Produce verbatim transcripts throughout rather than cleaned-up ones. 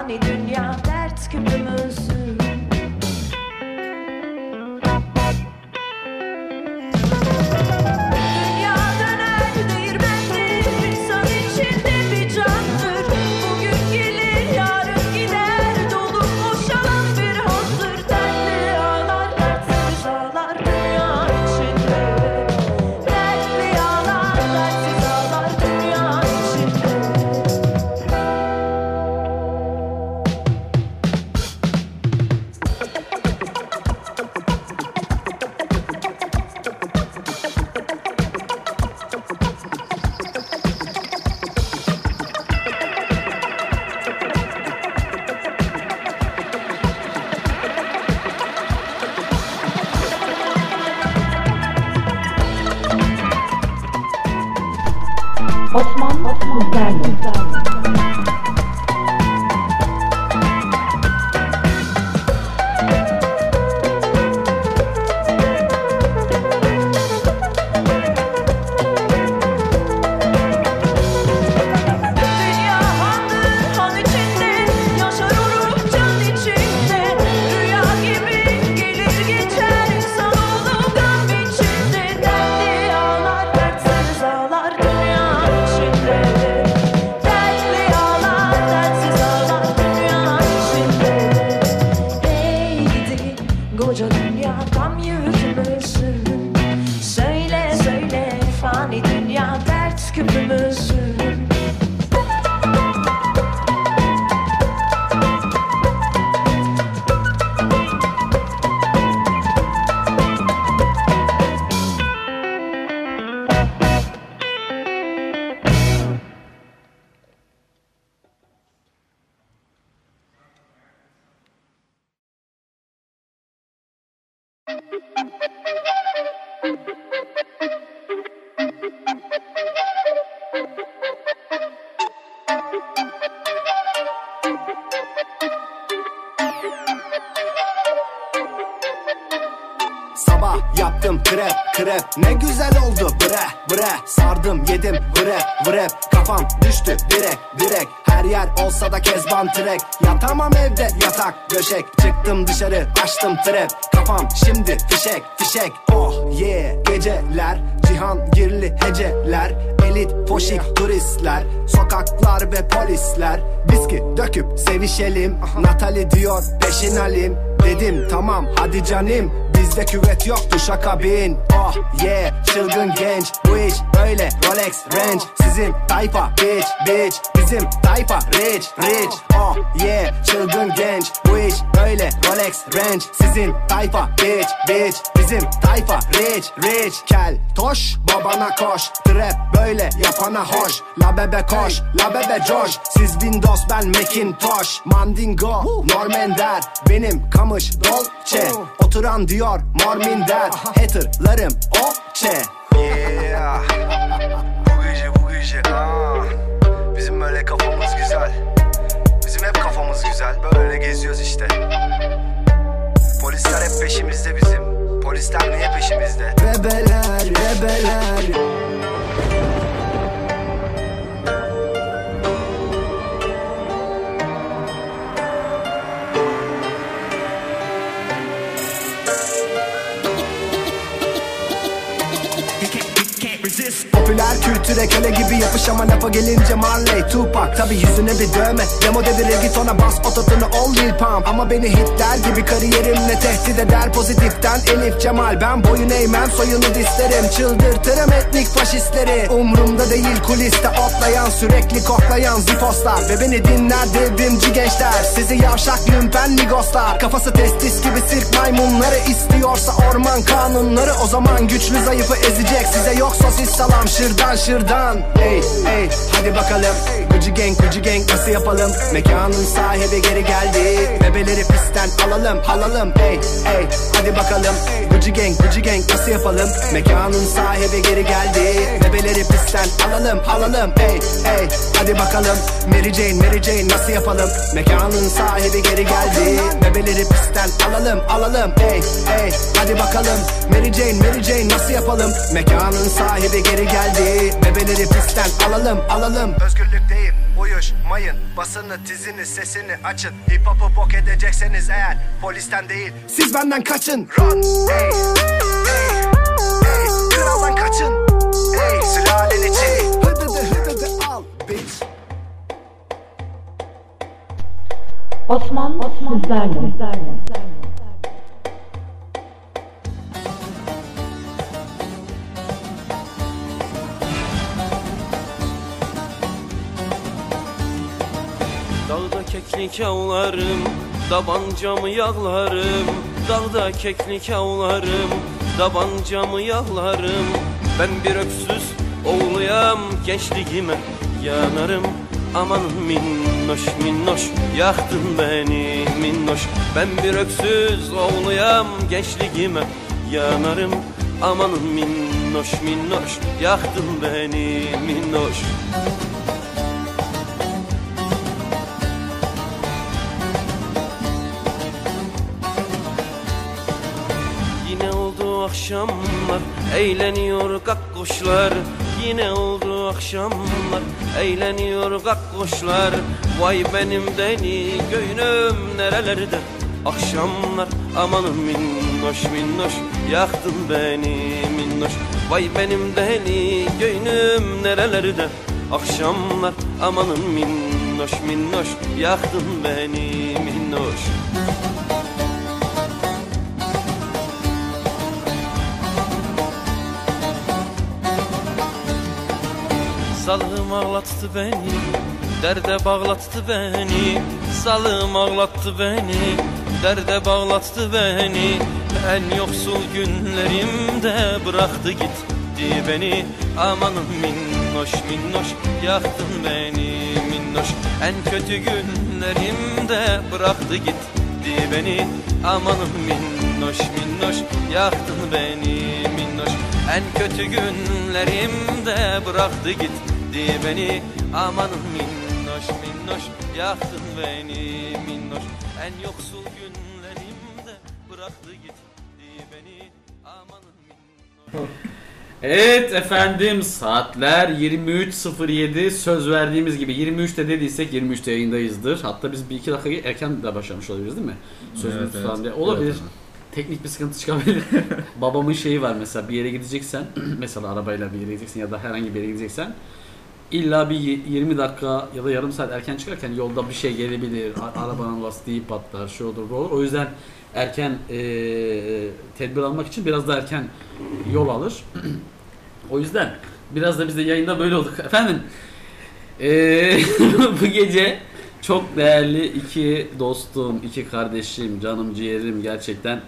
fani dünya dert küpümüzsün. Dünya döner değirmendir, insan içinde bir candır. Bugün gelir yarın gider, dolup boşalan bir hazır. Dertli ağlar dertsiz ağlar dünya içinde. Dertli ağlar dertsiz ağlar dünya içinde. Osman Muzerli. Dünya handır han içinde, yaşar olur can içinde. Rüya gibi gelir geçer, insanoğlu gam içinde. Dertli ağlar dertsiz ağlar dünya içinde. Dertli ağlar dertsiz ağlar dünya içinde. Ey gidi koca dünya tam yüzümüzün. Söyle söyle fani dünya dert küpümüzün. Sabah yaptım krep krep, ne güzel oldu bre bre. Sardım yedim bre bre, kafam düştü direk direk. Her yer olsa da kezban trek, yatamam evde yatak döşek. Çıktım dışarı açtım trap, kafam şimdi fişek fişek. Oh yeah, geceler cihangirli heceler. Elit foşik turistler, sokaklar ve polisler. Viski döküp sevişelim, Natali diyor peşin alim. Dedim tamam hadi canım, bizde küvet yok duşakabin. Oh yeah, çılgın genç, bu iş böyle Rolex Range. Sizin tayfa bitch bitch, bizim tayfa rich rich. Oh yeah, çılgın genç, bu iş böyle Rolex Range. Sizin tayfa bitch bitch, bizim tayfa rich rich. Kel toş babana koş, trap böyle yapana hoş. La bebe koş, la bebe coş. Siz Windows ben Macintosh. Mandingo, Normender, benim kamış Dolce. Oturan diyor Morminder, haterlarım okçe. Yeah, bu gece bu gece ah. Bizim böyle kafamız güzel, bizim hep kafamız güzel. Böyle geziyoruz işte. Polisler hep peşimizde bizim. Polisler niye peşimizde? Bebeler, bebeler. Popüler kültüre köle gibi yapış ama lafa gelince Marley, Tupac. Tabi yüzüne bir dövme, demo devir reggaetona bas ototunu ol Lil Pump. Ama beni hitler gibi kariyerimle tehdit eder pozitiften Elif Cemal. Ben boyun eğmem, soyunu disterim, çıldırtırım etnik faşistleri. Umrumda değil kuliste otlayan, sürekli koklayan zifoslar. Ve beni dinler devrimci gençler, sizi yavşak lümpen migoslar. Kafası testis gibi sirk maymunları, istiyorsa orman kanunları. O zaman güçlü zayıfı ezecek, size yok sosis salam şırdan şırdan. Ey ey hadi bakalım, Gucci gang Gucci gang nasıl yapalım? Mekanın sahibi geri geldi, bebeleri pistten alalım alalım. Ey ey hadi bakalım, Gucci gang Gucci gang nasıl yapalım? Mekanın sahibi geri geldi, bebeleri pistten alalım alalım. Ey ey hadi bakalım, Mary Jane Mary Jane nasıl yapalım? Mekanın sahibi geri geldi, bebeleri pistten alalım alalım. Ey ey hadi bakalım, Mary Jane Mary Jane nasıl yapalım? Mekanın sahibi geri geldi, bebeleri pistten alalım alalım. Özgürlük değil, uyuşmayın. Basını, tizini, sesini açın. Hip hop'u bok edecekseniz eğer, polisten değil Siz benden kaçın. run. Ey, ey, ey, kraldan kaçın. Ey, sülalen içi. Hıdıdı hıdıdı al bitch. Osman, Osman sizlerle. Dağda keklik avlarım, tabancamı yağlarım. Dağda keklik avlarım, tabancamı yağlarım. Ben bir öksüz oğluyam, gençliğime yanarım. Amanın minnoş minnoş, yaktın beni minnoş. Ben bir öksüz oğluyam, gençliğime yanarım. Amanın minnoş minnoş, yaktın beni minnoş. Yine oldu akşamlar, eğleniyor kakkoşlar. Yine oldu akşamlar, eğleniyor kakkoşlar. Vay benim deli göynüm nerelerde akşamlar. Amanın minnoş minnoş, yaktın beni minnoş. Vay benim deli göynüm nerelerde akşamlar. Amanın minnoş minnoş, yaktın beni minnoş. Salım ağlattı beni, derde bağlattı beni. Salım ağlattı beni, derde bağlattı beni. En yoksul günlerimde bıraktı gitti beni. Amanın minnoş minnoş, yaktın beni minnoş. En kötü günlerimde bıraktı gitti beni. Amanın minnoş minnoş, yaktın beni minnoş. En kötü günlerimde bıraktı gitti beni. Amanın minnoş minnoş, yaktın beni minnoş. En yoksul günlerimde bıraktı gitti beni. Amanın minnoş. Evet efendim, saatler yirmi üç sıfır yedi. Söz verdiğimiz gibi yirmi üçte dediysek yirmi üçte yayındayızdır. Hatta biz bir iki dakika erken de başlamış olabiliriz değil mi? Sözümüz Evet, tutalım evet. diye. Olabilir. Evet, Teknik bir sıkıntı çıkabilir. Babamın şeyi var mesela, bir yere gideceksen mesela arabayla bir yere gideceksin ya da herhangi bir yere gideceksen illa bir yirmi dakika ya da yarım saat erken çıkarken yolda bir şey gelebilir. A- arabanın lastiği patlar, şu olur bu olur. O yüzden erken e, tedbir almak için biraz da erken yol alır. O yüzden biraz da biz de yayında böyle olduk. Efendim e, bu gece çok değerli iki dostum, iki kardeşim, canım ciğerim gerçekten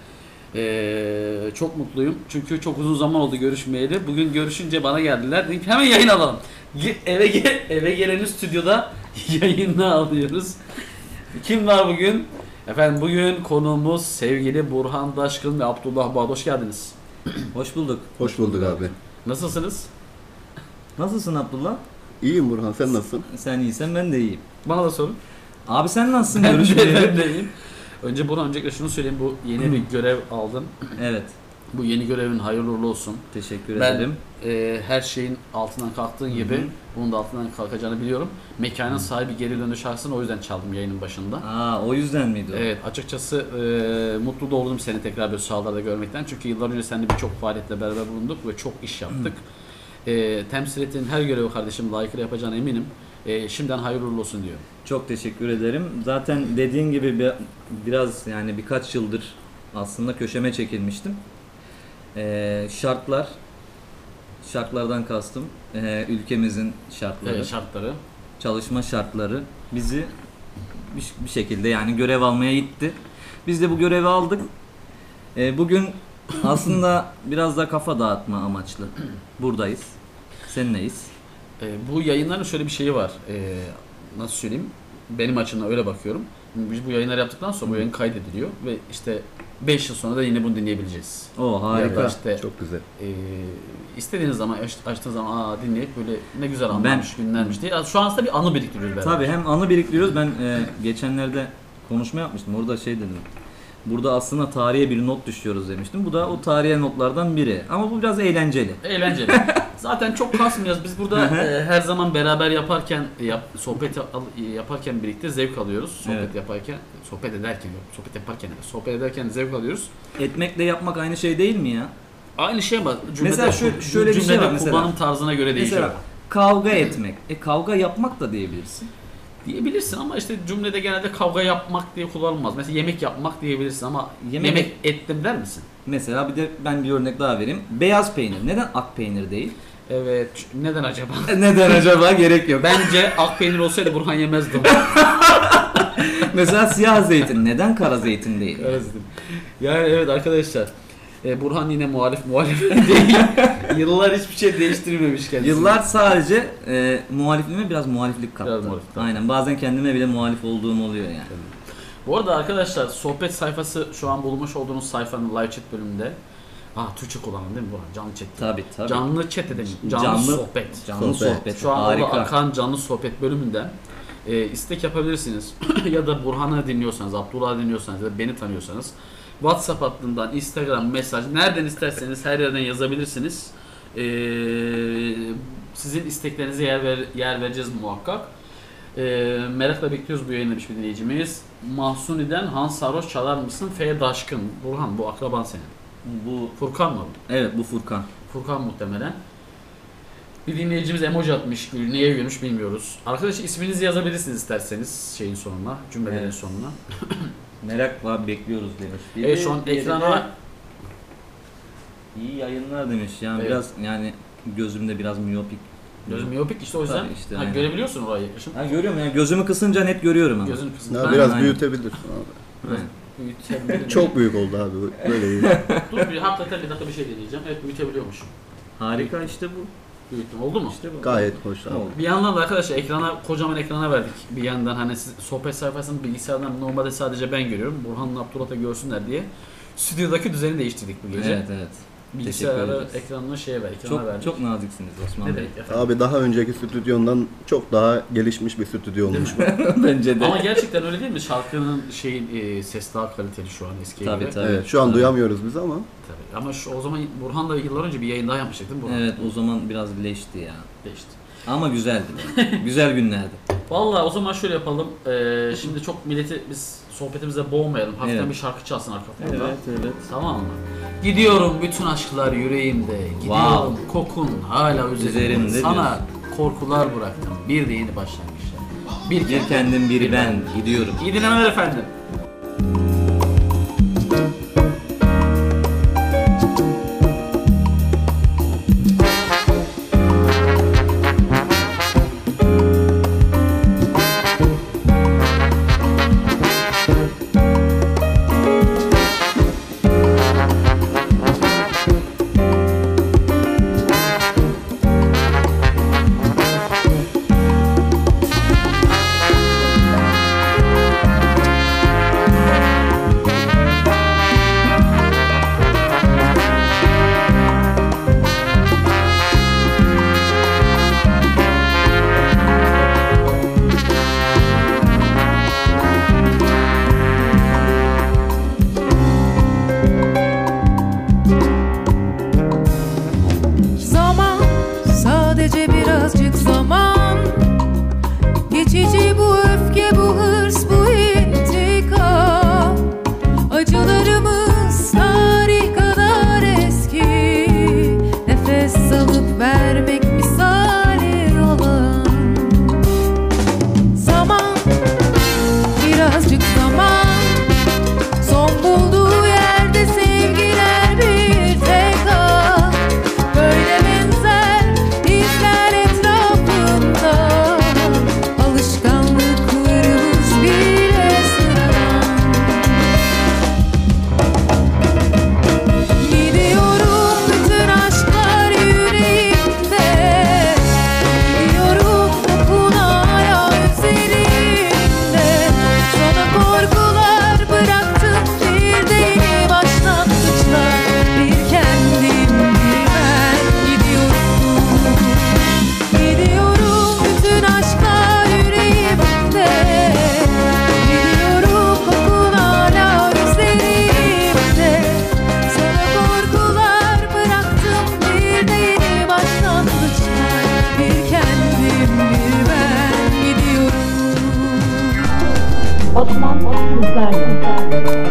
ee, çok mutluyum. Çünkü çok uzun zaman oldu görüşmeyeli. Bugün görüşünce bana geldiler. Dedim ki hemen yayın alalım. Ge- eve ge- eve gelen stüdyoda yayını alıyoruz. Kim var bugün? Efendim bugün konuğumuz sevgili Burhan Daşkın ve Abdullah Bağ. Hoş geldiniz. Hoş bulduk. Hoş bulduk abi. Nasılsınız? Nasılsın Abdullah? İyiyim Burhan, sen nasılsın? Sen iyisen ben de iyiyim. Bana da sorun. Abi sen nasılsın? Ben de, Görüşmeyeli. ben de iyiyim. Önce Burhan, öncelikle şunu söyleyeyim. Bu yeni bir görev aldın. Evet. Bu yeni görevin hayırlı uğurlu olsun. Teşekkür Ben ederim. e, her şeyin altından kalktığın gibi Hı hı. bunun da altından kalkacağını biliyorum. Mekanın sahibi geri döndü şahsını, o yüzden çaldım yayının başında. Aa, o yüzden miydi o? Evet, açıkçası e, mutlu da oldum seni tekrar böyle sahalarda görmekten. Çünkü yıllar önce seninle birçok faaliyetle beraber bulunduk ve çok iş yaptık. E, temsil ettiğin her görevi kardeşim layıkıyla yapacağına eminim. E, şimdiden hayırlı uğurlu olsun diyorum. Çok teşekkür ederim. Zaten dediğin gibi bir, biraz yani birkaç yıldır aslında köşeme çekilmiştim. Ee, şartlar, şartlardan kastım ee, ülkemizin şartları, E, şartları. çalışma şartları bizi bir, bir şekilde yani görev almaya itti. Biz de bu görevi aldık. Ee, bugün aslında biraz da kafa dağıtma amaçlı buradayız. Seninleyiz. E, bu yayınların şöyle bir şeyi var. E, nasıl söyleyeyim? Benim açımdan öyle bakıyorum. Biz bu yayınları yaptıktan sonra bu yayın kaydediliyor ve işte beş yıl sonra da yine bunu dinleyebileceğiz. O harika. Ya da işte Çok güzel. e, istediğiniz zaman aç, açtığınız zaman aa dinleyip böyle ne güzel anlarmış, günlermiş diye. Şu an aslında bir anı biriktiriyoruz beraber. Tabii hem anı biriktiriyoruz. Ben e, geçenlerde konuşma yapmıştım. Orada şey dedim. Burada aslında tarihe bir not düşüyoruz demiştim. Bu da o tarihe notlardan biri. Ama bu biraz eğlenceli. Eğlenceli. Zaten çok kasmıyoruz. Biz burada e, her zaman beraber yaparken yap, sohbet al- yaparken birlikte zevk alıyoruz. Sohbet Evet. yaparken, sohbet ederken, yok, sohbet yaparken, sohbet ederken zevk alıyoruz. Etmekle yapmak aynı şey değil mi ya? Aynı şey ama cümlede, Mesela şöyle- şöyle bir şey cümlede var mesela. kullanım tarzına göre değişiyor. Mesela kavga etmek. E kavga yapmak da diyebilirsin. Diyebilirsin ama işte cümlede genelde kavga yapmak diye kullanılmaz. Mesela yemek yapmak diyebilirsin ama Yemek- yemek, ettim der misin? Mesela bir de ben bir örnek daha vereyim. Beyaz peynir. Neden ak peynir değil? Evet. Neden acaba? Neden acaba? Gerek yok. Bence ak peynir olsaydı Burhan yemezdi. Mesela siyah zeytin. Neden kara zeytin değil? Yani evet arkadaşlar. e, Burhan yine muhalif muhalif değil. Yıllar hiçbir şey değiştirmemiş kendisi. Yıllar sadece e, muhalifliğime biraz muhaliflik kattı. Biraz muhaliflik kattı. Aynen. Bazen kendime bile muhalif olduğum oluyor yani. Bu arada arkadaşlar sohbet sayfası şu an bulmuş olduğunuz sayfanın live chat bölümünde. Ah Türkçe kullanın değil mi Burhan? Canlı chat. Tabii tabii. Canlı chat edelim. Canlı, Canlı- sohbet. Canlı Sohbet. sohbet. Şu an Harika. orada akan canlı sohbet bölümünden e, istek yapabilirsiniz. Ya da Burhan'ı dinliyorsanız, Abdullah'ı dinliyorsanız ya da beni tanıyorsanız WhatsApp hattından, Instagram mesaj, nereden isterseniz her yerden yazabilirsiniz. E, sizin isteklerinize yer, ver, yer vereceğiz muhakkak. E, merakla bekliyoruz bu yayını demiş bir dinleyicimiz. Mahsuni'den Hans Sarhoş çalar mısın? F. Daşkın. Burhan bu akraban senin. Bu Furkan mı? evet bu Furkan. Furkan muhtemelen. Bir dinleyicimiz emoji atmış, neye gülmüş bilmiyoruz. Arkadaşlar isminizi yazabilirsiniz isterseniz şeyin sonuna, cümlelerin Evet. sonuna. Merak var bekliyoruz demiş. Biri, Evet şu an diğeri de ekrana iyi yayınlar demiş. Yani Evet. biraz yani gözümde biraz miyopik. gözüm miyopik işte o yüzden Tabii işte, ha, aynen. görebiliyorsun orayı yaklaşım. Ha görüyorum yani gözümü kısınca net görüyorum ama. Gözün kısmı. Ya Aynen, biraz aynen. büyütebilir abi. Aynen. Büyütebilirim. Çok büyük oldu abi. Böyle iyi. Dur bir hakikaten bir dakika bir şey deneyeceğim. Evet büyütebiliyormuşum. Harika işte bu. Büyüttüm oldu mu? İşte bu. Gayet hoş abi. Oldu. Bir yandan da arkadaşlar ekrana kocaman ekrana verdik. Bir yandan hani siz sohbet sayfasını bilgisayardan normalde sadece ben görüyorum. Burhan'la Abdullah da görsünler diye. Stüdyodaki düzeni değiştirdik bu gece. Evet evet. Bilgisayarı Teşekkür ederiz. ekranını şeye ver, ekrana Çok verdik. çok naziksiniz Osman Ne Bey. demek efendim? Abi daha önceki stüdyondan çok daha gelişmiş bir stüdyo olmuş bu. Bence de. Ama gerçekten öyle değil mi? Şarkının şeyin e, ses daha kaliteli şu an eskiye Tabii, göre. tabii. Evet şu an Tabii. duyamıyoruz biz ama. Tabii. Ama şu, o zaman Burhan'la yıllar önce bir yayın daha yapmıştık değil mi Burhan? Evet o zaman biraz leşti ya. Değişti. Ama güzeldi. Güzel günlerdi. Vallahi o zaman şöyle yapalım. Ee, şimdi çok milleti biz sohbetimize boğmayalım. Hafiften Evet. bir şarkı çalsın arka fonda. evet. Tamam mı? Gidiyorum bütün aşklar yüreğimde. Gidiyorum Wow. kokun hala üzerimde. Üzerimde Sana korkular bıraktım. Bir de yeni başlangıçlar. Bir, Bir kendim bir ben gidiyorum. İyi dinlemeler efendim. Osman Rüzgarlı.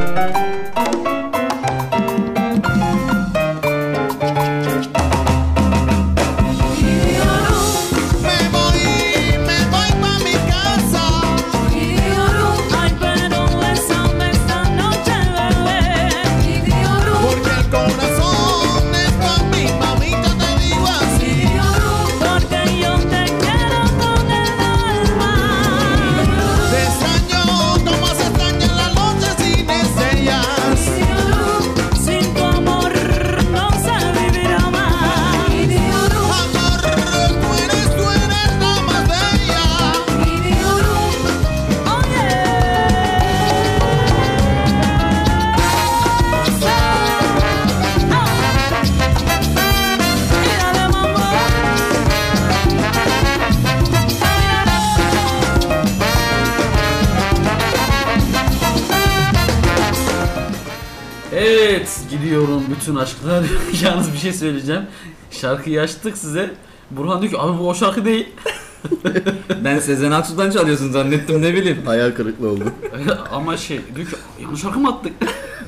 Me voy, me voy pa' mi casa. Ay, pero bésame esta noche, bebé. Porque el corazón es pa' mí, mamita, te digo así. Porque yo te quiero con el alma. Te extraño como se extrañan las noches sin estrellas. Sin tu amor no sé vivir más. Amor, tú eres, tú eres la más bella. Evet, gidiyorum bütün aşklar. Yalnız bir şey söyleyeceğim. Şarkıyı açtık size. Burhan diyor ki abi bu o şarkı değil. Ben Sezen Aksu'dan çalıyorsun zannettim, ne bileyim. Hayal kırıklığı oldu. Ama şey diyor ki yanlış şarkı mı attık?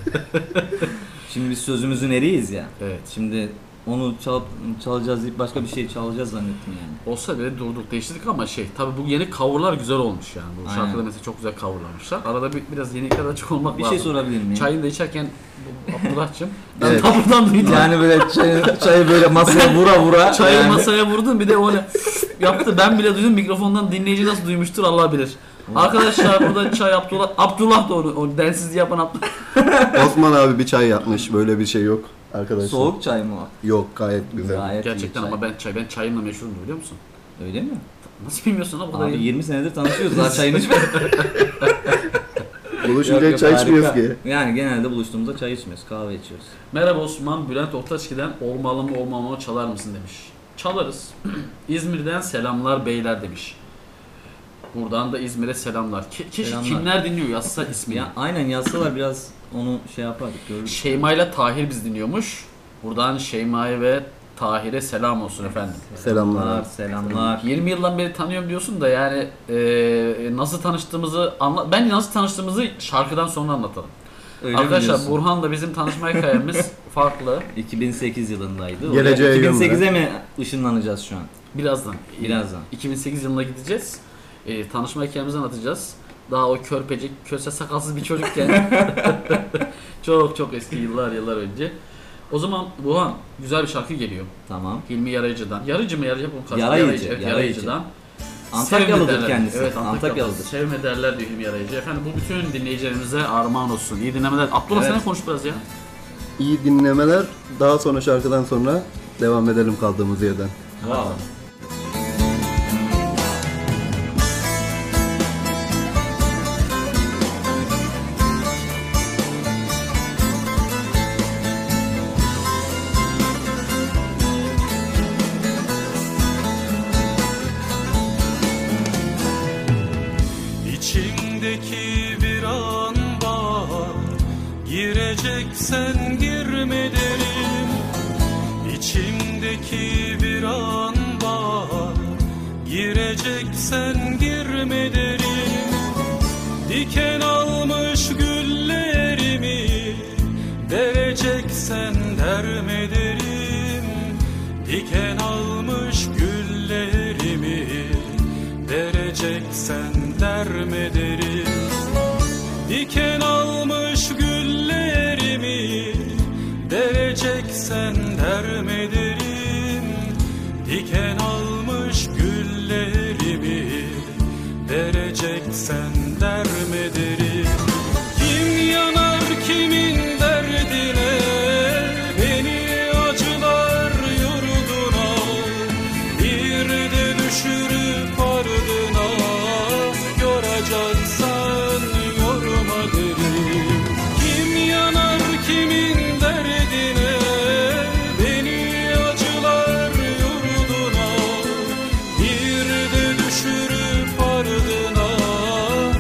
Şimdi biz sözümüzün eriyiz ya. Evet. Şimdi onu çalıp çalacağız deyip başka bir şey çalacağız zannettim yani. Olsa bile durduk değiştirdik ama şey tabi bu yeni coverlar güzel olmuş yani. Bu Aynen. şarkıda mesela çok güzel coverlamışlar. Arada bir, biraz yenilikler açık olmak Bir lazım. şey sorabilir miyim? Çayını da içerken bu Abdullah'cığım ben Evet. tam buradan duydum. Yani böyle çayı, çayı böyle masaya vura vura. Çayı yani. masaya vurdum bir de öyle yaptı. Ben bile duydum, mikrofondan dinleyici nasıl duymuştur Allah bilir. Arkadaşlar burada çay Abdullah, Abdullah da onu, o densizliği yapan Abdullah. Osman abi bir çay yapmış. Böyle bir şey yok arkadaşlar. Soğuk çay mı o? Yok, gayet güzel. Gayet iyi Gerçekten çay. ama ben çay ben çayımla meşhurumdur biliyor musun? Öyle mi? Nasıl bilmiyorsun ha bu kadar Abi iyi. yirmi senedir tanışıyoruz daha çayını içmedik. Buluşunca Yok, yok, çay içmiyoruz harika. ki. Yani genelde buluştuğumuzda çay içmiyoruz, kahve içiyoruz. Merhaba Osman, Bülent Ortaçgil'den olmalı mı olmamalı mı çalar mısın demiş. Çalarız. İzmir'den selamlar beyler demiş. Buradan da İzmir'e selamlar. Ke- keşke Selamlar. kimler dinliyor yazsa ismini. Ya aynen yazsalar biraz onu şey yapardık, görürdük. Şeyma ile Tahir biz dinliyormuş. Buradan Şeyma'ya ve Tahir'e selam olsun efendim. Selamlar. Selamlar. yirmi yıldan beri tanıyorum diyorsun da yani e, nasıl tanıştığımızı anla bence nasıl tanıştığımızı şarkıdan sonra anlatalım. Öyle mi Arkadaşlar diyorsun? Burhan'la bizim tanışma hikayemiz farklı. iki bin sekiz yılındaydı. Geleceğe Oraya yönle. iki bin sekize mi ışınlanacağız şu an? Birazdan. Birazdan. iki bin sekiz yılına gideceğiz. E, tanışma hikayemizi anlatacağız. Daha o körpecik, köse sakalsız bir çocukken. çok çok eski yıllar yıllar önce. O zaman Burhan güzel bir şarkı geliyor. Tamam. Hilmi Yarayıcı'dan. Yarıcı mı Yarayıcı? Bunun karşılığı Yarayıcı, Evet, Yarayıcı. Yarayıcı'dan. Antakyalıdır Sevme derler. kendisi. Evet Antakyalıdır. Antakyalıdır. Sevme derler diyor Hilmi Yarayıcı. Efendim bu bütün dinleyicilerimize armağan olsun. İyi dinlemeler. Abdullah Evet. sen de konuş biraz ya. İyi dinlemeler. Daha sonra şarkıdan sonra devam edelim kaldığımız yerden. Wow. İçimdeki bir an bahar, gireceksen girme derim. İçimdeki bir an bahar, gireceksen girme derim. Diken almış güllerimi, dereceksen derme derim. Diken almış güllerimi, dereceksen derme derim. Diken almış güllerimi, dereceksen derme derim. Diken almış güllerimi, dereceksen derme derim. Kim yanar kimin derdine, beni acılar yurduna, bir de düşürüp ardına, yoracaksan yorma derim. Kim yanar kimin derdine, beni acılar yurduna, bir de düşürüp ardına,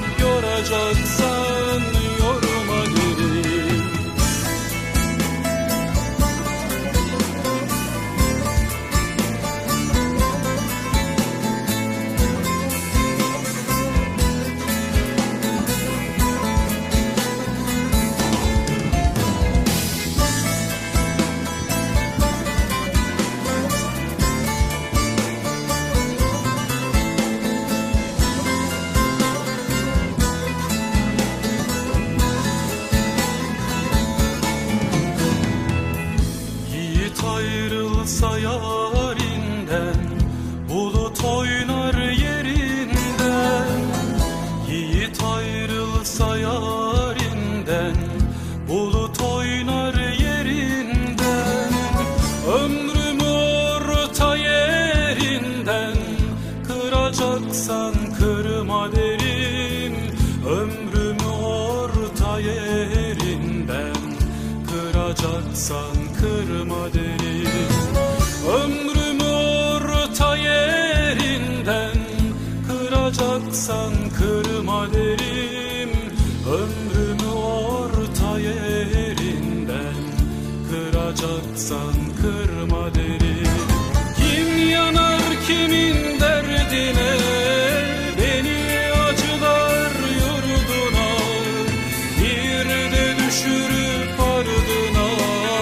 Yiğit ayrılsa yarinden, bulut oynar yerinden. Ömrümü orta yerinden, kıracaksan kırma derim. Ömrümü orta yerinden, kıracaksan kırma derim. Ömrümü orta yerinden, kıracaksan kırma derim. Ömrümü orta yerinden, kıracaksan kırma derim. Kim yanar kimin derdine, beni acılar yurduna. Bir de düşürüp ardına,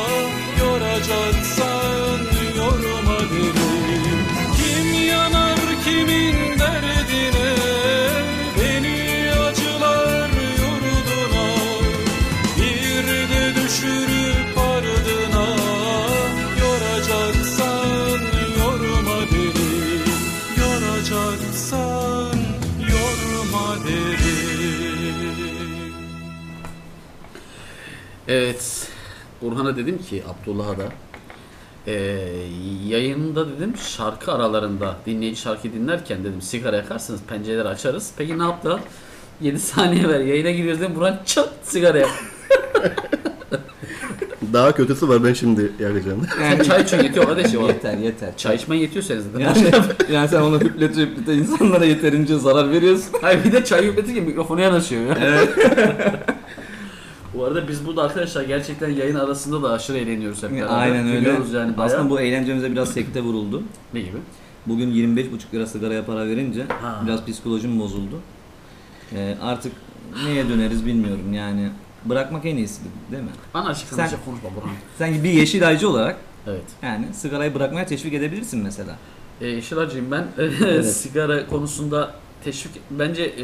yoracaksan yorma derim. Kim yanar kimin derdine, beni acılar yurduna. Bir de düşürüp ardına, yoracaksan yorma derim. Yoracaksan yorma derim. Evet. Burhan'a dedim ki Abdullah'a da e, yayında dedim şarkı aralarında dinleyici şarkı dinlerken dedim sigara yakarsınız pencereleri açarız. Peki ne yaptılar? yedi saniye ver yayına giriyoruz dedim Burhan çat sigara yak. Daha kötüsü var, ben şimdi yakacağım. Yani çay için yetiyor kardeşim. Yeter yeter. Çay içmen yetiyor senin zaten. Yani, yani sen onu hüplete hüplete insanlara yeterince zarar veriyorsun. Hayır bir de çay hüpletirken mikrofonu yanaşıyor ya. Evet. Bu arada biz burada arkadaşlar gerçekten yayın arasında da aşırı eğleniyoruz hep beraber. Aynen öyle. Gülüyoruz yani bayağı. Aslında bu eğlencemize biraz sekte vuruldu. Ne gibi? Bugün yirmi beş buçuk lira sigaraya para verince Ha. biraz psikolojim bozuldu. Ee, artık neye döneriz bilmiyorum yani. Bırakmak en iyisi değil mi? Bana açık Sen- konuşma konuşma Burhan. Sen bir yeşilaycı olarak Evet. yani sigarayı bırakmaya teşvik edebilirsin mesela. E, Yeşilacıyım ben. Evet. Sigara konusunda teşvik bence e,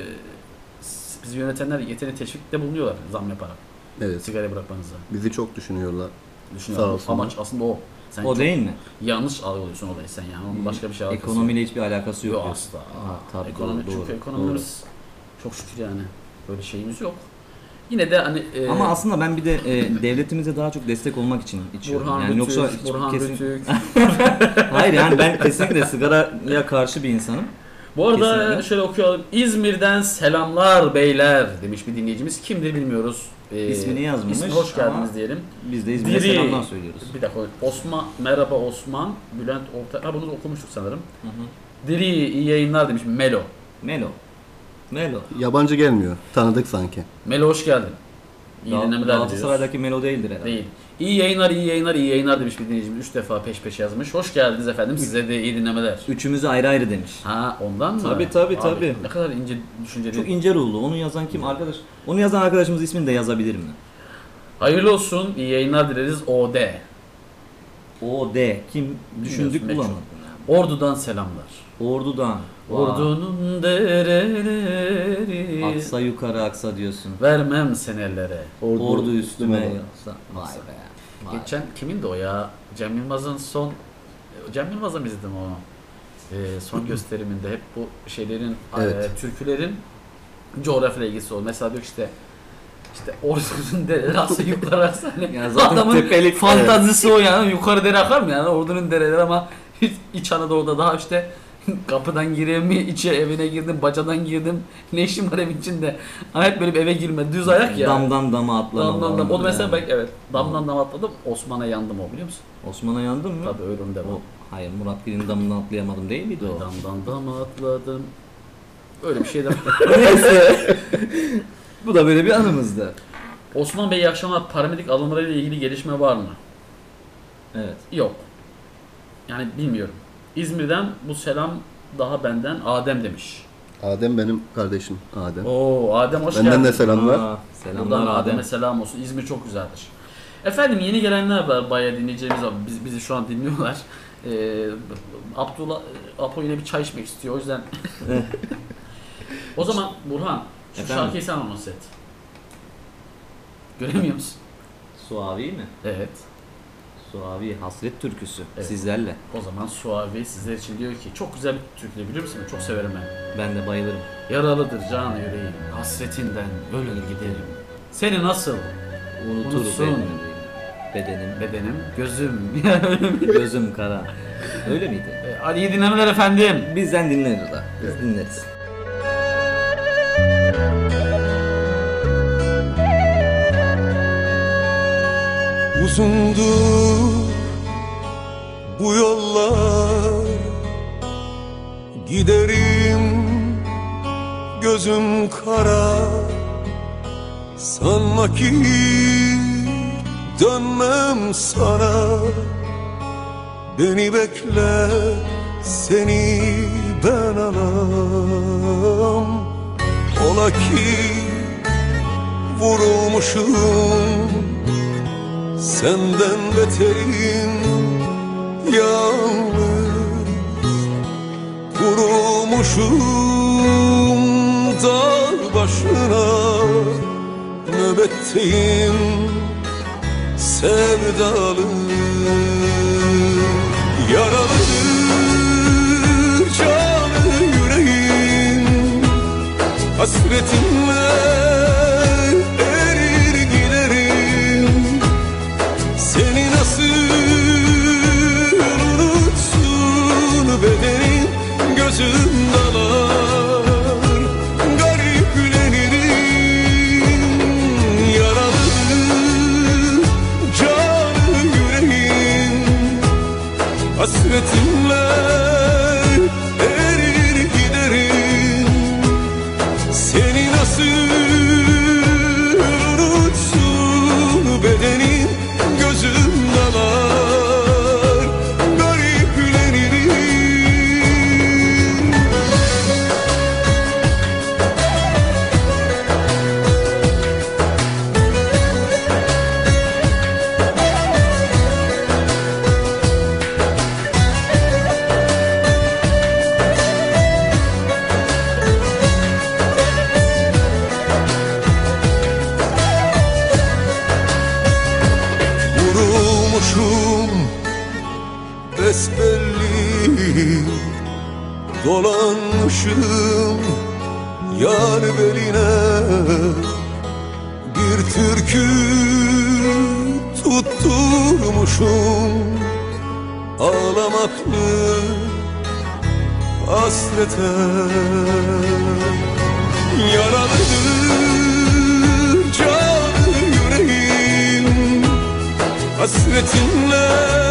bizi yönetenler yeteri teşvikte bulunuyorlar zam yaparak. Evet. Sigarayı bırakmanıza. Bizi çok düşünüyorlar. Düşünüyorum. Sağ olsunlar. Amaç aslında o. Sen O çok değil mi? yanlış algılıyorsun olayı sen yani. Onun başka bir şey alakası Ekonomiyle hiçbir alakası yok. yok. Yok diyorsun. asla. Ha, tabii, Ekonomi, doğru, çünkü doğru, ekonomimiz çok şükür yani böyle şeyimiz yok. Yine de hani e, Ama aslında ben bir de e, devletimize daha çok destek olmak için içiyorum. Burhan yani Rütük, yoksa hiç Burhan kesin... Rütük. Hayır yani ben kesinlikle sigaraya karşı bir insanım. Bu arada Kesinlikle. şöyle okuyalım. İzmir'den selamlar beyler demiş bir dinleyicimiz. Kimdir bilmiyoruz. Ee, İsmini yazmamış ismi hoş geldiniz ama diyelim. Biz de İzmir'e Biri- selamlar söylüyoruz. Bir dakika. Osman, merhaba Osman. Bülent Orta... Ha bunu da okumuştuk sanırım. Hı hı. Diri iyi yayınlar demiş. Melo. Melo. Melo. Yabancı gelmiyor. Tanıdık sanki. Melo hoş geldin. İyi Gal- dinlemeler diliyoruz. Galatasaray'daki Melo değildir herhalde. Değil. İyi yayınlar, iyi yayınlar, iyi yayınlar demiş bir dinleyicimiz. Üç defa peş peşe yazmış. Hoş geldiniz efendim. Size de iyi dinlemeler. Üçümüzü ayrı ayrı demiş. Ha ondan mı? Tabii, tabii, Abi, tabii. Ne kadar ince düşünceli. Çok ince ruhlu. Onu yazan kim arkadaş? Onu yazan arkadaşımız ismini de yazabilir mi? Hayırlı olsun. İyi yayınlar dileriz. O D. O D. Kim? Düşündük Meçhul. bulamadık. Ordu'dan selamlar. Ordu'dan. Vay. Ordunun dereleri Aksa yukarı aksa diyorsun. vermem senelere. Ordu, Ordu üstüme bak. yoksa. Vay be. Vay. Geçen kimin de o ya? Cem Yılmaz'ın son Cem Yılmaz'a mı izledim onu? Ee, son gösteriminde hep bu şeylerin Evet. e, türkülerin coğrafyayla ilgisi o. Mesela diyor ki işte işte Ordu'nun dereleri aksa yukarı aksa. Hani Yani zaten adamın tepelik- fantazisi o yani. Yukarı dere akar mı yani? Ordu'nun dereleri ama hiç İç Anadolu'da daha işte kapıdan gireyim mi, içe evine girdim, bacadan girdim, ne işim var evin içinde. Ama hep böyle bir eve girme, düz ayak ya. Damdan dama atlama. Damdan dam. O da mesela Yani. ben evet, damdan dam atladım, Osman'a yandım o biliyor musun? Osman'a yandın mı? Tabii öyle devam. O, hayır Murat Gül'ün damından atlayamadım değil miydi o? Damdan dam atladım. Öyle bir şey de. Neyse. Bu da böyle bir anımızdı. Osman Bey iyi akşamlar. Paramedik alımlarıyla ilgili gelişme var mı? Evet. Yok. Yani bilmiyorum. İzmir'den bu selam daha benden Adem demiş. Adem benim kardeşim. Adem. Oo Adem hoş Benden geldin. de selamlar. Aa, selamlar Buradan Adem. Adem'e selam olsun. İzmir çok güzeldir. Efendim yeni gelenler var. Bayağı dinleyeceğimiz var. Biz, bizi şu an dinliyorlar. Ee, Abdullah, Apo yine bir çay içmek istiyor. O yüzden. O zaman Burhan şu Efendim? şarkıyı sen anons et. Göremiyor musun? Suavi mi? Evet. Suavi hasret türküsü Evet. sizlerle. O zaman Suavi sizler için diyor ki çok güzel bir türkü biliyor musun? Çok severim ben. Ben de bayılırım. Yaralıdır can yüreğim, hasretinden ölür giderim. Seni nasıl Unutur Unutsun. benim bedenim, bedenim, gözüm. gözüm kara. Öyle miydi? Hadi iyi dinlemeler efendim. Bizden dinleriz ha. Biz dinleriz. Uzundu bu yollar, giderim gözüm kara. Sanma ki dönmem sana, beni bekle seni ben alam. Ola ki vurulmuşum, senden beterim yalnız. Kurulmuşum dağ başına, nöbetteyim sevdalı. Yaralıdır canı yüreğim, hasretinle erir giderim. Seni nasıl unutsun bedenim, gözüm dalar gariplenirim. Yaralı canı yüreğim, hasretinle erir giderim. Seni nasıl unutsun bedenim, gözüm dalar gariplenirim. Vurulmuşum besbelli, dolanmışım yar beline. Bir türkü tutturmuşum, ağlamaklı hasrete. Yaralıdır canı yüreğim, hasretinle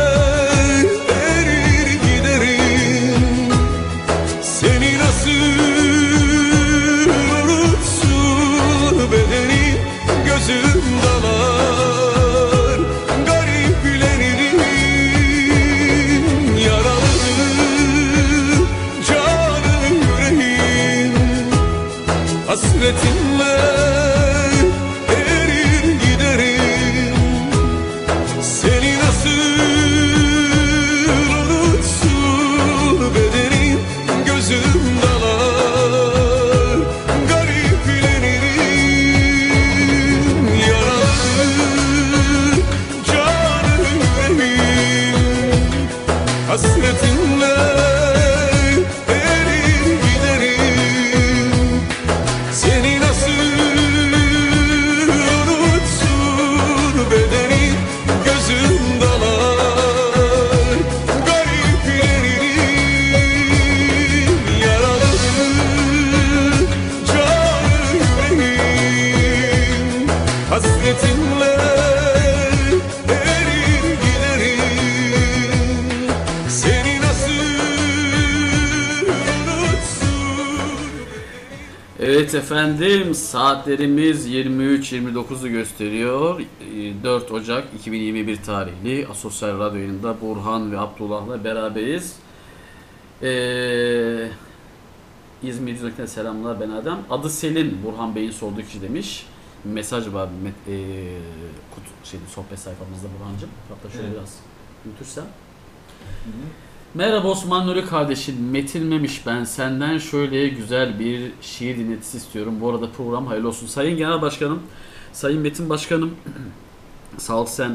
erir giderim. Seni nasıl unutsun bedenim, gözüm dalar gariplenirim. Yaralı canı yüreğim, hasretinle erir giderim. Seni nasıl unutsun bedenim, gözüm dalar gariplenirim. Yaralı canı yüreğim, hasretinle erir giderim. Seni nasıl unutsun bedenim, gözüm dalar gariplenirim. Yaralı canı yüreğim, hasretinle erir giderim. Seni nasıl unutsun. Evet efendim, saatlerimiz yirmi üç yirmi dokuzu gösteriyor. dört Ocak iki bin yirmi bir tarihli Asosyal Radyo yayınında Burhan ve Abdullah'la beraberiz. Ee, İzmir yüzünden selamlar, ben Adem. Adı Selin, Burhan Bey'in sorduğu kişi demiş. Mesaj var met, e, kutu, şeydi, sohbet sayfamızda Burhan'cığım. Hatta şöyle Evet. biraz büyütürsem. Merhaba Osman Nuri kardeşim, metinmemiş ben senden şöyle güzel bir şiir dinletisi istiyorum. Bu arada program hayırlı olsun. Sayın Genel Başkanım, Sayın Metin Başkanım, sağ ol sen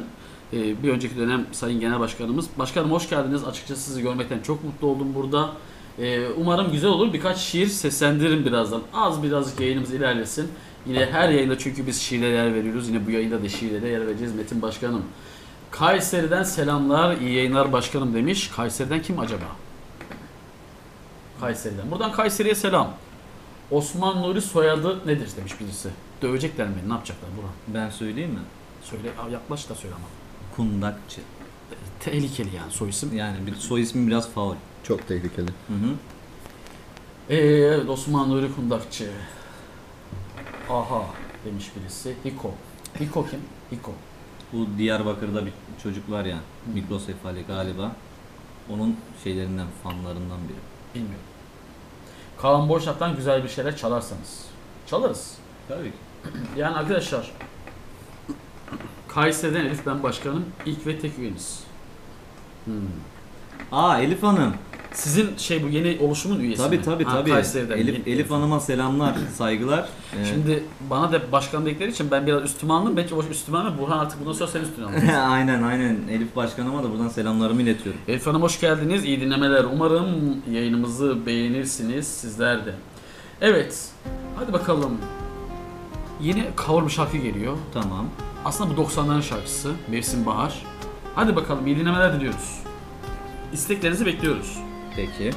Ee, bir önceki dönem Sayın Genel Başkanımız. Başkanım hoş geldiniz. Açıkçası sizi görmekten çok mutlu oldum burada. Ee, umarım güzel olur. Birkaç şiir seslendiririm birazdan. Az birazcık yayınımız ilerlesin. Yine her yayında çünkü biz şiirlere yer veriyoruz. Yine bu yayında da şiirlere yer vereceğiz Metin Başkanım. Kayseri'den selamlar, iyi yayınlar başkanım demiş. Kayseri'den kim acaba? Kayseri'den. Buradan Kayseri'ye selam. Osman Nuri soyadı nedir demiş birisi. Dövecekler mi? Ne yapacaklar Burhan? Ben söyleyeyim mi? Söyle, yaklaş da söyle ama. Kundakçı. Tehlikeli yani soy isim. Yani bir soy ismi biraz faul. Çok tehlikeli. Hı hı. Ee, evet Osman Nuri Kundakçı. Aha demiş birisi. Hiko. Hiko kim? Hiko. Bu Diyarbakır'da bir çocuk var ya, mikrosefali galiba. Onun şeylerinden, fanlarından biri. Bilmiyorum. Kaan Boşak'tan güzel bir şeyler çalarsanız. Çalarız. Tabii ki. Yani arkadaşlar Kayseri'den Elif ben başkanım. İlk ve tek üyeniz. Hmm. Aa Elif Hanım. Sizin şey bu yeni oluşumun üyesi Tabii mi? tabii Ha, tabii. Kayseri'den. Elif, Elif, Elif Hanım'a selamlar, saygılar. Ee, Şimdi bana da başkan dedikleri için ben biraz üstüme aldım. Belki boş üstüme aldım. Burhan artık bundan sonra sen üstüne alın. aynen aynen. Elif Başkanıma da buradan selamlarımı iletiyorum. Elif Hanım hoş geldiniz. İyi dinlemeler. Umarım yayınımızı beğenirsiniz sizler de. Evet. Hadi bakalım. Yeni cover bir şarkı geliyor. Tamam. Aslında bu doksanların şarkısı. Mevsim Bahar. Hadi bakalım iyi dinlemeler diliyoruz. İsteklerinizi bekliyoruz. Peki.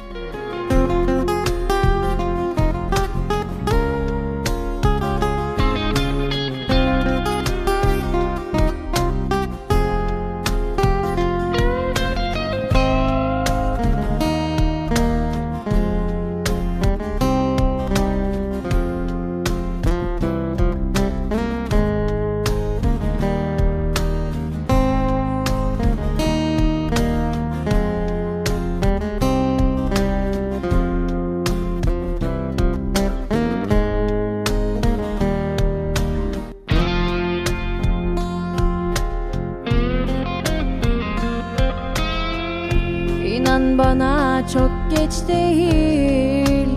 İnan bana çok geç değil.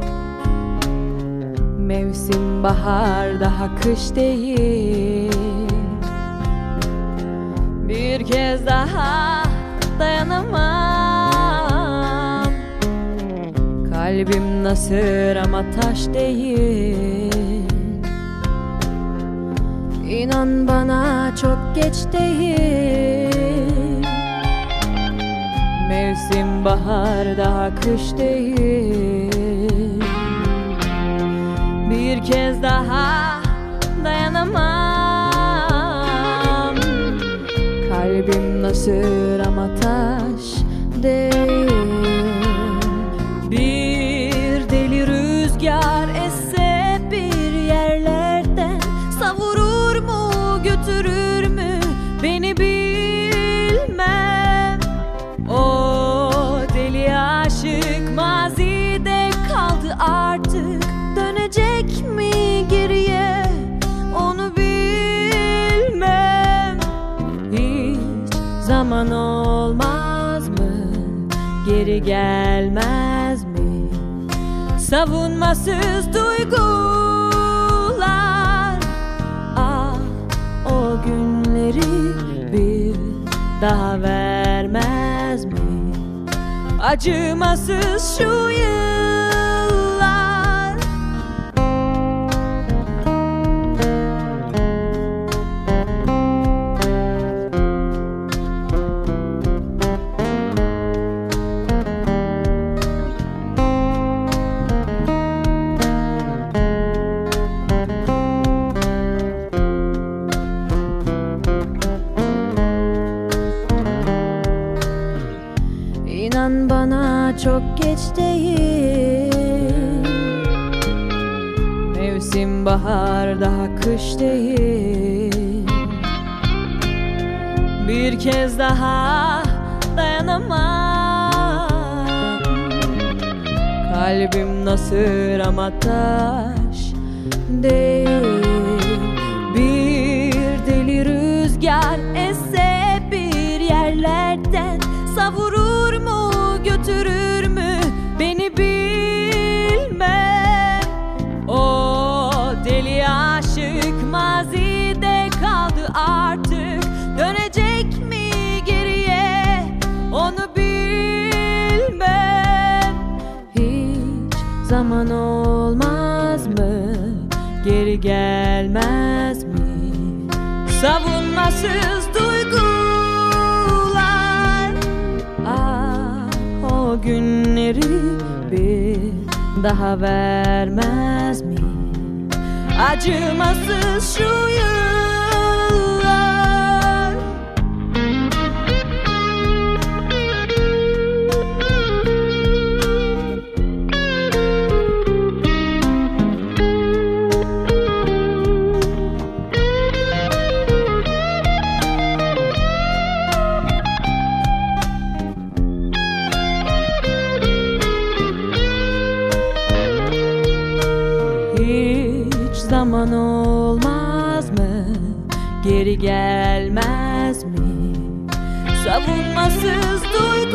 Mevsim bahar daha kış değil. Bir kez daha dayanamam. Kalbim nasır ama taş değil. İnan bana çok geç değil. Mevsim bahar daha kış değil. Bir kez daha dayanamam. Kalbim nasır ama taş değil. Bir deli rüzgar esse bir yerlerden, savurur mu götürür mü beni bilmem. O deli aşık mazide kaldı artık, dönecek mi geriye onu bilmem. Hiç zaman olmaz mı, geri gelmez mi? Savunmasız duygular, ah o günleri bir daha vermez mi? Acımasız şu yıllar. İnan bana çok geç değil. Mevsim bahar daha kış değil. Bir kez daha dayanamam. Kalbim nasır ama taş değil. Bir deli rüzgar esse bir yerlerden, savurur mu götürür mü beni bilmem. O deli aşık mazide kaldı artık, dönecek zaman olmaz mı? Geri gelmez mi? Savunmasız duygular. Ah, o günleri bir daha vermez mi? Acımasız şu yıllar. Hiç zaman olmaz mı? Geri gelmez mi? Savunmasız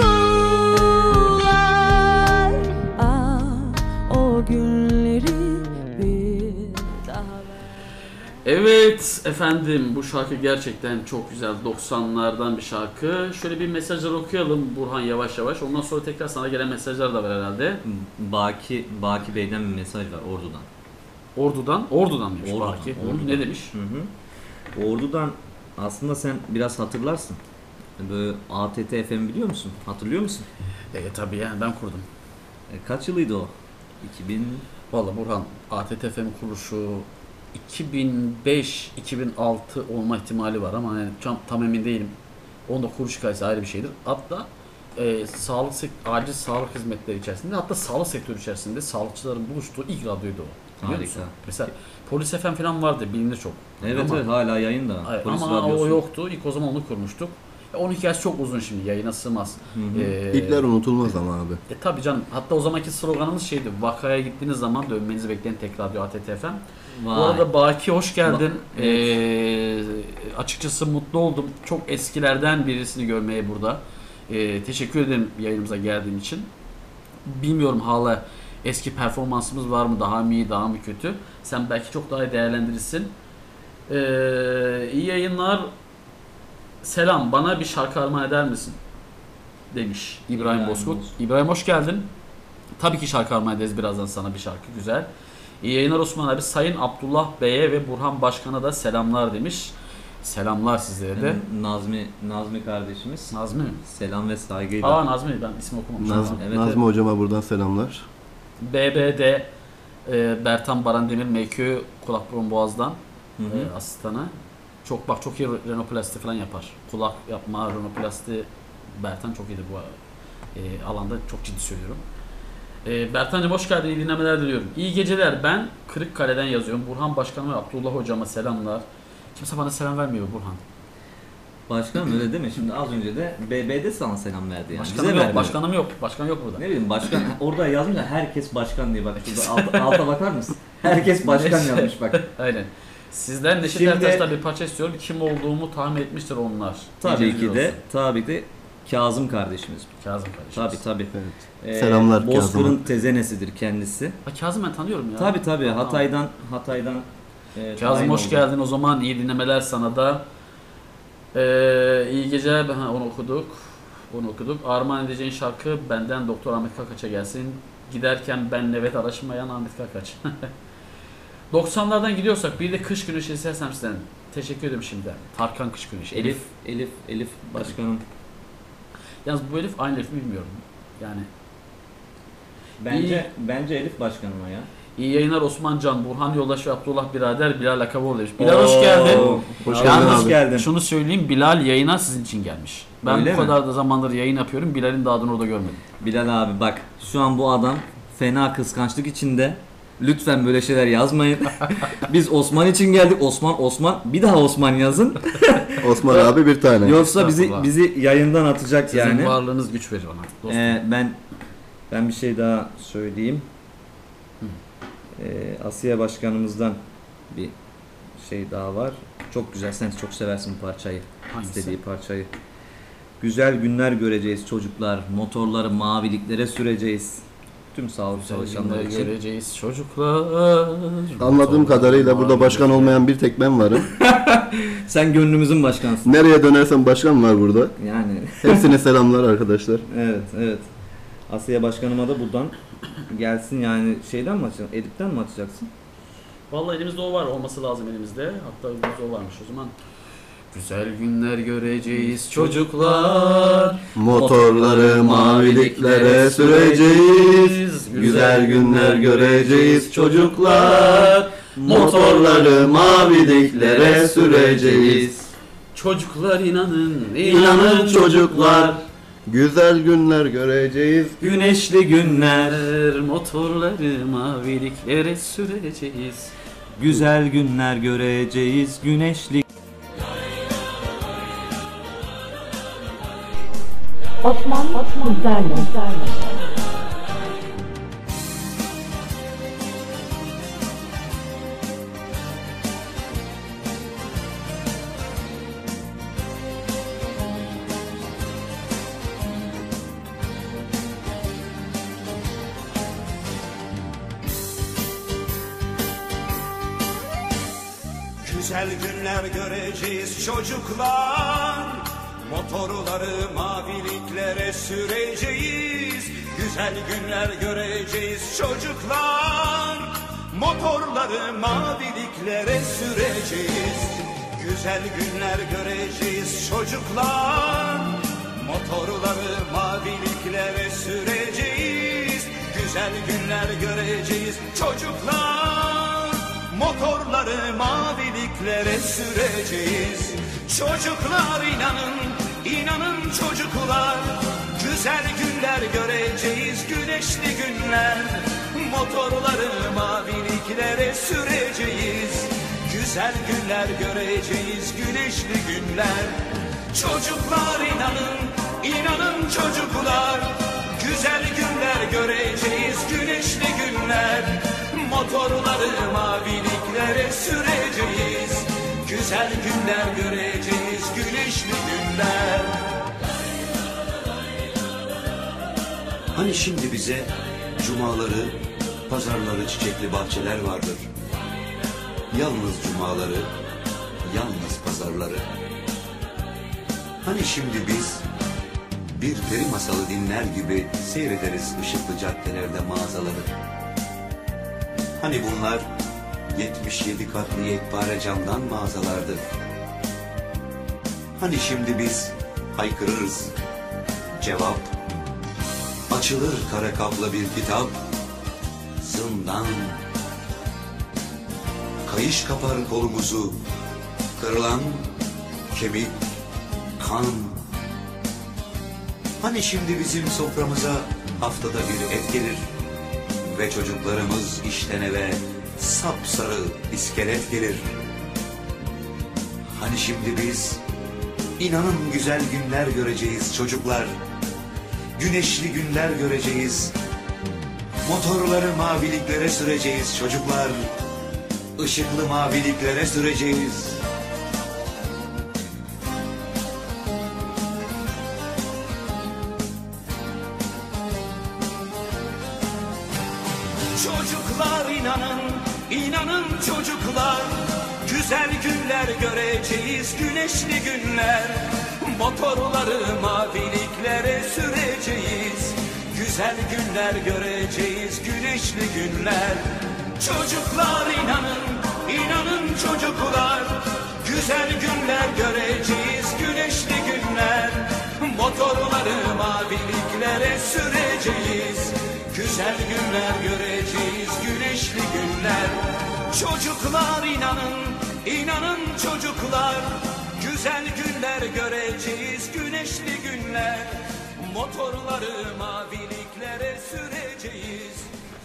duygular. Ah, o günleri bir daha ver. Evet efendim, bu şarkı gerçekten çok güzel. doksanlardan bir şarkı. Şöyle bir mesajları okuyalım Burhan yavaş yavaş. Ondan sonra tekrar sana gelen mesajlar da var herhalde. Baki Baki Bey'den bir mesaj var Ordu'dan. Ordu'dan? Ordu'dan mıymış Ordu'dan, Baki? Ordu'dan. Ne demiş? Hı hı. Ordu'dan aslında sen biraz hatırlarsın. Böyle A T T F M biliyor musun? Hatırlıyor musun? E tabii yani ben kurdum. E, kaç yılıydı o? iki bin Valla Burhan, A T T F M kuruluşu iki bin beş iki bin altı olma ihtimali var ama yani tam, tam emin değilim. Onda kuruluş hikayesi ayrı bir şeydir. Hatta e, sağlık sek- acil sağlık hizmetleri içerisinde, hatta sağlık sektörü içerisinde sağlıkçıların buluştuğu ilk radyoydu o. Biliyor musun? Harika. Mesela Polis F M falan vardı, bilinir çok. Evet ama, evet hala yayında. Hayır, Polis ama radyosu. o yoktu. İlk o zaman onu kurmuştuk. E, onun hikayesi çok uzun şimdi, yayına sığmaz. Hı hı. E, İlkler unutulmaz ama abi. E tabi canım. Hatta o zamanki sloganımız şeydi. Vakaya gittiğiniz zaman dönmenizi bekleyen tek radyo A T T F M. Bu Vay. arada Baki hoş geldin. Ba- Ee, açıkçası mutlu oldum. Çok eskilerden birisini görmeye burada. Ee, teşekkür ederim yayınımıza geldiğin için. Bilmiyorum hala eski performansımız var mı? Daha mı iyi, daha mı kötü? Sen belki çok daha iyi değerlendirirsin. Ee, iyi yayınlar. Selam. Bana bir şarkı armağan eder misin? Demiş İbrahim, İbrahim Bozkurt. Bozkurt. İbrahim hoş geldin. Tabii ki şarkı armağan ederiz birazdan sana bir şarkı. Güzel. İyi yayınlar Osman abi. Sayın Abdullah Bey'e ve Burhan Başkan'a da selamlar demiş. Selamlar sizlere de. Nazmi Nazmi kardeşimiz. Nazmi mi? Selam ve saygıyla. Aa Nazmi, ben isim okumamışım. Naz, Evet, Nazmi evet. hocama buradan selamlar. B B D e, Bertan Barandemir M Q Kulak Burun Boğaz'dan Hı hı. e, asistanı. Çok bak çok iyi renoplasti falan yapar. Kulak yapma, renoplasti Bertan çok iyidir bu e, alanda, çok ciddi söylüyorum. E, Bertancığım hoş geldin, iyi dinlemeler diliyorum. İyi geceler, ben Kırıkkale'den yazıyorum. Burhan Başkanım ve Abdullah Hocama selamlar. Kimse bana selam vermiyor Burhan. Başkanım öyle deme, şimdi az önce de B B D sana selam verdi yani. Başkanım Bize yok, vermiyor. başkanım yok, başkan yok burada. Ne bileyim başkan orada yazmış ya, herkes başkan diye, bak şurada alta, alta bakar mısın? Herkes başkan yazmış bak. Aynen. Sizden Neşet Şimdi- Ertaş'tan bir parça istiyorum. Kim olduğumu tahmin etmiştir onlar. Tabii Geceniz ki de, olsun. tabii de Kazım kardeşimiz. Kazım kardeşim. Tabii tabii. Evet. Selamlar Bozkır'ın Kazım'a. tezenesidir kendisi. Ha, Kazım ben tanıyorum ya. Tabii tabii Tamam. Hatay'dan Hatay'dan e, Kazım tayin hoş oldu. geldin o zaman. İyi dinlemeler sana da. Ee, iyi geceler. Ha, onu okuduk. Onu okuduk. Armağan edeceğin şarkı benden Doktor Ahmet Kakaç'a gelsin. Giderken ben evet araşmayan Ahmet Kakaç. doksanlardan gidiyorsak bir de Kış Güneşi istersem sizden. Teşekkür ederim şimdiden. Tarkan Kış Güneşi. Elif Elif Elif başkanım. Yalnız bu Elif aynı Elif mi bilmiyorum. Yani Bence bence Elif başkanıma ya. iyi yayınlar Osman Can, Burhan Yoldaş ve Abdullah Birader, Bilal Akaboğlu demiş. Bilal hoş geldin. Hoş Hoş geldin geldin. abi. Hoş geldin. Şunu söyleyeyim, Bilal yayına sizin için gelmiş. Ben Öyle bu mi? kadar da zamandır yayın yapıyorum. Bilal'in de adını orada görmedim. Bilal abi bak, şu an bu adam fena kıskançlık içinde. Lütfen böyle şeyler yazmayın. Biz Osman için geldik. Osman Osman bir daha Osman yazın. Osman abi bir tane. Yoksa bizi Estağfurullah. bizi yayından atacak Sizin yani. varlığınız güç verir bana. Dostum. Ee, ben ben bir şey daha söyleyeyim. Ee, Asiye Başkanımızdan bir şey daha var. Çok güzel. Sen çok seversin bu parçayı. Hangisi? İstediği parçayı. Güzel günler göreceğiz çocuklar. Motorları maviliklere süreceğiz. Tüm sağlık çalışanları Güzel için. göreceğiz çocuklar. Anladığım kadarıyla burada başkan olmayan bir tek ben varım. Sen gönlümüzün başkanısın. Nereye dönersem başkan var burada. Yani Hepsine selamlar arkadaşlar. evet evet. Asiye Başkanıma da buradan gelsin yani şeyden mi açacaksın? Edip'ten mi açacaksın? Vallahi elimizde o var, olması lazım elimizde. Hatta elimizde o varmış o zaman. Güzel günler göreceğiz çocuklar. Motorları maviliklere süreceğiz. Güzel günler göreceğiz çocuklar. Motorları maviliklere süreceğiz. Çocuklar inanın, İnanın çocuklar. Güzel günler göreceğiz. Güneşli günler, motorları maviliklere süreceğiz. güzel günler göreceğiz. Güneşli Osman Kuzlarlı. Güzel günler göreceğiz çocuklar. Motorları maviliklere süreceğiz. Güzel günler göreceğiz çocuklar. Motorları maviliklere süreceğiz. Güzel günler göreceğiz çocuklar. Motorları maviliklere süreceğiz. Güzel günler göreceğiz çocuklar. Motorları maviliklere süreceğiz. Çocuklar inanın, inanın çocuklar. Güzel günler göreceğiz, güneşli günler. Motorları maviliklere süreceğiz. Güzel günler göreceğiz, güneşli günler. Çocuklar inanın, inanın çocuklar. Güzel günler göreceğiz, güneşli günler. Motorları maviliklere süreceğiz. Güzel günler göreceğiz, güneşli günler. Hani şimdi bize cumaları, pazarları, çiçekli bahçeler vardır. Yalnız cumaları, yalnız pazarları. Hani şimdi biz bir peri masalı dinler gibi seyrederiz ışıklı caddelerde mağazaları. Hani bunlar yetmiş yedi katlı yekpare camdan mağazalardır. Hani şimdi biz haykırırız. Cevap, açılır kara kaplı bir kitap. Zindan. Kayış kapar kolumuzu. Kırılan kemik, kan. Hani şimdi bizim soframıza haftada bir et gelir. Ve çocuklarımız işten eve sapsarı iskelet gelir. Hani şimdi biz inanın güzel günler göreceğiz çocuklar. Güneşli günler göreceğiz. Motorları maviliklere süreceğiz çocuklar. Işıklı maviliklere süreceğiz. Çocuklar inanın, inanın çocuklar. Güzel günler göreceğiz, güneşli günler. Motorları maviliklere süreceğiz. Güzel günler göreceğiz, güneşli günler. Çocuklar inanın, inanın çocuklar. Güzel günler göreceğiz, güneşli günler. Motorları maviliklere süreceğiz. Güzel günler göreceğiz, güneşli günler. Çocuklar inanın, inanın çocuklar. Güzel günler göreceğiz, güneşli günler. Motorları maviliklere süreceğiz.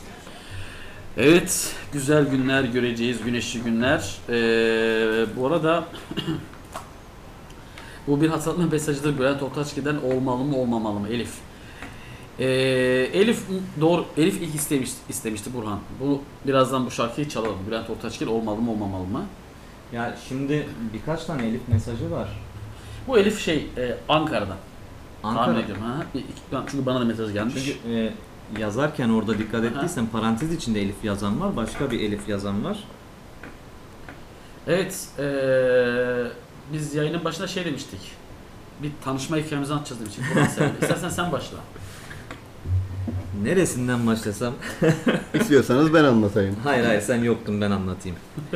Evet, güzel günler göreceğiz, güneşli günler. Ee, bu arada bu bir hatırlatma mesajıdır. Bülent Ortaçgil'den olmalı mı olmamalı mı Elif? Ee, Elif doğru, Elif ilk istemiş, istemişti Burhan. Bu birazdan bu şarkıyı çalalım. Bülent Ortaçgil olmalı mı olmamalı mı? Ya şimdi birkaç tane Elif mesajı var. Bu Elif şey e, Ankara'dan. Ankara. Ha, çünkü bana da mesaj gelmiş. Çünkü e, yazarken orada dikkat ettiysen parantez içinde Elif yazan var, başka bir Elif yazan var. Evet, e, biz yayının başında şey demiştik. Bir tanışma hikayemizi anlatacağız demiştik. İstersen sen başla. Neresinden başlasam? İstiyorsanız ben anlatayım. Hayır hayır sen yoktun, ben anlatayım.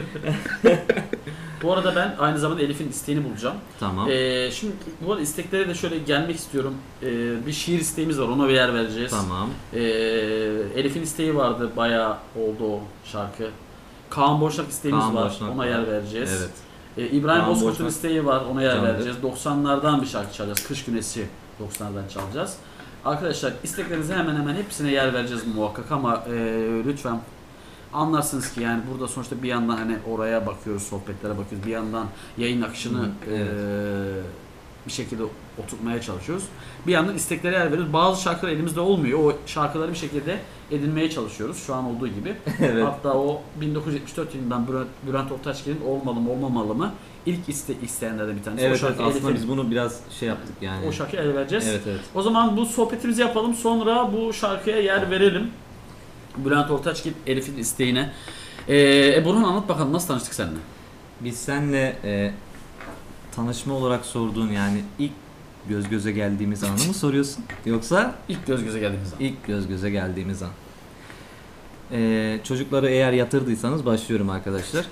Bu arada ben aynı zamanda Elif'in isteğini bulacağım. Tamam. Ee, şimdi bu arada isteklere de şöyle gelmek istiyorum. Ee, bir şiir isteğimiz var, ona bir yer vereceğiz. Tamam. Ee, Elif'in isteği vardı, bayağı oldu o şarkı. Kaan Boşnak isteğimiz Kaan var, Boşnak ona var. yer vereceğiz. Evet. Ee, İbrahim Kaan Bozkurt'un Boşnak isteği var, ona yer candır. vereceğiz. doksanlardan bir şarkı çalacağız, Kış Güneşi doksanlardan çalacağız. Arkadaşlar isteklerinize hemen hemen hepsine yer vereceğiz muhakkak ama e, lütfen anlarsınız ki yani burada sonuçta bir yandan hani oraya bakıyoruz, sohbetlere bakıyoruz, bir yandan yayın akışını Hı, evet. e, bir şekilde oturtmaya çalışıyoruz. Bir yandan isteklere yer veriyoruz. Bazı şarkılar elimizde olmuyor. O şarkıları bir şekilde edinmeye çalışıyoruz şu an olduğu gibi. Evet. Hatta o bin dokuz yüz yetmiş dört yılından Bülent, Bülent Ortaçgil'in Olmalı mı Olmamalı mı ilk iste, isteyenlerden bir tanesi. Evet, o şarkı evet aslında Elif'in- biz bunu biraz şey yaptık yani. o şarkıya el vereceğiz. Evet evet. O zaman bu sohbetimizi yapalım. Sonra bu şarkıya yer verelim. Bülent Ortaçgil Elif'in isteğine. Ee, Burhan anlat bakalım nasıl tanıştık seninle? Biz seninle e, tanışma olarak sorduğun yani ilk göz göze geldiğimiz anı mı soruyorsun? Yoksa ilk göz göze geldiğimiz an. İlk göz göze geldiğimiz an. E, çocukları eğer yatırdıysanız başlıyorum arkadaşlar.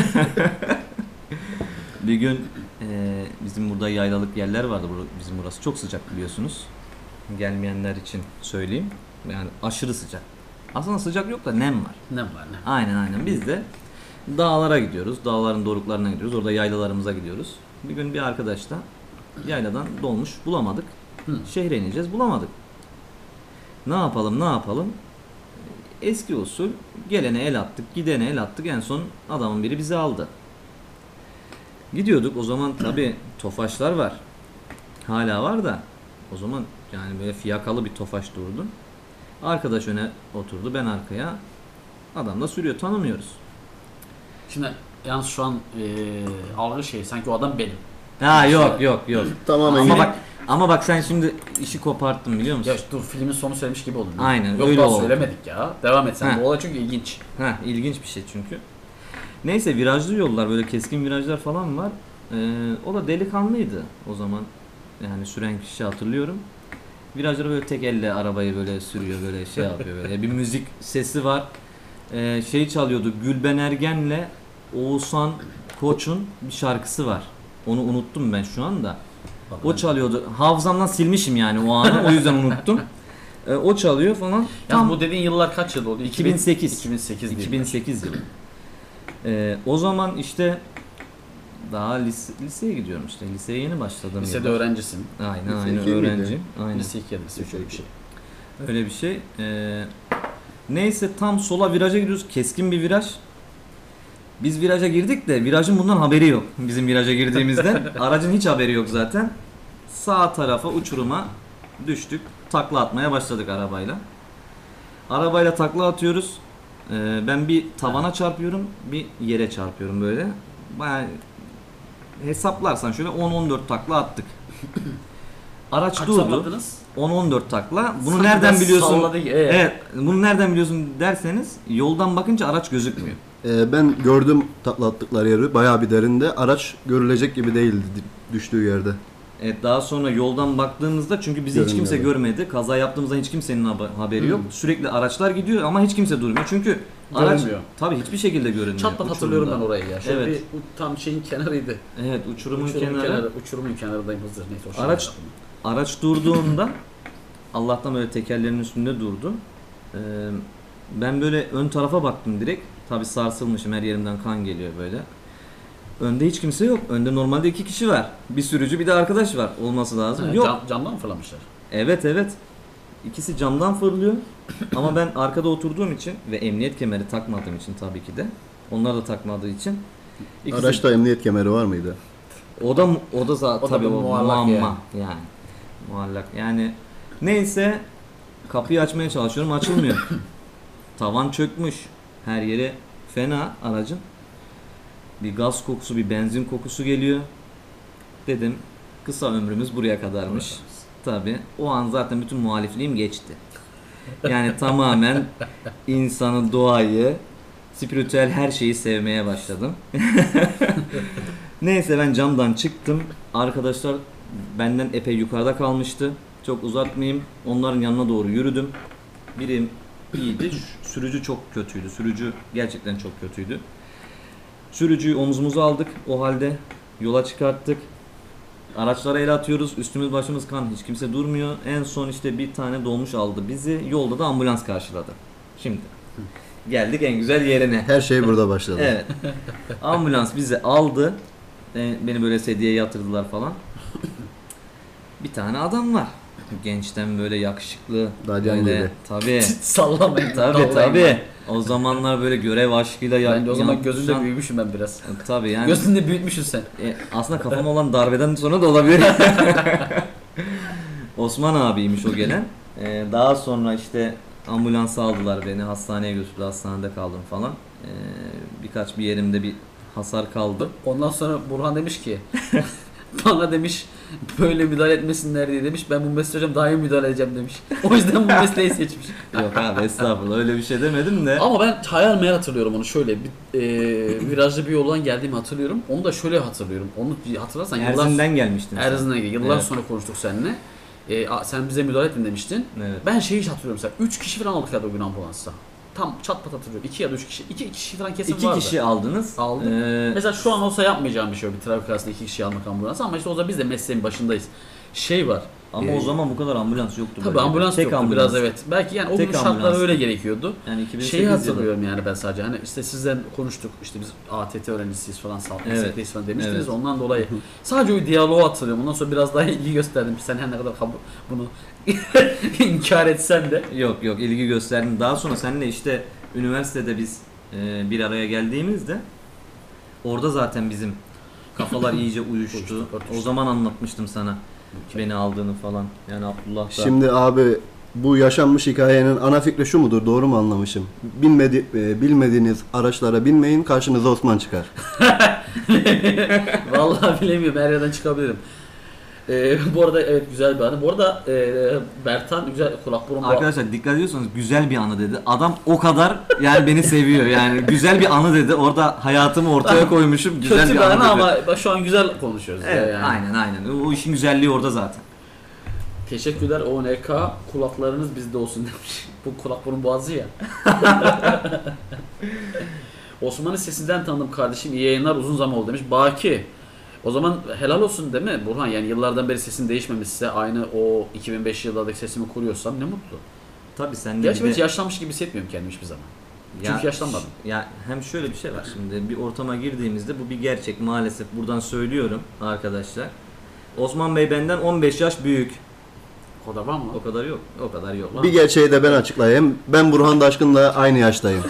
Bir gün e, bizim burada yaylalık yerler vardı. Bizim burası çok sıcak biliyorsunuz. Gelmeyenler için söyleyeyim. Yani aşırı sıcak. Aslında sıcak yok da nem var. Nem var nem. Aynen aynen. Biz de dağlara gidiyoruz. Dağların doruklarına gidiyoruz. Orada yaylalarımıza gidiyoruz. Bir gün bir arkadaşla yayladan dolmuş bulamadık. Hı. Şehre ineceğiz bulamadık. Ne yapalım ne yapalım? Eski usul gelene el attık, gidene el attık. En son adamın biri bizi aldı. Gidiyorduk o zaman tabi tofaşlar var. Hala var da o zaman yani böyle fiyakalı bir tofaş durdu. Arkadaş öne oturdu, ben arkaya. Adam da sürüyor, tanımıyoruz. Şimdi yalnız şu an e, algı şey sanki o adam benim. Ha yok yok yok. Tamamen ama yine- bak ama bak sen şimdi işi koparttın biliyor musun? Ya dur filmin sonu söylemiş gibi oldun. Aynen, Yok öyle daha oldu. söylemedik ya. Devam et sen. Heh. Bu olay çünkü ilginç. Ha ilginç bir şey çünkü. Neyse virajlı yollar böyle keskin virajlar falan var. Ee, o da delikanlıydı o zaman. Yani süren kişi hatırlıyorum. Virajları böyle tek elle arabayı böyle sürüyor böyle şey yapıyor böyle. Bir müzik sesi var. Ee, şey çalıyordu Gülben Ergen'le Oğuzhan Koç'un bir şarkısı var. Onu unuttum ben şu anda. O çalıyordu. Hafızamdan silmişim yani o anı. O yüzden unuttum. Ee, o çalıyor falan. Tam bu dediğin yıllar kaç yıl oldu? iki bin sekiz. iki bin sekiz iki bin sekiz yılı. Ee, o zaman işte daha lise, liseye gidiyorum işte. Liseye yeni başladım. Lisede yıllar. öğrencisin. Aynen Lise aynen iki miydi? öğrenciyim. Aynen. Lise iki ya da lise üç öyle bir şey. Öyle bir şey. Ee, neyse tam sola viraja gidiyoruz. Keskin bir viraj. Biz viraja girdik de virajın bundan haberi yok. Bizim viraja girdiğimizde. Aracın hiç haberi yok zaten. Sağ tarafa uçuruma düştük. Takla atmaya başladık arabayla. Arabayla takla atıyoruz. Ee, ben bir tavana çarpıyorum, bir yere çarpıyorum böyle. Bayağı hesaplarsan şöyle on on dört takla attık. Araç Kaç durdu. salladınız? on on dört takla. Bunu Sanki nereden biraz biliyorsun? salladı ki, evet. Evet. Bunu nereden biliyorsun derseniz yoldan bakınca araç gözükmüyor. Ee, ben gördüm takla attıkları yeri. Bayağı bir derinde. Araç görülecek gibi değildi di- düştüğü yerde. Evet daha sonra yoldan baktığımızda çünkü bizi hiç Görünmüyor. kimse görmedi. Kaza yaptığımızda hiç kimsenin haber- haberi yok. Sürekli araçlar gidiyor ama hiç kimse durmuyor. Çünkü araç Görünmüyor. tabii hiçbir şekilde görünmüyor. Çatlat hatırlıyorum ben uçurumda. orayı ya. Şöyle Evet. bir bu tam şeyin kenarıydı. Evet uçurumun, Uçurumun kenarı. kenarı. Uçurumun kenarındayım hızır. Neyse o şey Araç yapalım. araç durduğunda Allah'tan böyle tekerlerin üstünde durdu. Ee, ben böyle ön tarafa baktım direkt. Tabii sarsılmışım, her yerimden kan geliyor böyle. Önde hiç kimse yok. Önde normalde iki kişi var. Bir sürücü bir de arkadaş var olması lazım. Ha, yok. Cam, camdan mı fırlamışlar? Evet evet. İkisi camdan fırlıyor. Ama ben arkada oturduğum için ve emniyet kemeri takmadığım için tabii ki de. Onlar da takmadığı için. ikisi- Araçta emniyet kemeri var mıydı? O da o da zaten O da tabii bir o muallak muamma yani. yani. Muallak. Yani neyse kapıyı açmaya çalışıyorum, açılmıyor. Tavan çökmüş. Her yere fena aracın. Bir gaz kokusu, bir benzin kokusu geliyor. Dedim kısa ömrümüz buraya kadarmış. Tabii. O an zaten bütün muhalifliğim geçti. Yani tamamen insanı, doğayı, spiritüel her şeyi sevmeye başladım. Neyse ben camdan çıktım. Arkadaşlar benden epey yukarıda kalmıştı. Çok uzatmayayım. Onların yanına doğru yürüdüm. Birim iyiydi. Sürücü çok kötüydü. Sürücü gerçekten çok kötüydü. Sürücüyü omzumuza aldık. O halde yola çıkarttık. Araçlara el atıyoruz. Üstümüz başımız kan. Hiç kimse durmuyor. En son işte bir tane dolmuş aldı bizi. Yolda da ambulans karşıladı. Şimdi geldik en güzel yerine. Her şey burada başladı. Evet. Ambulans bizi aldı. E, Beni böyle sedyeye yatırdılar falan. Bir tane adam var. Gençten böyle yakışıklı. Dacan böyle, gibi. tabii. Sallamayın. Tabii tabii. O zamanlar böyle görev aşkıyla yak- Ben de o zaman yan- gözünde yan- büyümüşüm ben biraz. Tabii yani. Gözünde büyütmüşsün sen. E, aslında kafama olan darbeden sonra da olabilir. Osman abiymiş o gelen. E, daha sonra işte ambulansa aldılar beni. Hastaneye götürdü. Hastanede kaldım falan. E, birkaç bir yerimde bir hasar kaldı. Ondan sonra Burhan demiş ki bana demiş böyle müdahale etmesinler diye demiş. Ben bu mesleğe hocam daha iyi müdahale edeceğim demiş. O yüzden bu mesleği seçmiş. Yok abi estağfurullah öyle bir şey demedim de. Ama ben hayal meyal hatırlıyorum onu şöyle. Bir, e, virajlı bir yoldan geldiğimi hatırlıyorum. Onu da şöyle hatırlıyorum. Onu hatırlarsan yıllar Erzin'den gelmiştin sen. Erzin'den gel. Yıllar Evet. sonra konuştuk seninle. E, a- sen bize müdahale ettin demiştin. Evet. Ben şeyi hiç hatırlıyorum mesela. üç kişi falan aldık ya o gün ambulansta. Tam çat pat hatırlıyorum. iki ya da üç kişi. iki kişi falan kesin İki vardı. kişi aldınız. Aldık. Ee, Mesela şu an olsa yapmayacağım bir şey o, bir trafik arasında iki kişi almak ambulans ama işte o zaman biz de mesleğin başındayız. Şey var. ama e, o zaman bu kadar ambulans yoktu. tabii böyle. ambulans Tek yoktu ambulans. biraz evet. Belki yani o Tek gün şartlar ambulans. öyle gerekiyordu. Yani iki bin sekiz Şeyi yılı. hatırlıyorum yani ben sadece hani işte sizden konuştuk işte biz A T T öğrencisiyiz falan sağlık Evet. meslekteyiz falan demiştiniz Evet. ondan dolayı sadece o diyaloğu hatırlıyorum. Ondan sonra biraz daha ilgi gösterdim. Sen her ne kadar kabul- bunu inkar etsen de. Yok yok ilgi gösterdim. Daha sonra seninle işte üniversitede biz e, bir araya geldiğimizde orada zaten bizim kafalar iyice uyuştu. Uyuştuk, örtüştük. O zaman anlatmıştım sana beni aldığını falan. Yani Abdullah da. Şimdi abi bu yaşanmış hikayenin ana fikri şu mudur? Doğru mu anlamışım? Bilmedi, e, bilmediğiniz araçlara binmeyin, karşınıza Osman çıkar. Vallahi bilemiyorum her yerden çıkabilirim. Ee, bu arada evet güzel bir anı. Bu arada e, Bertan güzel kulak burun boğaz. Arkadaşlar dikkat ediyorsanız güzel bir anı dedi. Adam o kadar yani beni seviyor. Yani güzel bir anı dedi. Orada hayatımı ortaya koymuşum. Güzel Kötü bir bir anı anı dedi. ama şu an güzel konuşuyoruz. ya Evet, yani. aynen aynen. O işin güzelliği orada zaten. Teşekkürler O N K kulaklarınız bizde olsun demiş. Bu kulak burun boğazı ya. Osman'ın sesinden tanıdım kardeşim. İyi yayınlar uzun zaman oldu demiş. Baki. O zaman helal olsun değil mi Burhan? Yani yıllardan beri sesin değişmemişse aynı o iki bin beş yıllardaki sesimi kuruyorsam ne mutlu. Tabii sen de Gerçi bir ben de- hiç yaşlanmış gibi hissetmiyorum kendimi hiçbir zaman. Çünkü yaşlanmadım. Ya hem şöyle bir şey var şimdi bir ortama girdiğimizde bu bir gerçek maalesef buradan söylüyorum arkadaşlar. Osman Bey benden on beş yaş büyük. O da var mı? O kadar yok. O kadar yok. Bir gerçeği de ben açıklayayım. Ben Burhan Daşkın'la aynı yaştayım.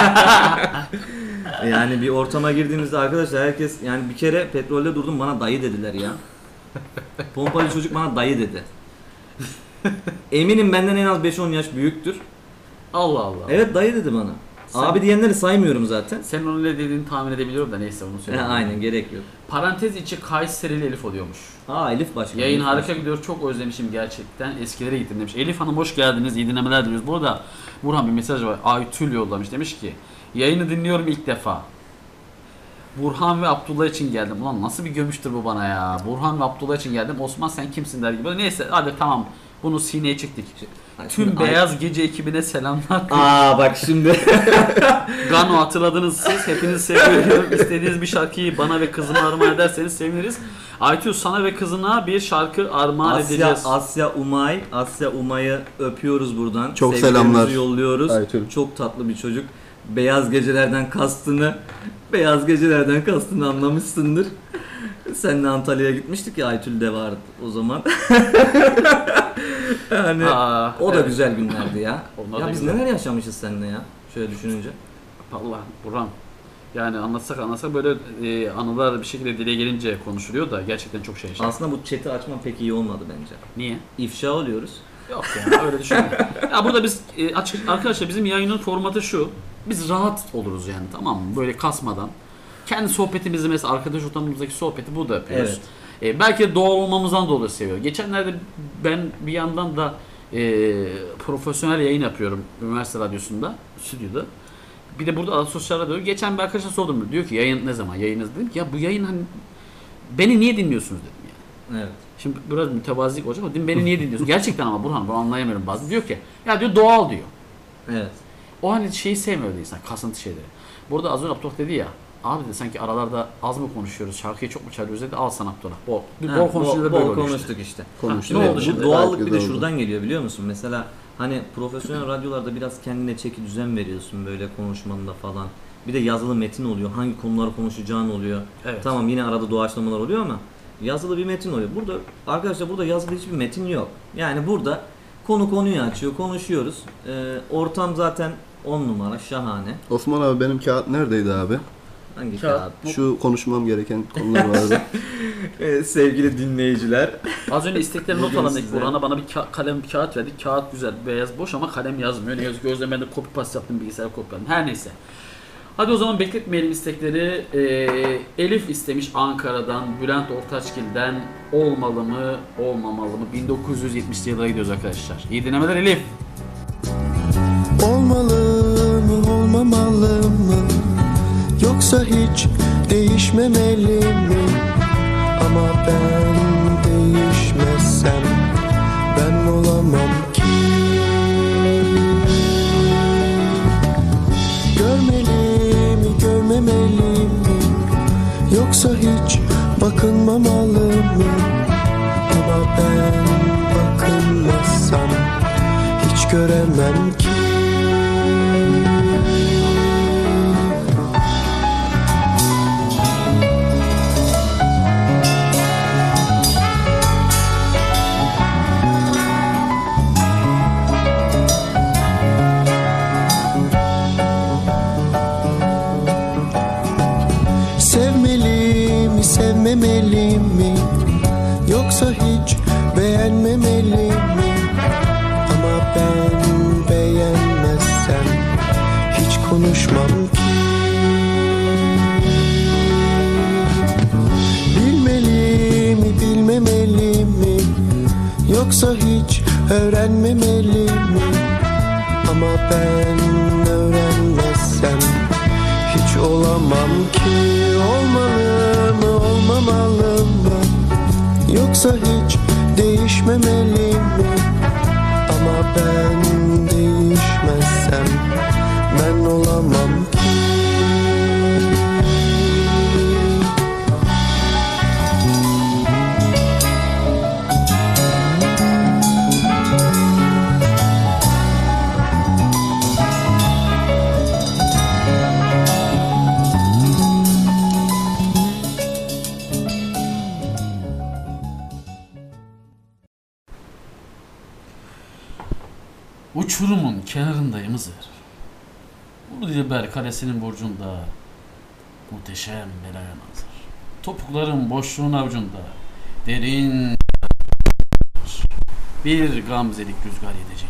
Yani bir ortama girdiğimizde arkadaşlar herkes yani bir kere petrolde durdum bana dayı dediler ya. Pompalı çocuk bana dayı dedi. Eminim benden en az beş on yaş büyüktür. Allah Allah. Evet dayı dedi bana. Sen- Abi diyenleri saymıyorum zaten. Senin onun ne dediğini tahmin edebiliyorum da neyse onu He, söyleyeyim. aynen gerek yok. Parantez içi Kayserili Elif oluyormuş. Aa Elif başka. Yayın Elif harika başka. gidiyor. Çok özlemişim gerçekten. Eskilere gittim demiş. Elif Hanım hoş geldiniz. İyi dinlemeler diliyoruz. Bu arada Burhan bir mesaj var. Aytül yollamış. Demiş ki yayını dinliyorum ilk defa. Burhan ve Abdullah için geldim. Ulan nasıl bir gömüştür bu bana ya. Burhan ve Abdullah için geldim. Osman sen kimsin der gibi. Neyse hadi tamam. Bunu sineye çektik. Ay, Tüm şimdi- Beyaz Gece ekibine selamlar. Aa bak şimdi. Gano hatırladınız siz. Hepinizi seviyorum. İstediğiniz bir şarkıyı bana ve kızıma armağan ederseniz seviniriz. Aytül sana ve kızına bir şarkı armağan Asya, edeceğiz. Asya Umay, Asya Umay'ı öpüyoruz buradan. Çok Sevgilerimizi selamlar. yolluyoruz. Aytül. Çok tatlı bir çocuk. Beyaz gecelerden kastını, beyaz gecelerden kastını anlamışsındır. Seninle Antalya'ya gitmiştik ya Aytül de vardı o zaman. Yani Aa, o da evet. güzel günlerdi ya. Onlar da Ya biz güzel. neler yaşamışız seninle ya. Şöyle düşününce. Allah Burhan. Yani anlatsak anlatsak böyle e, anılar bir şekilde dile gelince konuşuluyor da gerçekten çok şey yaşadık. Aslında bu chat'i açmam pek iyi olmadı bence. Niye? İfşa oluyoruz. Yok ya öyle düşünme. Ya burada biz e, açık arkadaşlar bizim yayının formatı şu. Biz rahat oluruz yani tamam mı? Böyle kasmadan. Kendi sohbetimizi mesela arkadaş ortamımızdaki sohbeti burada yapıyoruz. E, belki doğal olmamızdan dolayı seviyor. Geçenlerde ben bir yandan da e, profesyonel yayın yapıyorum üniversite radyosunda, stüdyoda. Bir de burada sosyal radyo. Geçen bir arkadaşa sordum. Diyor ki yayın ne zaman? Yayınız dedim ki ya bu yayın hani beni niye dinliyorsunuz dedim yani. Evet. Şimdi biraz mütevazilik olacak ama dedim beni niye dinliyorsun? Gerçekten ama Burhan bunu anlayamıyorum bazen. Diyor ki ya diyor doğal diyor. Evet. O hani şeyi sevmiyordu insan, kasıntı şeyleri. Burada az önce Abdullah dedi ya, abi dedi sanki aralarda az mı konuşuyoruz, şarkıyı çok mu çalıyoruz dedi, al sana Abdullah. Bol, ha, bol konuşunca bol, böyle bol oluyor konuştuk işte. Konuştuk. Ha, ne oldu bu şimdi? doğallık bir de oldu. şuradan geliyor biliyor musun? Mesela hani profesyonel radyolarda biraz kendine çeki düzen veriyorsun böyle konuşmanda falan. Bir de yazılı metin oluyor. Hangi konuları konuşacağın oluyor. Evet. Tamam yine arada doğaçlamalar oluyor ama yazılı bir metin oluyor. Burada arkadaşlar burada yazılı hiçbir metin yok. Yani burada konu konuyu açıyor, konuşuyoruz. Ee, ortam zaten on numara, şahane. Osman abi benim kağıt neredeydi abi? Hangi Kağıt? kağıt? Şu konuşmam gereken konular vardı. Ee, sevgili dinleyiciler. Az önce istekleri not Bugün alan size- Burhan'a bana bir ka- kalem bir kağıt verdi. Kağıt güzel, beyaz boş ama kalem yazmıyor. Ne yazık ki o yüzden ben de copy paste yaptım, bilgisayara kopyaladım. Her neyse. Hadi o zaman bekletmeyelim istekleri. Ee, Elif istemiş Ankara'dan, Bülent Ortaçgil'den olmalı mı, olmamalı mı? bin dokuz yüz yetmişli yıllara gidiyoruz arkadaşlar. İyi dinlemeler Elif. Olmalı mı, olmamalı mı? Yoksa hiç değişmemeli mi? Ama ben değişmezsem ben olamam ki. Görmeli mi, görmemeli mi? Yoksa hiç bakınmamalı mı? Ama ben bakınmazsam hiç göremem ki. Sevmeli mi, sevmemeli mi? Yoksa hiç beğenmemeli mi? Ama ben beğenmezsem hiç konuşmam ki. Bilmeli mi, bilmemeli mi? Yoksa hiç öğrenmemeli mi? Ama ben öğrenmezsem hiç olamam ki. Olmalı mı, olmamalı mı? Yoksa hiç değişmemeli mi? Ama ben değişmezsem ben olamam ki. Uçurumun kenarındayım Hızır. Ulu Dilber Kalesi'nin burcunda muhteşem bir manzara. Topukların boşluğun avucunda derin bir gamzelik rüzgar yedecek.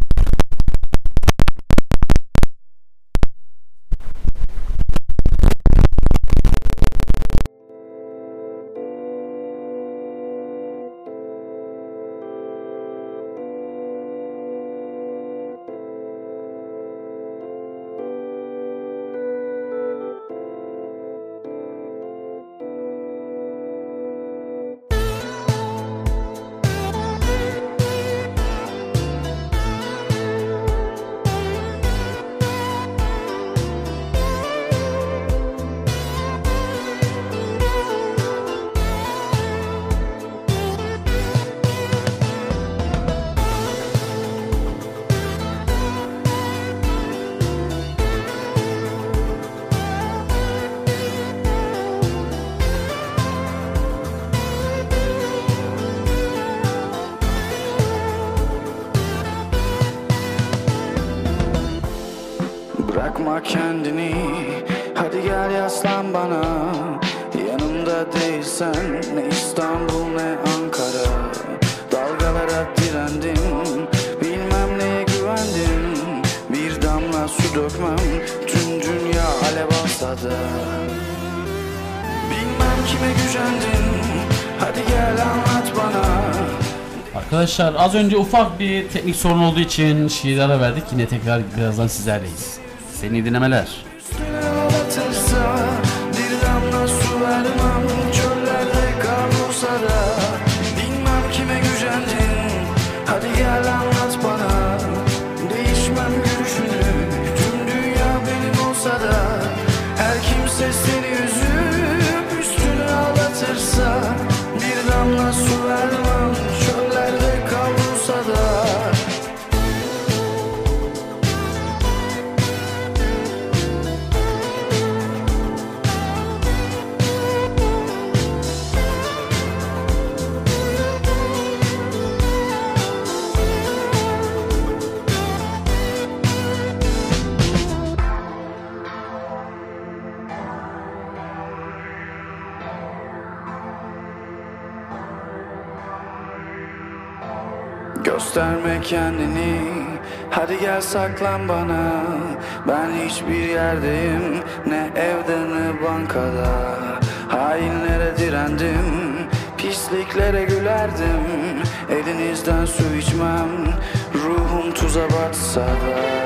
Bırakma kendini, hadi gel yaslan bana. Yanımda değilsen ne İstanbul ne Ankara. Dalgalara direndim, bilmem neye güvendim. Bir damla su dökmem, tüm dünya alev alsa da. Bilmem kime gücendin, hadi gel anlat bana. Arkadaşlar az önce ufak bir teknik sorun olduğu için şiir ara verdik. Yine tekrar birazdan sizlerleyiz. Seni dinlemeler. Ağlatırsa bir damla su vermem, çöllerde kar olsa da. Bilmem kime gücendin, hadi gel anlat bana. Değişmem görüşünü. Gösterme kendini, hadi gel saklan bana. Ben hiçbir yerdeyim, ne evde ne bankada. Hainlere direndim, pisliklere gülerdim. Elinizden su içmem, ruhum tuza batsa da.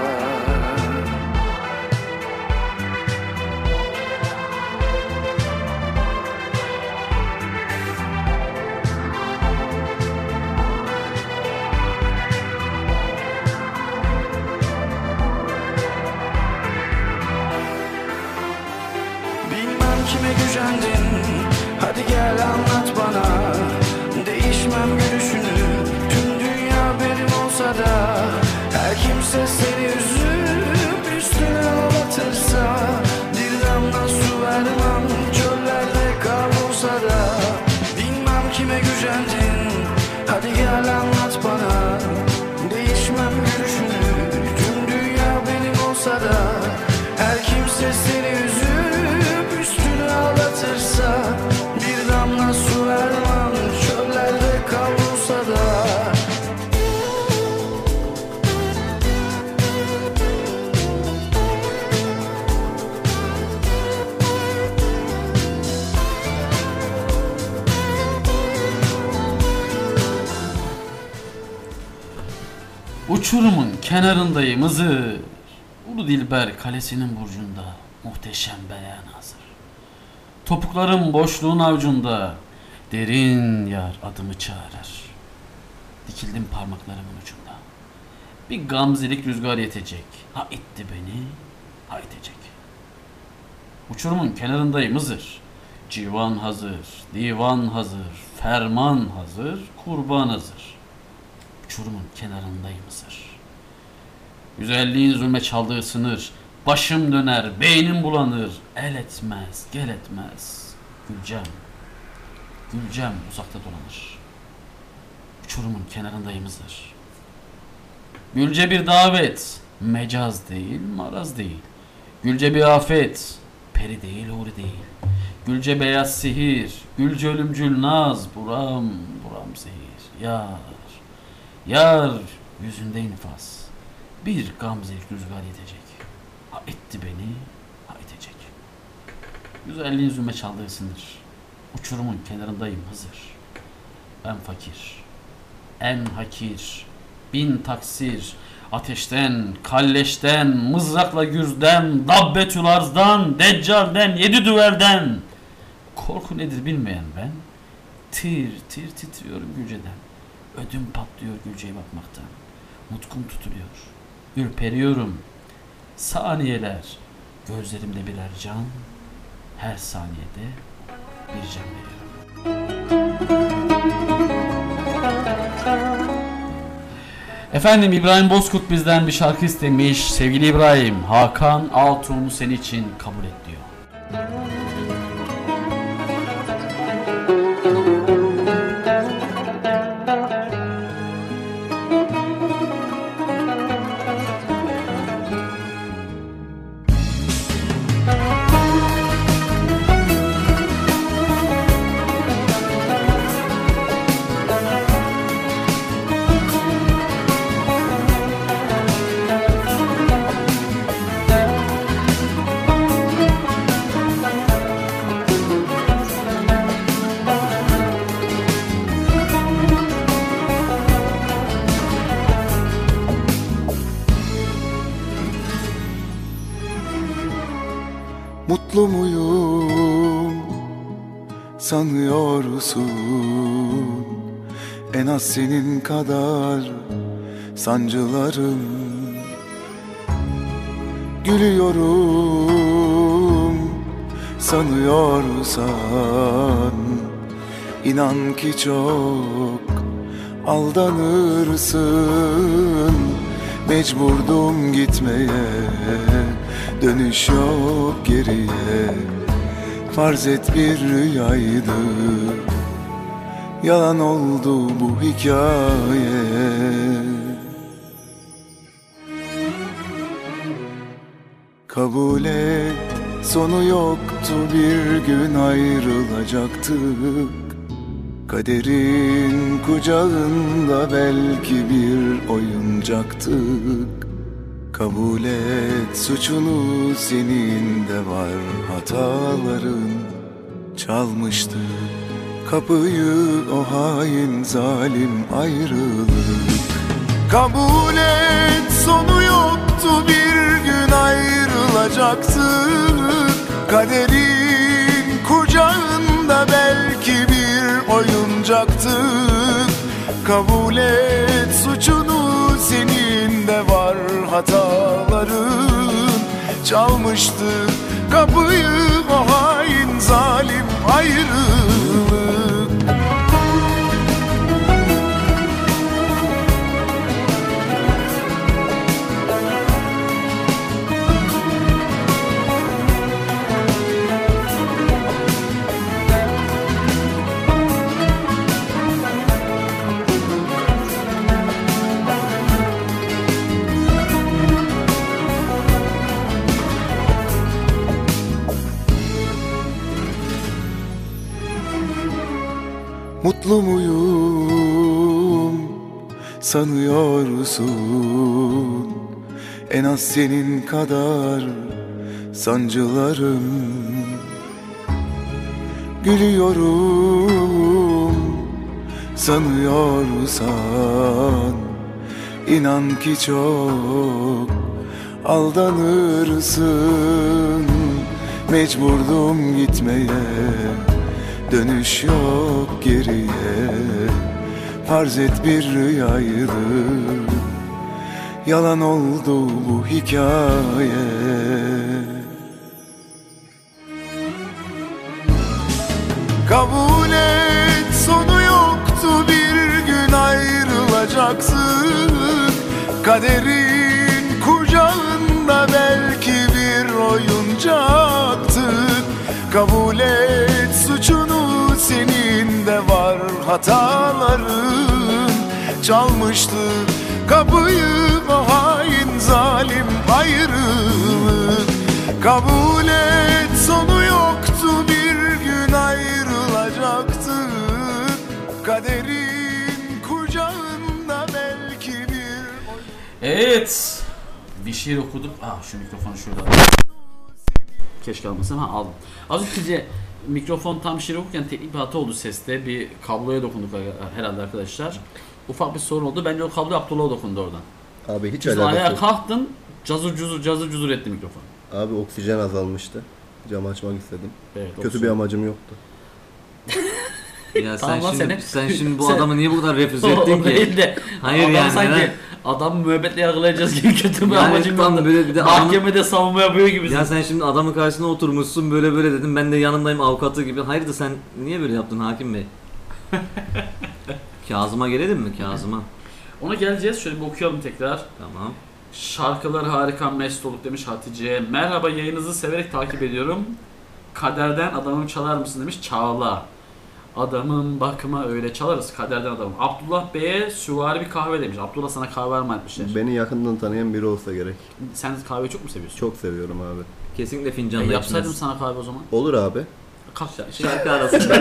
Kime gücendin? Hadi gel anlat bana. Değişmem gülüşünü. Tüm dünya benim olsa da. Her kimse seni üzüp üstüne ağlatırsa. Bir damla su vermem, çöllerde kar olsa da. Bilmem kime gücendin? Hadi gel anlat bana. Değişmem gülüşünü. Tüm dünya benim olsa da. Her kimse seni üzüp üstünü ağlatırsa. Bir damla su vermem, çöllerde kavrulsa da. Uçurumun kenarındayım Hızır. Ulu Dilber kalesinin burcunda muhteşem beyan hazır. Topuklarım boşluğun avcunda, derin yar adımı çağırır. Dikildim parmaklarımın ucunda. Bir gamzelik rüzgar yetecek. Ha itti beni, ha itecek. Uçurumun kenarındayım Hızır. Civan hazır, divan hazır, ferman hazır, kurban hazır. Uçurumun kenarındayım Hızır. Güzelliğin zulme çaldığı sınır. Başım döner, beynim bulanır. El etmez, gel etmez. Gülcem, Gülcem uzakta dolanır. Uçurumun kenarındayım Hızır. Gülce bir davet, mecaz değil, maraz değil. Gülce bir afet, peri değil, huri değil. Gülce beyaz sihir, Gülce ölümcül naz. Buram, buram zehir. Yar, yar yüzünde infaz. Bir gamzelik rüzgar yetecek. Ha etti beni, ha itecek. Güzelliğin zulme çaldığı sınır. Uçurumun kenarındayım Hızır. Ben fakir, en hakir, bin taksir. Ateşten, kalleşten, mızrakla gürzden, dabbetül arzdan, deccalden, yedi düvelden. Korku nedir bilmeyen ben. Tir tir titriyorum Gülce'den. Ödüm patlıyor Gülce'ye bakmaktan. Nutkum tutuluyor. Ürperiyorum. Saniyeler, gözlerimde birer can. Her saniyede bir can veriyorum. Efendim İbrahim Bozkurt bizden bir şarkı istemiş. Sevgili İbrahim, Hakan Altun senin için kabul et diyor. Mutlu muyum sanıyorsun? En az senin kadar sancılarım. Gülüyorum sanıyorsan, inan ki çok aldanırsın. Mecburdum gitmeye, dönüş yok geriye. Farz et bir rüyaydı, yalan oldu bu hikaye. Kabul et, sonu yoktu, bir gün ayrılacaktık. Kaderin kucağında belki bir oyuncaktık. Kabul et suçunu, senin de var hataların. Çalmıştı kapıyı o hain zalim ayrılık. Kabul et sonu yoktu, bir gün ayrılacaktık. Kaderin kucağında belki bir oyuncaktık. Kabul et suçunu, senin de var hataların. Çalmıştı kapıyı o hain zalim ayrılık. Mutlu muyum sanıyorsun? En az senin kadar sancılarım. Gülüyorum sanıyorsan, İnan ki çok aldanırsın. Mecburdum gitmeye, dönüş yok geriye. Farz et bir rüyaydı, yalan oldu bu hikaye. Kabul et sonu yoktu, bir gün ayrılacaktık. Kaderin kucağında belki bir oyuncaktık. Kabul et suçunu, senin de var hataların. Çalmıştı kapıyı o hain zalim ayrılık. Kabul et sonu yoktu, bir gün ayrılacaktık. Kaderin kucağında belki bir... Evet. Bir şiir okuduk. Aa şu mikrofonu şurada. Keşke almasam. Ha aldım. Az önce mikrofon tam şiir okurken teknik bir hata oldu seste. Bir kabloya dokunduk herhalde arkadaşlar. Ufak bir sorun oldu. Bence o kablo Abdullah'a dokundu oradan. Abi hiç Biz alakası ayağa yok. kalktın. Cazır cuzur cazır cuzur etti mikrofon. Abi oksijen azalmıştı. Camı açmak istedim. Evet, Kötü oksijen. bir amacım yoktu. Ya sen Tamam lan şimdi, senin- sen şimdi bu sen- adamı niye bu kadar refüze O- ettin o ki? değil de, Hayır adam yani. sanki neden? adamı müebbetle yargılayacağız gibi kötü bir Yani amacım tam yoktu. böyle bir de Mahkemede savunma yapıyor gibisin. Ya sen şimdi adamın karşısına oturmuşsun böyle böyle dedim, ben de yanındayım avukatı gibi. Hayırdır sen niye böyle yaptın hakim bey? Kazım'a gelelim mi Kazım'a? Ona geleceğiz. Şöyle bir okuyalım tekrar. Tamam. Şarkılar harika, mest olduk demiş Hatice. Merhaba, yayınınızı severek takip ediyorum. Kaderden adamım çalar mısın demiş Çağla. Adamım bakma öyle çalarız kaderden adamım. Abdullah Bey'e süvari bir kahve demiş. Abdullah sana kahve armağan etmişler. Beni yakından tanıyan biri olsa gerek. Sen kahveyi çok mu seviyorsun? Çok seviyorum abi. Kesinlikle E, fincanla yapsaydım içmez. sana kahve o zaman. Olur abi. Kalk. Şarkı arasında.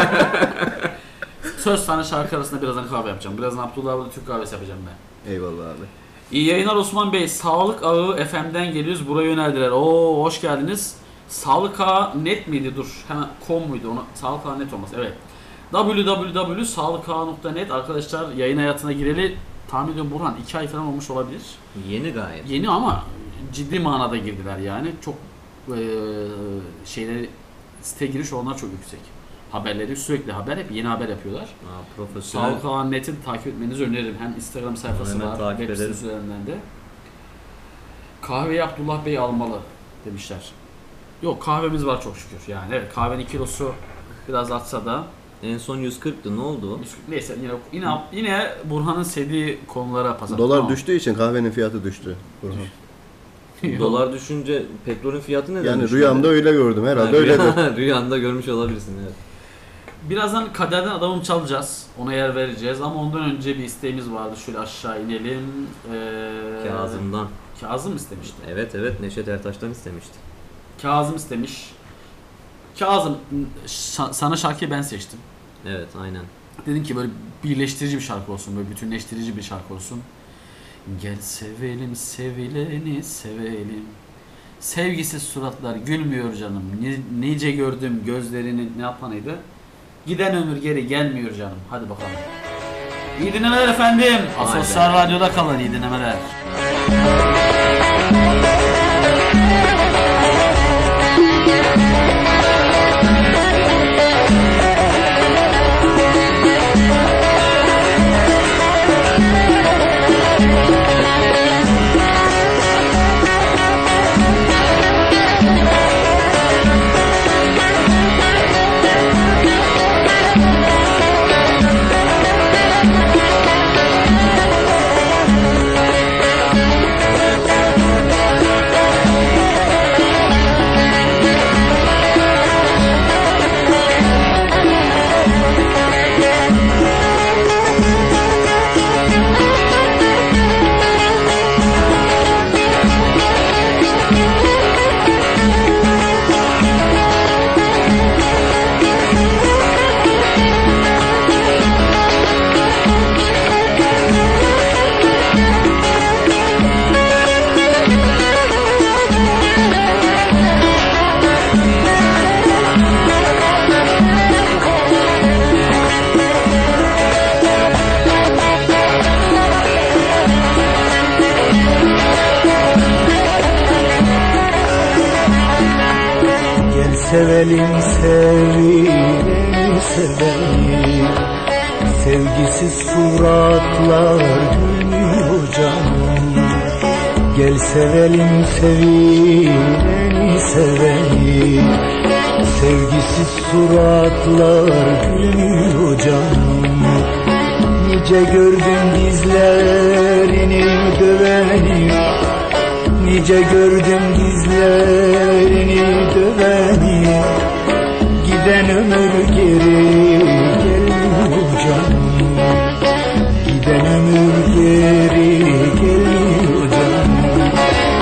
Söz sana şarkı arasında birazdan kahve yapacağım. Birazdan Abdullah burada Türk kahvesi yapacağım ben. Eyvallah abi. İyi yayınlar Osman Bey. Sağlık Ağı F M'den geliyoruz. Buraya yöneldiler. Oo hoş geldiniz. Sağlık Ağı net miydi? Dur. Hemen com muydu? Ona Sağlık Ağı net olması. Evet. double-u double-u double-u nokta sağlık ağı nokta net arkadaşlar, yayın hayatına gireli tahmin ediyorum Burhan iki ay falan olmuş olabilir. Yeni gayet. Yeni ama ciddi manada girdiler yani. Çok e, şeyleri site giriş oranları çok yüksek. Haberleri sürekli haber, hep yeni haber yapıyorlar. Aa, profesyonel. Sağlık Ağı Net'i takip etmenizi öneririm. Hem Instagram sayfası Hemen var, takip web ederim. sitesi üzerinden de. Kahveyi Abdullah Bey almalı demişler. Yok, kahvemiz var çok şükür. Yani evet, kahvenin kilosu biraz artsa da. En son yüz kırktı, ne oldu? Neyse yine yine yine Burhan'ın sevdiği konulara pas. Dolar tamam. düştüğü için kahvenin fiyatı düştü. Burhan. Dolar düşünce petrolün fiyatı neden Yani düştü? rüyamda öyle gördüm herhalde Ha, öyledir. rüya- Rüyanda görmüş olabilirsin, evet. Birazdan kaderden adamım çalacağız. Ona yer vereceğiz ama ondan önce bir isteğimiz vardı. Şöyle aşağı inelim. Ee, Kazım'dan. Kazım istemişti. Evet evet, Neşet Ertaş'tan istemişti. Kazım istemiş. Kazım, şa- sana şarkıyı ben seçtim. Evet, aynen. Dedim ki böyle birleştirici bir şarkı olsun, böyle bütünleştirici bir şarkı olsun. Gel sevelim, sevileni sevelim. Sevgisiz suratlar gülmüyor canım. Ne, nice gördüm gözlerinin ne yapanıydı? Giden ömür geri gelmiyor canım. Hadi bakalım. İyi dinlemeler efendim. Asosyal Radyo'da kalın, iyi dinlemeler. Sevelim sevelim sevelim, sevgisiz suratlar gülmüyor canım. Gel sevelim sevelim sevelim, sevgisiz suratlar gülmüyor canım. Nice gördüm dizlerini döveni, nice gördüm dizlerini döveni. Giden ömür geri gelmiyor canım. Giden ömür geri gelmiyor canım.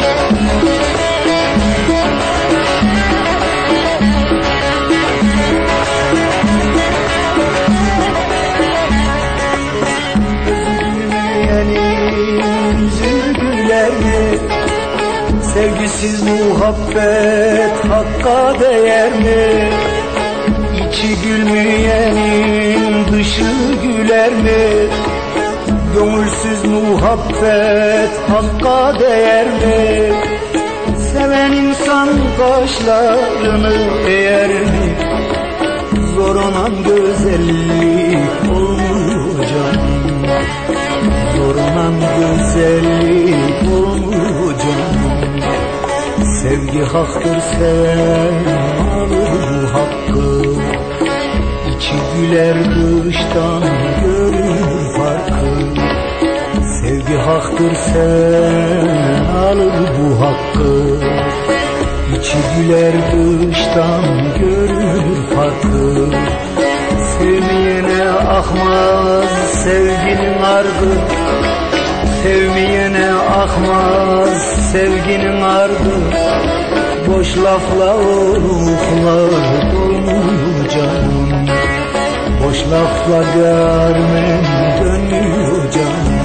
Gülmeyenin yüzü güler mi? Sevgisiz muhabbet hakka değer mi? İçi gülmeyenin dışı güler mi? Gönülsüz muhabbet hakka değer mi? Seven insan kaşlarını eğer mi? Zor olan güzellik olmuyor canım. Zor olan güzellik olmuyor canım. Sevgi haktır, seven alır bu hakkı. İçi güler dıştan görür farkı. Sevgi haktır, seven alır bu hakkı. İçi güler dıştan görür farkı. Sevmeyene akmaz sevginin ardı. Sevmeyene akmaz sevginin ardı. Boş lafla oluklar dolmuyor canım. Boş lafla görmem dönmüyor canım.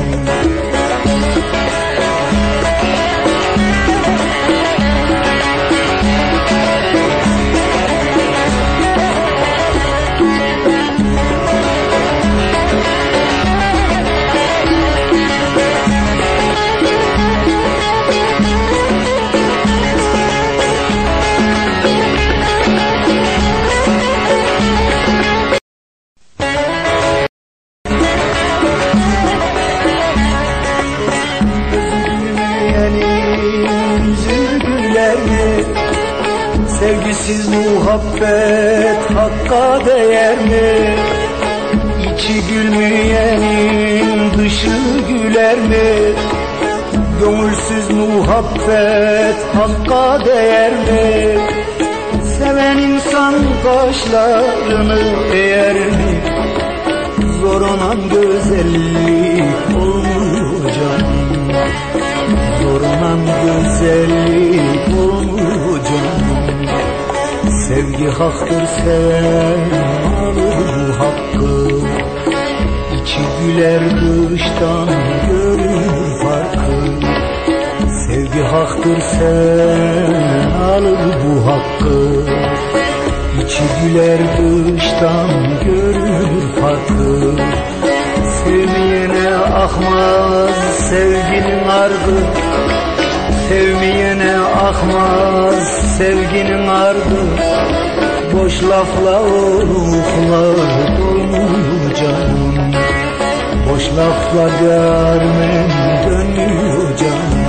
Sevgisiz muhabbet hakka değer mi? İçi gülmeyenin dışı güler mi? Gönülsüz muhabbet hakka değer mi? Seven insan kaşlarını eğer mi? Zor olan güzellik olmuyor canım. Zor olan güzellik olmuyor canım. Sevgi haktır, seven alır bu hakkı. vardır sen alır bu hakkı. İçi güler dıştan görür farkı. Sevmeyene akmaz sevginin ardı. Sevmeyene akmaz sevginin ardı. Boş lafla oluklar dolmuyor canım. Boş lafla dermen dönmüyor canım.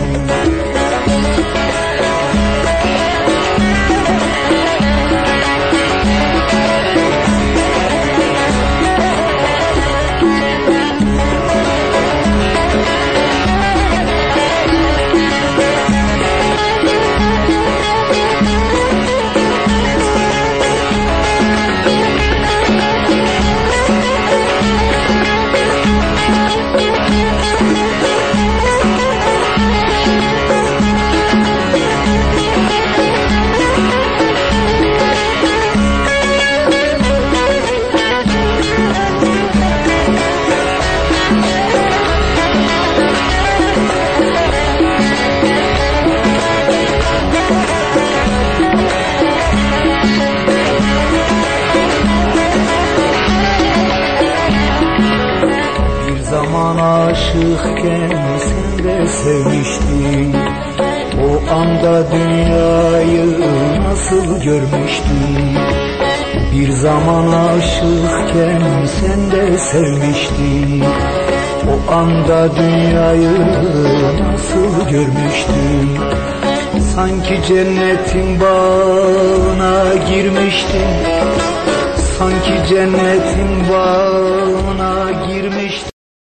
Aşıkken sen de sevmiştin. O anda dünyayı nasıl görmüştün. Bir zaman aşıkken sen de sevmiştin. O anda dünyayı nasıl görmüştün. Sanki cennetin bağına girmiştin. Sanki cennetin bağına girmiştin.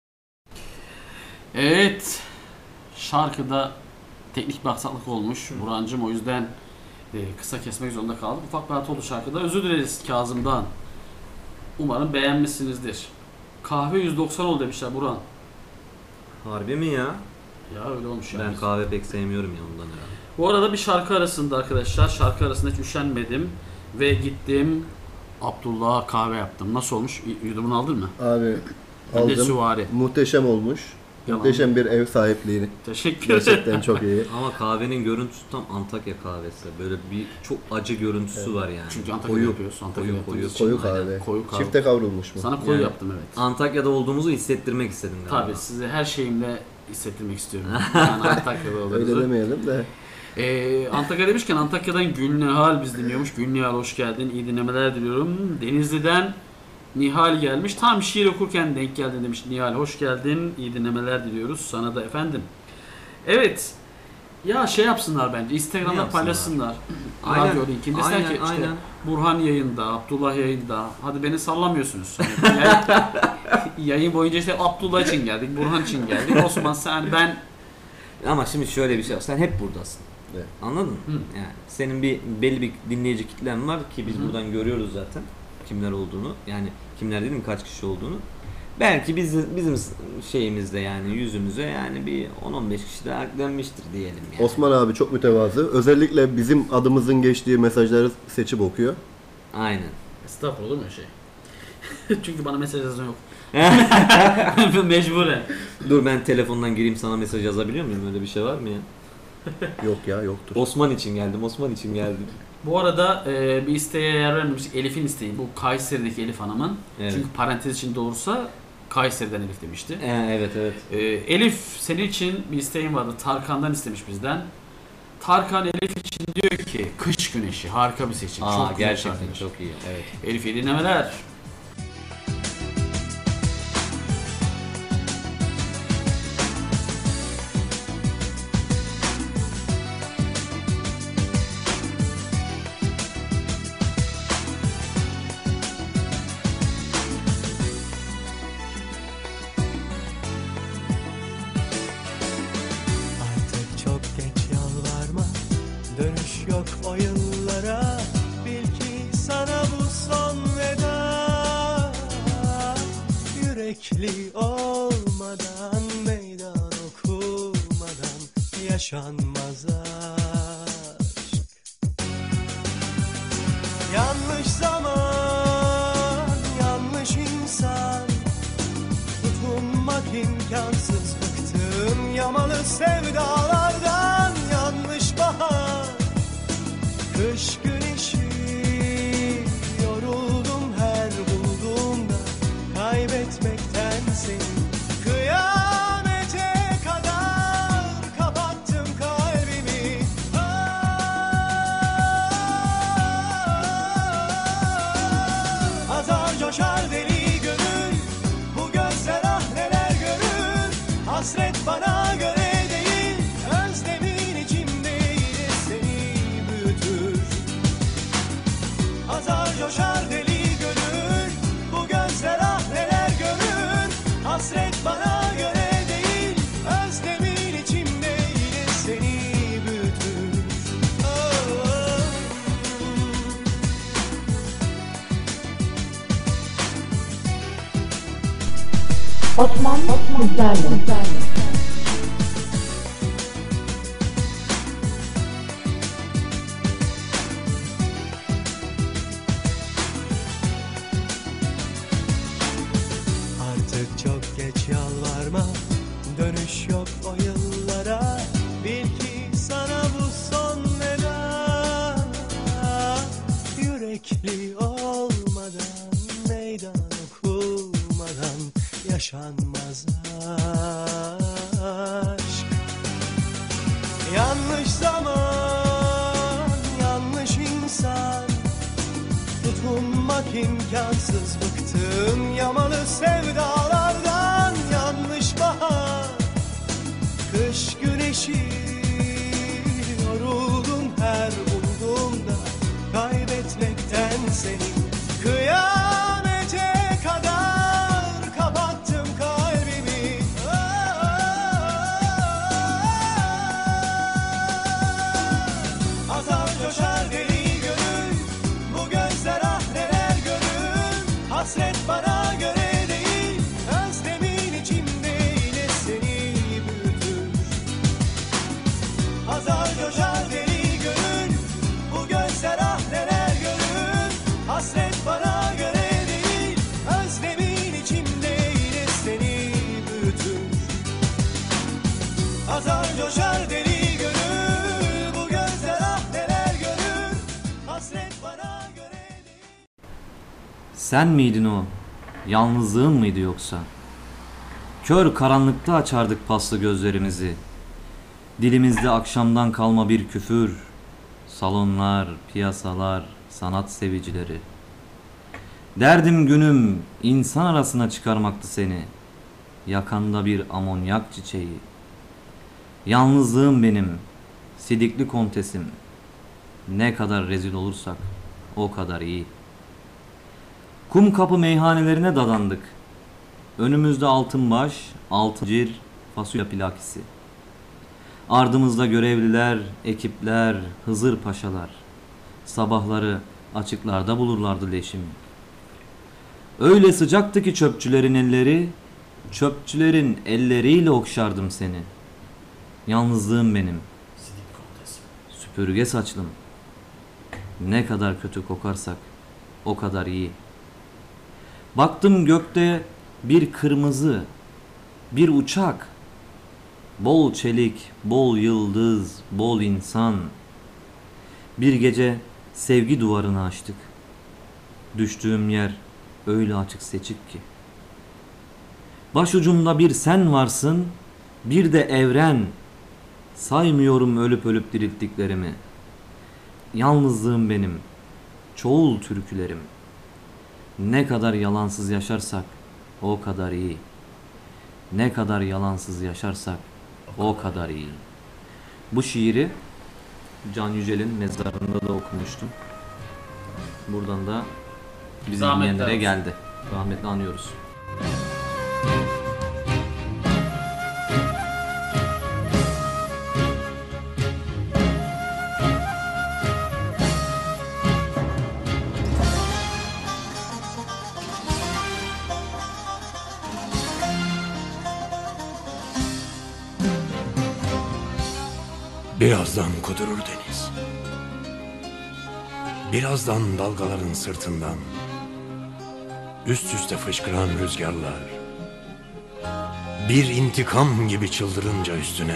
Evet, şarkıda teknik bir aksaklık olmuş Burhan'cığım, o yüzden e, kısa kesmek zorunda kaldık. Ufak bir hata oldu şarkıda. Özür dileriz Kazım'dan. Umarım beğenmişsinizdir. Kahve yüz doksan oldu demişler Burhan. Harbi mi ya? Ya öyle olmuş yani. Ben kahve pek sevmiyorum ya ondan herhalde. Bu arada bir şarkı arasında arkadaşlar, şarkı arasında hiç üşenmedim ve gittim Abdullah'a kahve yaptım. Nasıl olmuş? Yudumunu aldın mı? Abi aldım. Süvari. Muhteşem olmuş. Yalan. Muhteşem bir ev sahipliği. Teşekkür ederim. Gerçekten çok iyi. Ama kahvenin görüntüsü tam Antakya kahvesi. Böyle bir çok acı görüntüsü evet. var yani. Çünkü Antakya'da yapıyoruz. Antakya'da koyu, koyu, koyu kahve. Koyu kahve. Çifte kavrulmuş mu? Sana koyu yani, yaptım evet. Antakya'da olduğumuzu hissettirmek istedim galiba. Tabii size her şeyimle hissettirmek istiyorum. Yani Antakya'da olduğumuzu. Öyle demeyelim de. Ee, Antakya demişken Antakya'dan Gülnihal biz dinliyormuş. Gülnihal hoş geldin. İyi dinlemeler diliyorum. Denizli'den Nihal gelmiş. Tam şiir okurken denk geldin demiş. Nihal hoş geldin. İyi dinlemeler diliyoruz. Sana da efendim. Evet. Ya şey yapsınlar bence. Instagram'da paylaşsınlar. Radyo linkini. Desinler ki işte Burhan yayında, Abdullah yayında. Hadi beni sallamıyorsunuz. Yani yayın, yayın boyunca işte Abdullah için geldik. Burhan için geldik. Osman sen ben. Ama şimdi şöyle bir şey var. Sen hep buradasın. Evet. Anladın mı? Hı. Yani senin bir belli bir dinleyici kitlen var ki biz Hı. buradan görüyoruz zaten kimler olduğunu. Yani kimler dedim kaç kişi olduğunu. Belki bizim bizim şeyimizde yani yüzümüze yani bir on on beş kişi daha eklenmiştir diyelim yani. Osman abi çok mütevazı. Özellikle bizim adımızın geçtiği mesajları seçip okuyor. Aynen. Estağfurullah olur mu şey? Çünkü bana mesaj yazan yok. Mecburen. Dur ben telefondan gireyim sana mesaj yazabiliyor muyum? Öyle bir şey var mı ya? Yok ya yoktur. Osman için geldim. Osman için geldim. Bu arada e, bir isteğe yer vermemiştik. Elif'in isteği. Bu Kayseri'deki Elif Hanım'ın. Evet. Çünkü parantez içinde olursa Kayseri'den Elif demişti. Ee, evet evet. E, Elif senin için bir isteğin vardı. Tarkan'dan istemiş bizden. Tarkan Elif için diyor ki Kış Güneşi. Harika bir seçim. Aa, çok gerçekten çok iyi. Evet. Elif iyi dinlemeler. olmadan, meydan okumadan yaşanmaz aşk. Yanlış zaman, yanlış insan, tutunmak imkansız, bıktım yamalı sevdalardan. Yanlış bana göre değil. Özlemin içimdeydi seni büyütür. Azar coşar deli gönül, bu gözler ah neler görür. Hasret bana göre değil, özlemin içimdeydi seni büyütür. Oh, oh. Osman Kızlarlı. Artık çok geç yalvarma, dönüş yok o yıllara. Bil ki sana bu son veda. Yürekli olmadan, meydan okumadan yaşanmaz aşk. Yanlış zaman, yanlış insan, tutunmak imkansız, bıktım yamalı sevdalardan. Yanlış bahar, kış güneşi, yoruldum her umduğumda kaybetmekten seni. Kıyamete kadar kapattım kalbimi. Azar coşar deli gönül, bu gözler ah neler görür. Hasret bana göre değil, özlemin içimde yine seni büyütür. Azar coşar deli gönül, bu gözler ah neler görür. Hasret bana göre değil, özlemin içimde yine seni büyütür. Azar coşar deli gönül, bu gözler ah neler görür. Hasret bana göre. Sen miydin o? Yalnızlığın mıydı yoksa? Kör karanlıkta açardık paslı gözlerimizi. Dilimizde akşamdan kalma bir küfür. Salonlar, piyasalar, sanat sevicileri. Derdim günüm insan arasına çıkarmaktı seni. Yakanda bir amonyak çiçeği. Yalnızlığım benim, sidikli kontesim. Ne kadar rezil olursak o kadar iyi. Kum kapı meyhanelerine dadandık. Önümüzde altın baş, altın cir, fasulye plakisi. Ardımızda görevliler, ekipler, Hızır paşalar. Sabahları açıklarda bulurlardı leşimi. Öyle sıcaktı ki çöpçülerin elleri, çöpçülerin elleriyle okşardım seni. Yalnızlığım benim, süpürge saçlım. Ne kadar kötü kokarsak o kadar iyi. Baktım gökte bir kırmızı, bir uçak. Bol çelik, bol yıldız, bol insan. Bir gece sevgi duvarını açtık. Düştüğüm yer öyle açık seçik ki. Başucumda bir sen varsın, bir de evren. Saymıyorum ölüp ölüp dirilttiklerimi. Yalnızlığım benim, çoğul türkülerim. Ne kadar yalansız yaşarsak o kadar iyi. Ne kadar yalansız yaşarsak o kadar iyi. Bu şiiri Can Yücel'in mezarında da okumuştum. Buradan da bizi dinleyenlere geldi. Rahmetli anıyoruz. Birazdan kudurur deniz. Birazdan dalgaların sırtından üst üste fışkıran rüzgarlar bir intikam gibi çıldırınca üstüne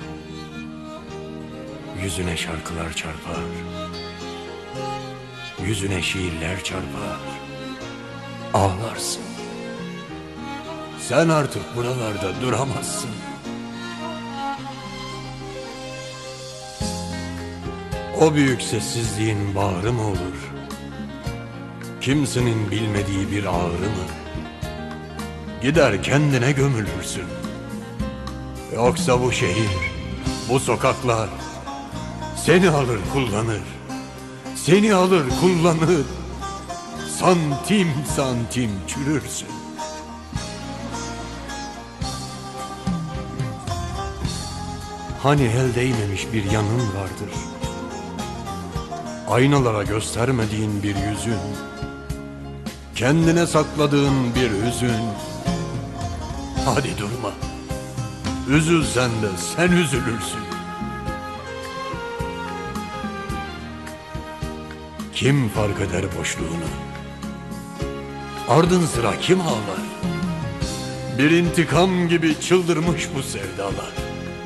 yüzüne şarkılar çarpar, yüzüne şiirler çarpar, ağlarsın. Sen artık buralarda duramazsın. O büyük sessizliğin bağrı mı olur? Kimsenin bilmediği bir ağrı mı? Gider kendine gömülürsün. Yoksa bu şehir, bu sokaklar seni alır kullanır. Seni alır kullanır. Santim santim çürürsün. Hani el değmemiş bir yanın vardır. Aynalara göstermediğin bir yüzün. Kendine sakladığın bir hüzün. Hadi durma. Üzülsen de sen üzülürsün. Kim fark eder boşluğunu? Ardın sıra kim ağlar? Bir intikam gibi çıldırmış bu sevdalar.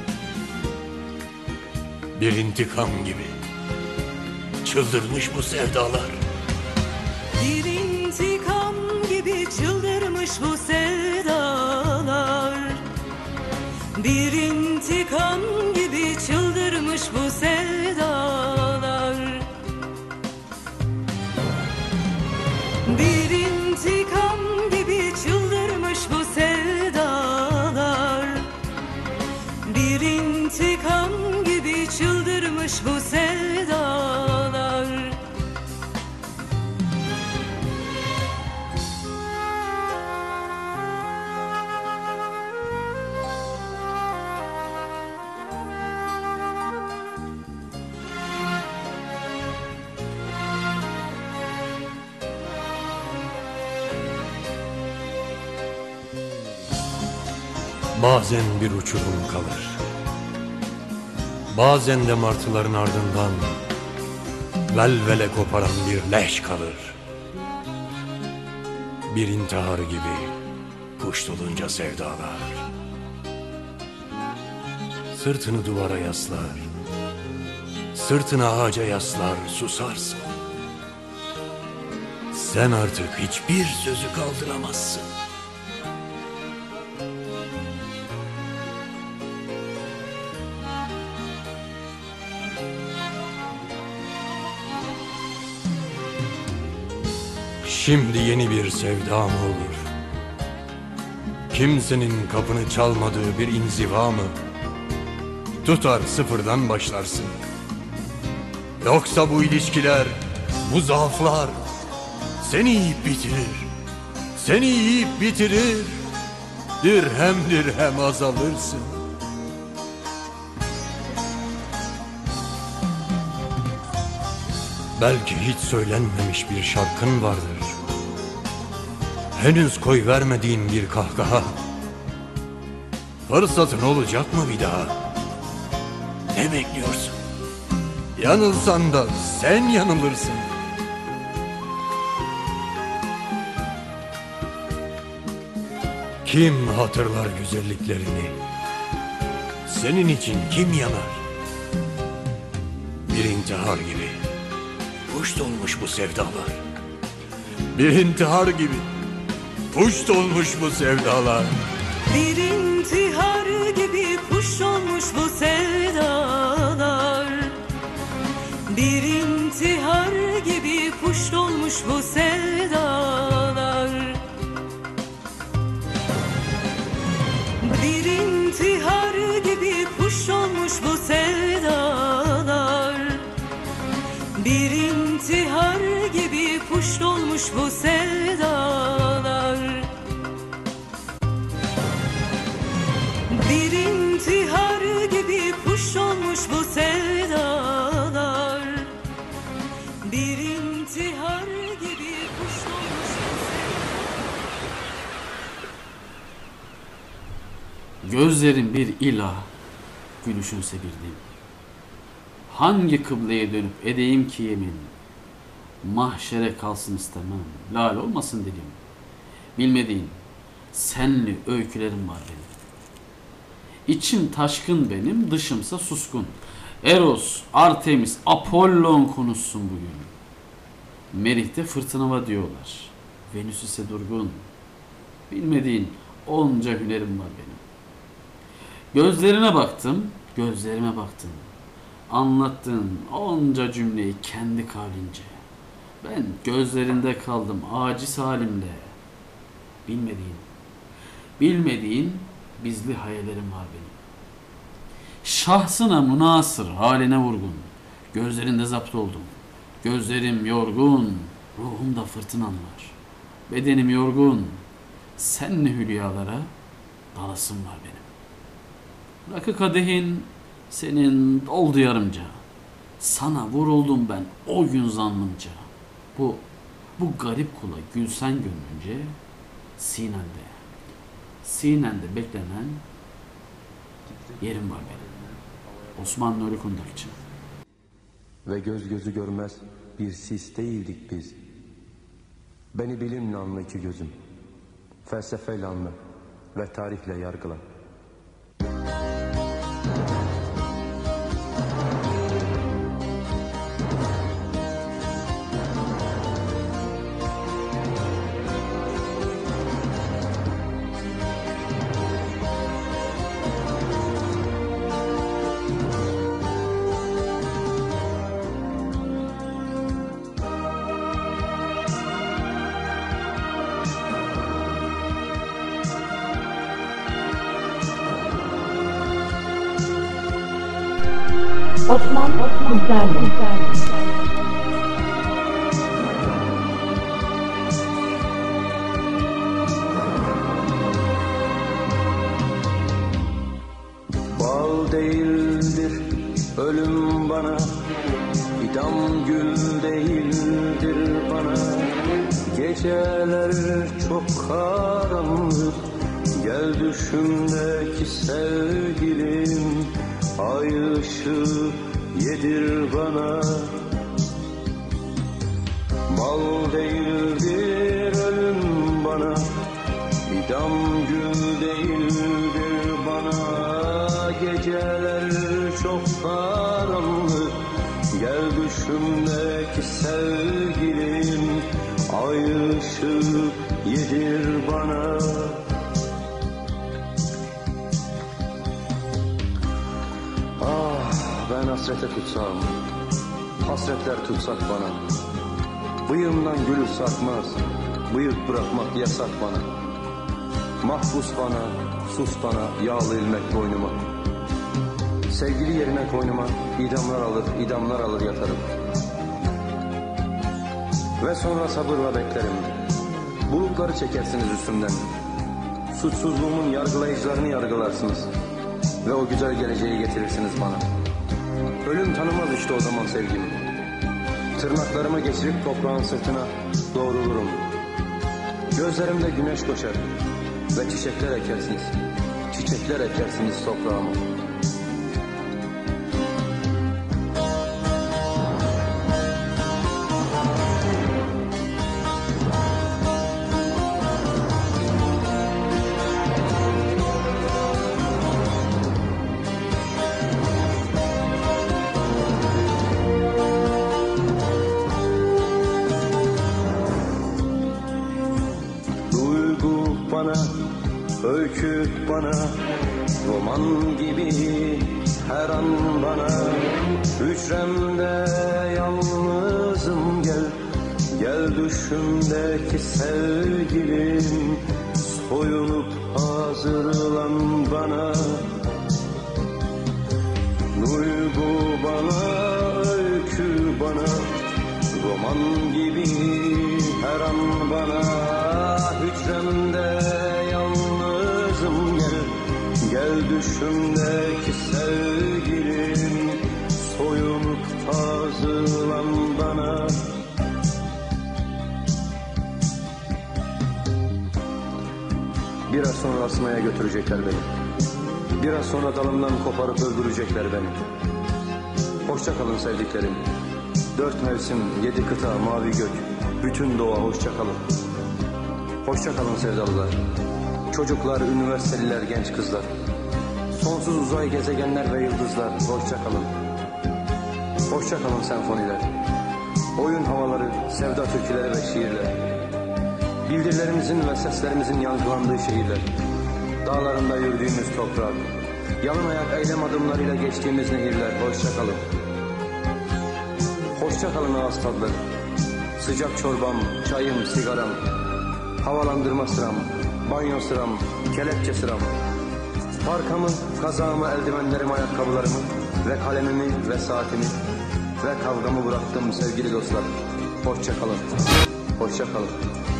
Bir intikam gibi çıldırmış bu sevdalar. Bir intikam gibi çıldırmış bu sevdalar. Bir intikam gibi çıldırmış bu sevdalar. Bir intikam gibi çıldırmış bu sevdalar. Bir intikam gibi çıldırmış bu sevdalar. Bazen bir uçurum kalır. Bazen de martıların ardından velvele koparan bir leş kalır. Bir intihar gibi kuş dolunca sevdalar. Sırtını duvara yaslar, sırtını ağaca yaslar, susarsın. Sen artık hiçbir sözü kaldıramazsın. Şimdi yeni bir sevda mı olur? Kimsenin kapını çalmadığı bir inziva mı? Tutar sıfırdan başlarsın. Yoksa bu ilişkiler, bu zaaflar seni yiyip bitirir. Seni yiyip bitirir. Dirhem dirhem azalırsın. Belki hiç söylenmemiş bir şarkın vardır. Henüz koy vermediğin bir kahkaha. Fırsatın olacak mı bir daha? Ne bekliyorsun? Yanılsan da sen yanılırsın. Kim hatırlar güzelliklerini? Senin için kim yanar? Bir intihar gibi puş dolmuş bu sevdalar. Bir intihar gibi puş dolmuş bu sevdalar. Bir intihar gibi kuş olmuş bu sevdalar. Bir intihar gibi kuş olmuş bu sevdalar. Bir intihar gibi kuş olmuş bu sevdalar. Bir intihar gibi kuş olmuş bu sevdalar. Bir intihar gibi kuş olmuş bu sevdalar. Bir intihar gibi kuş olmuş bu sevdalar. Gözlerin bir ilah, gülüşünse bir din. Hangi kıbleye dönüp edeyim ki yemin? Mahşere kalsın istemem, lal olmasın dilim. Bilmediğin senli öykülerim var benim. İçim taşkın benim, dışımsa suskun. Eros, Artemis, Apollon konuşsun bugün. Merih'te fırtınava diyorlar. Venüs ise durgun. Bilmediğin onca hünerim var benim. Gözlerine baktım, gözlerime baktım. Anlattığın onca cümleyi kendi kavlince. Ben gözlerinde kaldım aciz halimde. Bilmediğin, bilmediğin bizli hayallerim var benim. Şahsına münasır haline vurgun. Gözlerinde zapt oldum. Gözlerim yorgun, ruhumda fırtınalar. Bedenim yorgun, senle hülyalara dalasım var benim. Rakı kadehin senin doldu yarımca. Sana vuruldum ben o gün zannımca. Bu, bu garip kula gülsen gönlünce, sinende, sinende beklenen yerim var benim. Osman Nuri Kundakçı. Ve göz gözü görmez bir sis değildik biz. Beni bilimle anla iki gözüm, felsefeyle anla ve tarihle yargıla. Osman Kuzerli. Bal değildir ölüm bana, idam gül değildir bana. Geceler çok karanlık, gel düşümdeki sevgilim. Ay ışığı yedir bana. Bal değildir ölüm bana, idam gül değildir bana. Geceler çok karanlık, gel düşümdeki sevgilim. Ay ışığı yedir bana. Ben hasrete tutsam, hasretler tutsak bana. Bıyığımdan gülü sarkmaz, bıyık bırakmak yasak bana. Mahpus bana, sus bana, yağlı ilmek boynuma. Sevgili yerine koynuma, idamlar alır, idamlar alır yatarım. Ve sonra sabırla beklerim. Bulutları çekersiniz üstümden. Suçsuzluğumun yargılayıcılarını yargılarsınız. Ve o güzel geleceği getirirsiniz bana. Ölüm tanımaz işte o zaman sevgimi. Tırnaklarımı geçirip toprağın sırtına doğrulurum. Gözlerimde güneş koşar ve çiçekler ekersiniz. Çiçekler ekersiniz toprağıma. Öykü bana, roman gibi her an bana. Hücremde yalnızım gel, gel düşümdeki sevgilim. Soyunup hazırlan bana. Duygu bana, öykü bana, roman gibi her an bana. Hücremde gel düşümdeki sevgilim, soyunup hazırlan bana. Biraz sonra asmaya götürecekler beni. Biraz sonra dalımdan koparıp öldürecekler beni. Hoşça kalın sevdiklerim. Dört mevsim, yedi kıta, mavi gök, bütün doğa hoşça kalın. Hoşça kalın sevdalılar. Çocuklar, üniversiteliler, genç kızlar. Sonsuz uzay gezegenler ve yıldızlar. Hoşça kalın. Hoşça kalın senfoniler. Oyun havaları, sevda türküleri ve şiirler. Bildirilerimizin ve seslerimizin yankılandığı şehirler. Dağlarında yürüdüğümüz toprak. Yalın ayak eylem adımlarıyla geçtiğimiz nehirler. Hoşça kalın. Hoşça kalın ağız tadları. Sıcak çorbam, çayım, sigaram. Havalandırma sıram, banyo sıram, kelepçe sıram. Parkamı, kazağımı, eldivenlerimi, ayakkabılarımı ve kalemimi ve saatimi ve kavgamı bıraktım sevgili dostlar. Hoşça kalın. Hoşça kalın.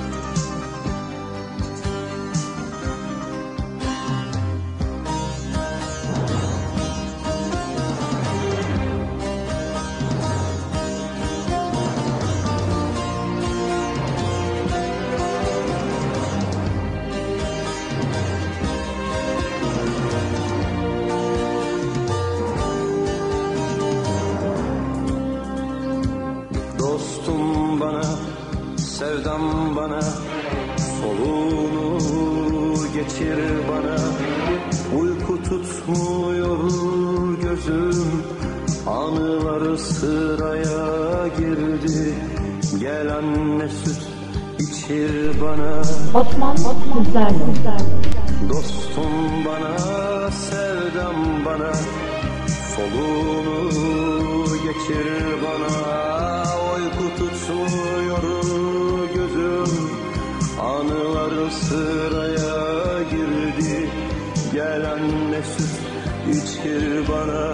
Dostum bana, sevdam bana, soluğunu geçir bana. Uyku tutmuyor gözüm, anılar sıraya girdi. Gel anne süt içir bana. Osman Kızlarlı. Dostum bana, sevdam bana, soluğunu geçir bana. Uyku tutmuyor gözüm, anılar sıraya girdi. Gel anne süt içir bana.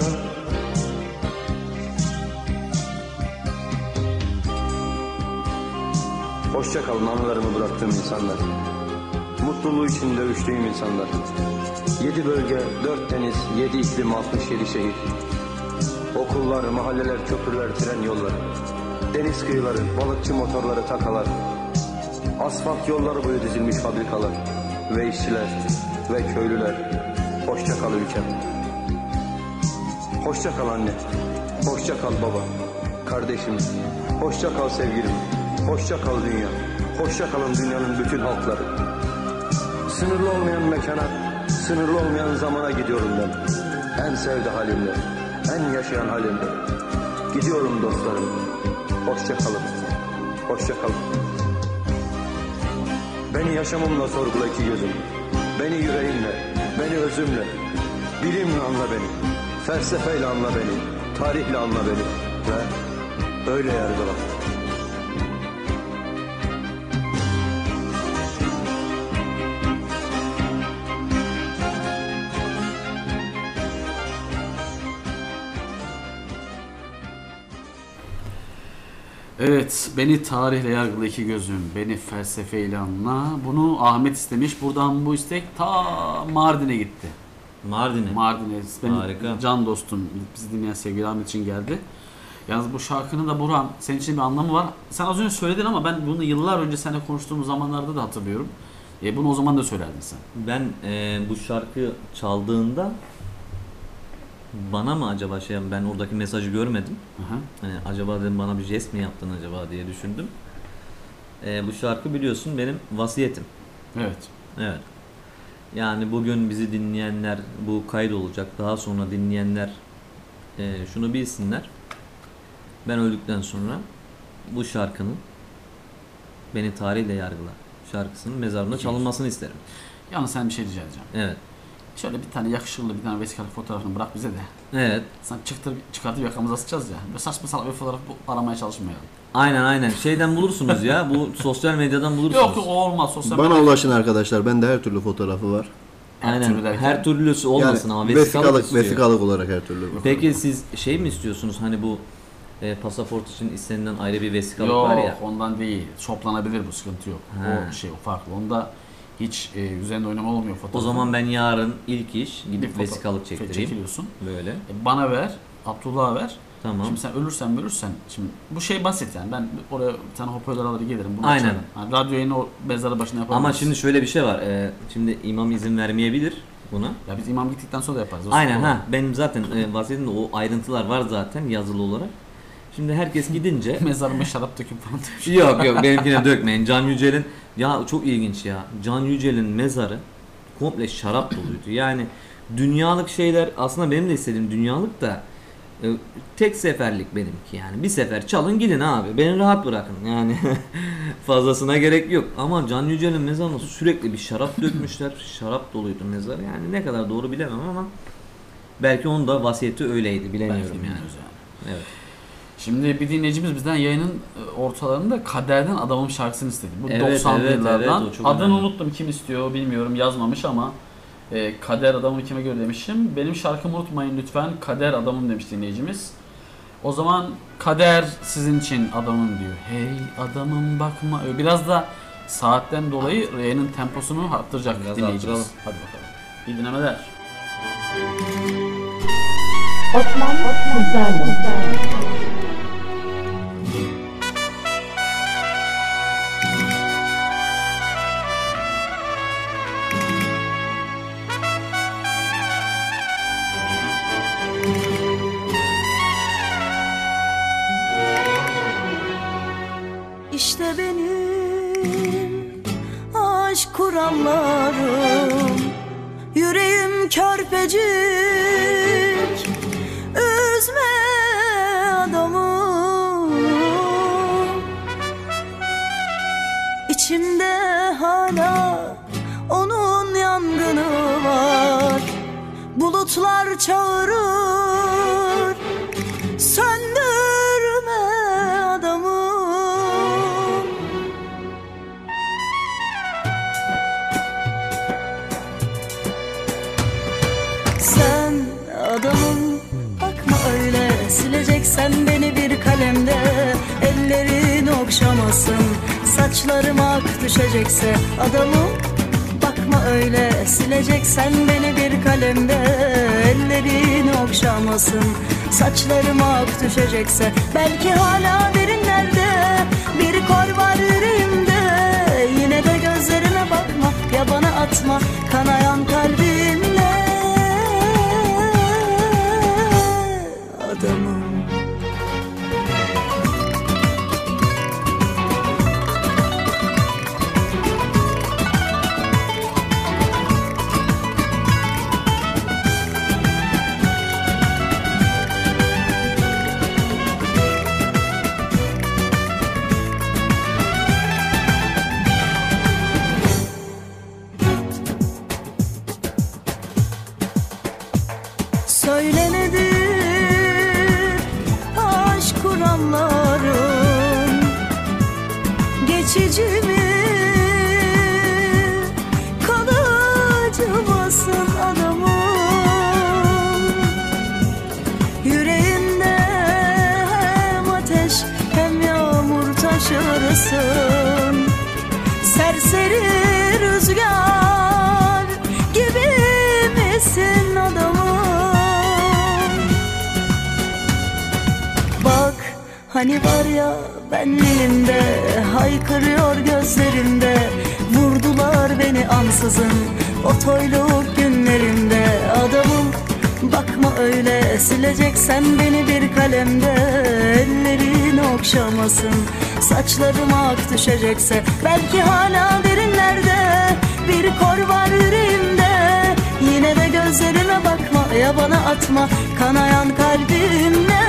Hoşça kalın anılarımı bıraktığım insanlar. Mutluluğu için dövüştüğüm insanlar. Yedi bölge, dört deniz, yedi iklim, altmış yedi şehir. Okullar, mahalleler, köprüler, tren yolları. Deniz kıyıları, balıkçı motorları, takalar. Asfalt yolları boyu dizilmiş fabrikalar. Ve işçiler, ve köylüler. Hoşça kal ülkem. Hoşça kal anne. Hoşça kal baba. Kardeşim. Hoşça kal sevgilim. Hoşça kal dünya. Hoşça kalın dünyanın bütün halkları. Sınırlı olmayan mekana, sınırlı olmayan zamana gidiyorum ben. En sevdi halimle, en yaşayan halimle. Gidiyorum dostlarım. Hoşça kalın. Hoşça kalın. Beni yaşamımla sorgula iki gözüm. Beni yüreğinle, beni özümle. Bilimle anla beni. Felsefeyle anla beni. Tarihle anla beni. Ve öyle yargıla. Evet, beni tarihle yargıla iki gözüm, beni felsefeyle anla. Bunu Ahmet istemiş. Buradan bu istek ta Mardin'e gitti. Mardin'e? Mardin'e. Benim Harika. can dostum, bizi dinleyen sevgili Ahmet için geldi. Yalnız bu şarkının da Burhan, senin için bir anlamı var. Sen az önce söyledin ama ben bunu yıllar önce seninle konuştuğumuz zamanlarda da hatırlıyorum. E, bunu o zaman da söylerdin sen. Ben e, bu şarkı çaldığında bana mı acaba şey, ben oradaki mesajı görmedim. Aha. Hani acaba dedim bana bir jest mi yaptın acaba diye düşündüm. Ee, bu şarkı biliyorsun benim vasiyetim. Evet. Evet. Yani bugün bizi dinleyenler, bu kayıt olacak, daha sonra dinleyenler e, şunu bilsinler. Ben öldükten sonra bu şarkının Beni Tarihle Yargıla şarkısının mezarında çalınmasını isterim. Yalnız sen bir şey rica edeceğim. Evet. Şöyle bir tane yakışıklı bir tane vesikalık fotoğrafını bırak bize de. Evet. Sen çıktır, çıkartıp yakamıza sıçacağız ya. Böyle saçma salak bir fotoğraf aramaya çalışmayalım. Aynen aynen. Şeyden bulursunuz ya. Bu sosyal medyadan bulursunuz. Yok yok o olmaz. Sosyal Bana medya... ulaşın arkadaşlar. Bende her türlü fotoğrafı var. Her aynen. Türlü her türlüsü olmasın yani ama vesikalık, vesikalık, vesikalık olarak her türlü. Peki siz şey mi istiyorsunuz? Hani bu e, pasaport için istenilen ayrı bir vesikalık yok, var ya. Yok ondan değil. Shoplanabilir, bu sıkıntı yok. He. O şey o farklı. Onda hiç e, üzerinde oynama olmuyor fotoğraf. O zaman ben yarın ilk iş gidip foto- vesikalık çektireyim. Çekiliyorsun. Böyle. E, bana ver, Abdullah'a ver. Tamam. Şimdi sen ölürsen ölürsen, şimdi bu şey basit yani. Ben oraya bir tane hoparlör alır gelirim. Bunu aynen. açarım. Yani radyo yayını o mezarı başına yapalım. Ama şimdi şöyle bir şey var. Ee, şimdi imam izin vermeyebilir buna. Ya biz imam gittikten sonra da yaparız. Aynen ha. Benim zaten e, bahsettiğimde o ayrıntılar var zaten yazılı olarak. Şimdi herkes gidince mezarıma şarap döküp falan demiş. Yok yok benimkine dökmeyin. Can Yücel'in ya çok ilginç ya. Can Yücel'in mezarı komple şarap doluydu. Yani dünyalık şeyler aslında benim de istediğim dünyalık da e, tek seferlik benimki yani. Bir sefer çalın gidin abi. Beni rahat bırakın. Yani fazlasına gerek yok. Ama Can Yücel'in mezarına sürekli bir şarap dökmüşler. Şarap doluydu mezar. Yani ne kadar doğru bilemem ama belki onun da vasiyeti öyleydi. Bilemiyorum yani. yani. Evet. Şimdi bir dinleyicimiz bizden yayının ortalarında Kader'den Adamım şarkısını istedi. Bu evet, doksanlı evet, yıllardan. evet, Adını önemli. unuttum, kim istiyor bilmiyorum, yazmamış ama E, kader adamı kime göre demişim. Benim şarkımı unutmayın lütfen. Kader adamım demiş dinleyicimiz. O zaman kader sizin için adamım diyor. Hey adamım bakma. Biraz da saatten dolayı R'nin temposunu arttıracak biraz dinleyicimiz. arttıralım. Hadi bakalım. İyi dinlemeler. Osman Kızlarlı. İşte benim aşk kurallarım, yüreğim körpecik, üzme adamı. İçimde hala onun yangını var, bulutlar çağırır, söndürme adamı. Sen adamım, bakma öyle, sileceksen beni bir kalemde. Ellerin okşamasın, saçlarım ak düşecekse adamım. Bakma öyle, sileceksen beni bir kalemde. Ellerin okşamasın, saçlarım ak düşecekse. Belki hala derinlerde bir kor var yüreğimde. Yine de gözlerime bakma, ya bana atma kanayan kalbimle. Adamım. Söyle nedir aşk kuramların, geçici mi kalıcı mısın adamım? Yüreğinde hem ateş hem yağmur taşırsın, serseri rüzgar gibi misin adamım? Bak hani var ya benliğimde, haykırıyor gözlerimde. Vurdular beni ansızın o toyluk günlerimde. Adamım, bakma öyle, sileceksen beni bir kalemde. Ellerin okşamasın, saçlarım ak düşecekse. Belki hala derinlerde bir kor var yüreğimde. Yine de gözlerime bakma, ya bana atma kanayan kalbimle.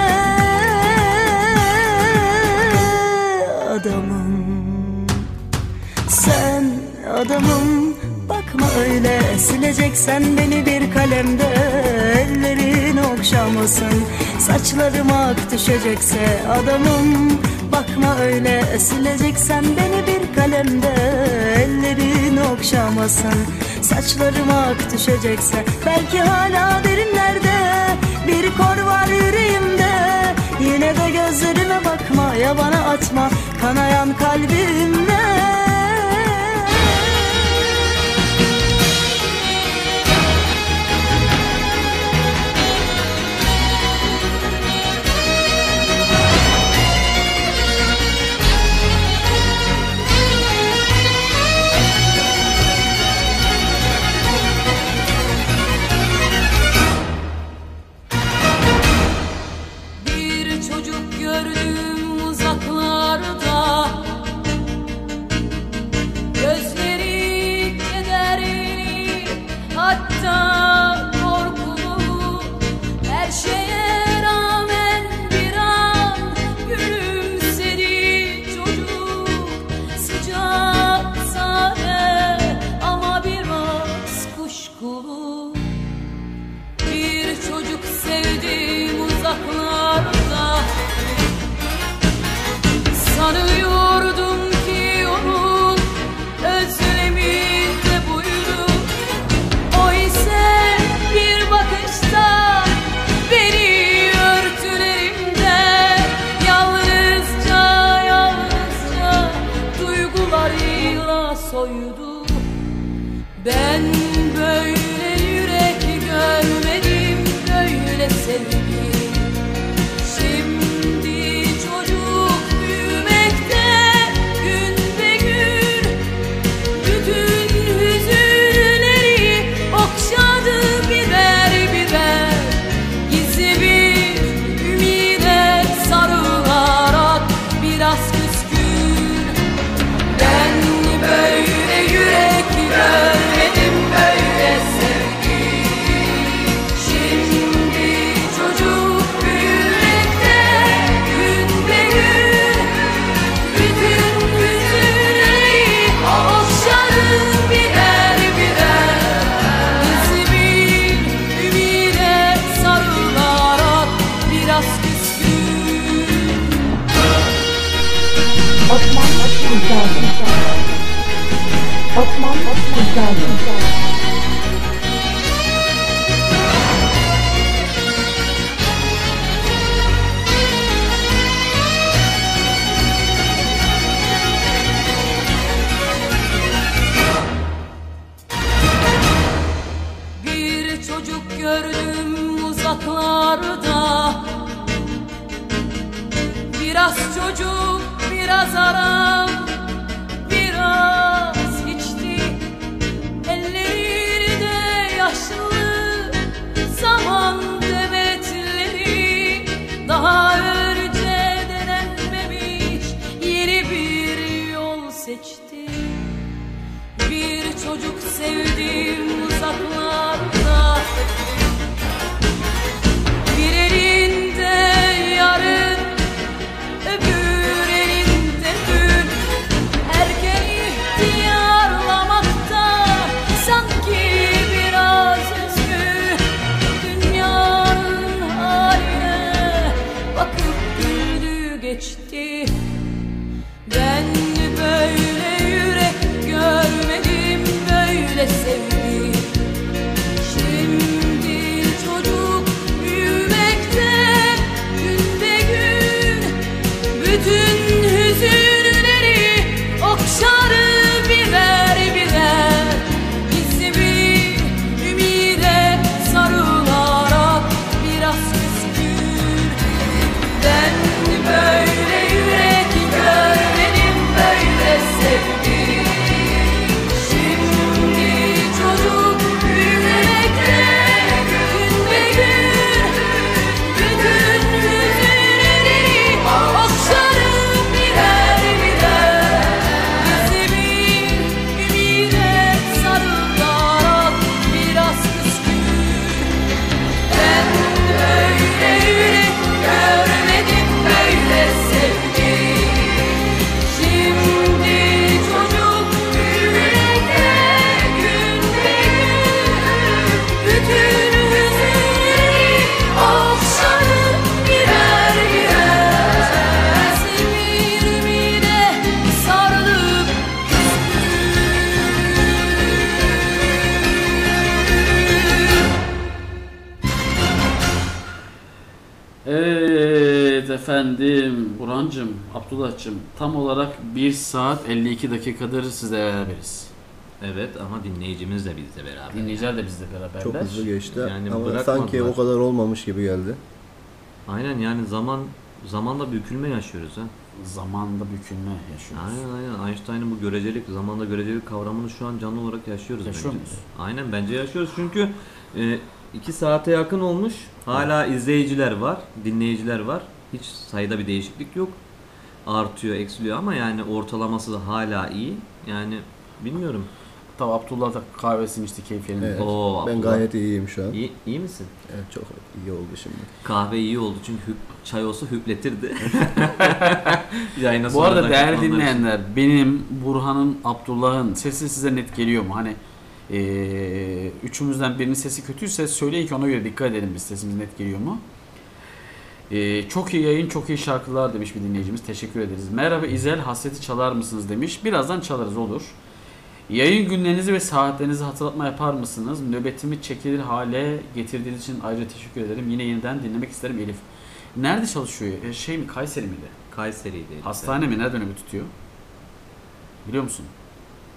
Adamım, sen adamım, bakma öyle, sileceksen beni bir kalemde. Ellerin okşamasın, saçlarım ak düşecekse. Adamım, bakma öyle, sileceksen beni bir kalemde. Ellerin okşamasın, saçlarım ak düşecekse. Belki hala derinlerde bir kor var yüreğimde. Yine de gözlerime bakma, ya bana atma kanayan kalbimle. Bir çocuk gördüm uzaklarda, Ben böyle yürek görmedim, böyle sevgi. Şimdi çocuk büyümekte gün be gün. Bütün hüzünleri okşadı birer birer. Gizli bir ümide sarılarak biraz küskün. Ben böyle yürek görmedim, böyle sevgi. Şimdi çocuk büyümekte gün be gün. Bütün hüzünleri okşadı birer birer. Gizli bir ümide sarılarak biraz küskün. Osman Sultanım. Osman Sultanım. Bir çocuk gördüm uzaklarda. Biraz çocuk, biraz aram, biraz içti. Elleri de yaşlı, zaman demetleri. Daha önce denenmemiş yeni bir yol seçti. Bir çocuk sevdim uzaklarda. Bir elinde yarın, öbür elinde dün. Erken ihtiyarlamakta sanki biraz üzgün. Dünyanın haline bakıp güldü geçti. Ben böyle yürek görmedim, böyle sevgi. Şimdi çocuk büyümekte gün be gün. Bütün hüzünleri okşar birer birer. Gizli bir ümide sarılarak biraz küskün. Ben böyle yürek görmedim, böyle sevgi. Şimdi çocuk büyümekte gün be gün. Bütün hüzünleri okşarım birer birer. Gizli bir ümide sarılarak biraz küskün. Ben böyle yürek görmedim, böyle sevgi. Şimdi çocuk büyümekte gün be gün. Bütün hüzünleri okşarım birer birer. Gizli bir ümide sarılıp Evet efendim, Burhan'cığım, Abdullah'cığım, tam olarak bir saat elli iki dakikadır sizle beraberiz. Evet ama dinleyicimiz de bizle beraber. Dinleyiciler de bizle beraberler. Çok hızlı geçti Yani ama bırakmadılar. sanki o kadar olmamış gibi geldi. Aynen, yani zaman zamanla bükülme yaşıyoruz ha. Zamanda bükülme yaşıyoruz. Aynen aynen. Einstein'ın bu görecelik, zamanda görecelik kavramını şu an canlı olarak yaşıyoruz. Yaşıyor bence. muyuz? Aynen, bence yaşıyoruz çünkü e, iki saate yakın olmuş. Hala izleyiciler var, dinleyiciler var. Hiç sayıda bir değişiklik yok. Artıyor, eksiliyor ama yani ortalaması da hala iyi. Yani bilmiyorum. Tabi Abdullah da kahvesini içti, keyif yerinde. Evet, Oo, ben Abdullah. gayet iyiyim şu an. İyi, iyi misin? Evet, çok iyi oldu şimdi. Kahve iyi oldu çünkü hüp, çay olsa hüpletirdi. Yayına Bu arada sonradan değerli katılanlar için. dinleyenler, benim, Burhan'ın, Abdullah'ın sesi size net geliyor mu? Hani ee, üçümüzden birinin sesi kötüyse söyleyin ki ona göre dikkat edelim, biz sesimiz net geliyor mu? Ee, çok iyi yayın, çok iyi şarkılar demiş bir dinleyicimiz. Teşekkür ederiz. Merhaba İzel, hasreti çalar mısınız demiş. Birazdan çalarız, olur. Yayın günlerinizi ve saatlerinizi hatırlatma yapar mısınız? Nöbetimi çekilir hale getirdiğiniz için ayrıca teşekkür ederim. Yine yeniden dinlemek isterim Elif. Nerede çalışıyor? E, Şey mi, Kayseri miydi? Kayseri'ydi. Hastane mi? Nerede nöbet tutuyor? Biliyor musun?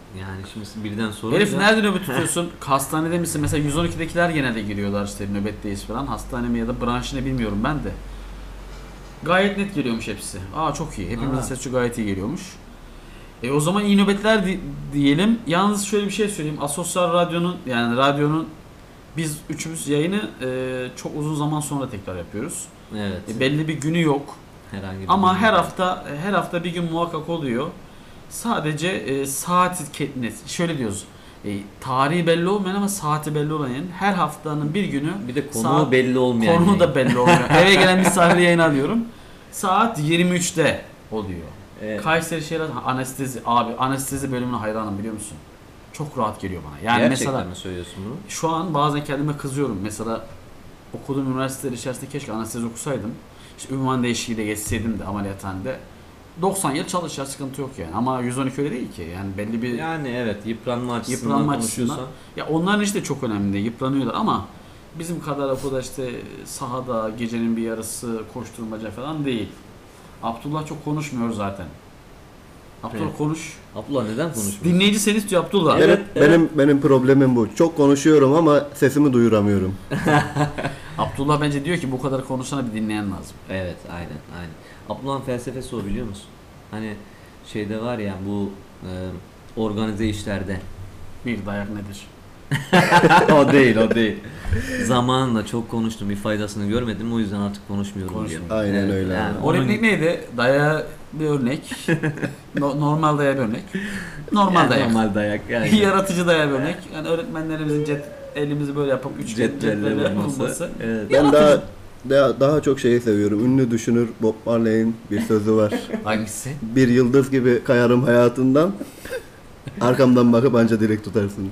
Yani şimdi birden sorunca... Herif nerede nöbet tutuyorsun? Hastanede misin? Mesela yüz on iki'dekiler genelde giriyorlar işte nöbetteyiz falan. Hastane mi ya da branşını bilmiyorum ben de. Gayet net geliyormuş hepsi. Aa çok iyi. Hepimizin Aa. sesi gayet iyi geliyormuş. E o zaman iyi nöbetler di- diyelim. Yalnız şöyle bir şey söyleyeyim. Asosyal Radyo'nun yani radyonun biz üçümüz yayını e, çok uzun zaman sonra tekrar yapıyoruz. Evet. E, belli bir günü yok. Herhangi bir Ama gün her yok. hafta her hafta bir gün muhakkak oluyor. Sadece e, saati net. Şöyle diyoruz. E, tarihi belli olmayan ama saati belli olan yayın. Her haftanın bir günü. Bir de konu belli olmayan. Konu yayın. da belli olmuyor. Eve gelen misafir yayın alıyorum. Saat yirmi üç'te oluyor. Evet. Kayseri Şehir Anestezi abi anestezi bölümüne hayranım biliyor musun? Çok rahat geliyor bana. Yani Gerçekten mesela mi söylüyorsun bunu? şu an bazen kendime kızıyorum. Mesela okuduğum üniversiteler içerisinde keşke anestezi okusaydım. İşte ünvan değişikliği de geçseydim de ameliyathanede. doksan yıl çalışır sıkıntı yok yani. Ama yüz on iki öyle değil ki. Yani belli bir Yani evet yıpranma açısından yıpranma konuşuyorsan. açısından. Ya onların işte çok önemli değil. Yıpranıyorlar ama bizim kadar okulda işte sahada gecenin bir yarısı koşturmaca falan değil. Abdullah çok konuşmuyor zaten. Abdullah Evet. konuş. Abdullah neden konuşmuyorsun? Dinleyici seni istiyor Abdullah. Evet, benim benim problemim bu. Çok konuşuyorum ama sesimi duyuramıyorum. Abdullah bence diyor ki bu kadar konuşana bir dinleyen lazım. Evet aynen aynen. Abdullah'ın felsefesi o biliyor musun? Hani şeyde var ya bu e, organize işlerde. Bir dayak nedir? O değil o değil. Zamanında çok konuştum bir faydasını görmedim o yüzden artık konuşmuyorum diyor. Aynen öyle. Yani O onun- örnek neydi? Daya bir örnek. No- normal daya bir örnek. Normal Yani dayak. normal dayak, yani. Yaratıcı daya bir örnek. Yani öğretmenlerimizin cet elimizi böyle yapıp üç Cetvelle cetvelle vurması. vurması. Evet. Ben daha, daha daha çok şeyi seviyorum. Ünlü düşünür Bob Marley'in bir sözü var. Hangisi? Bir yıldız gibi kayarım hayatından. Arkamdan bakıp anca direkt tutarsın.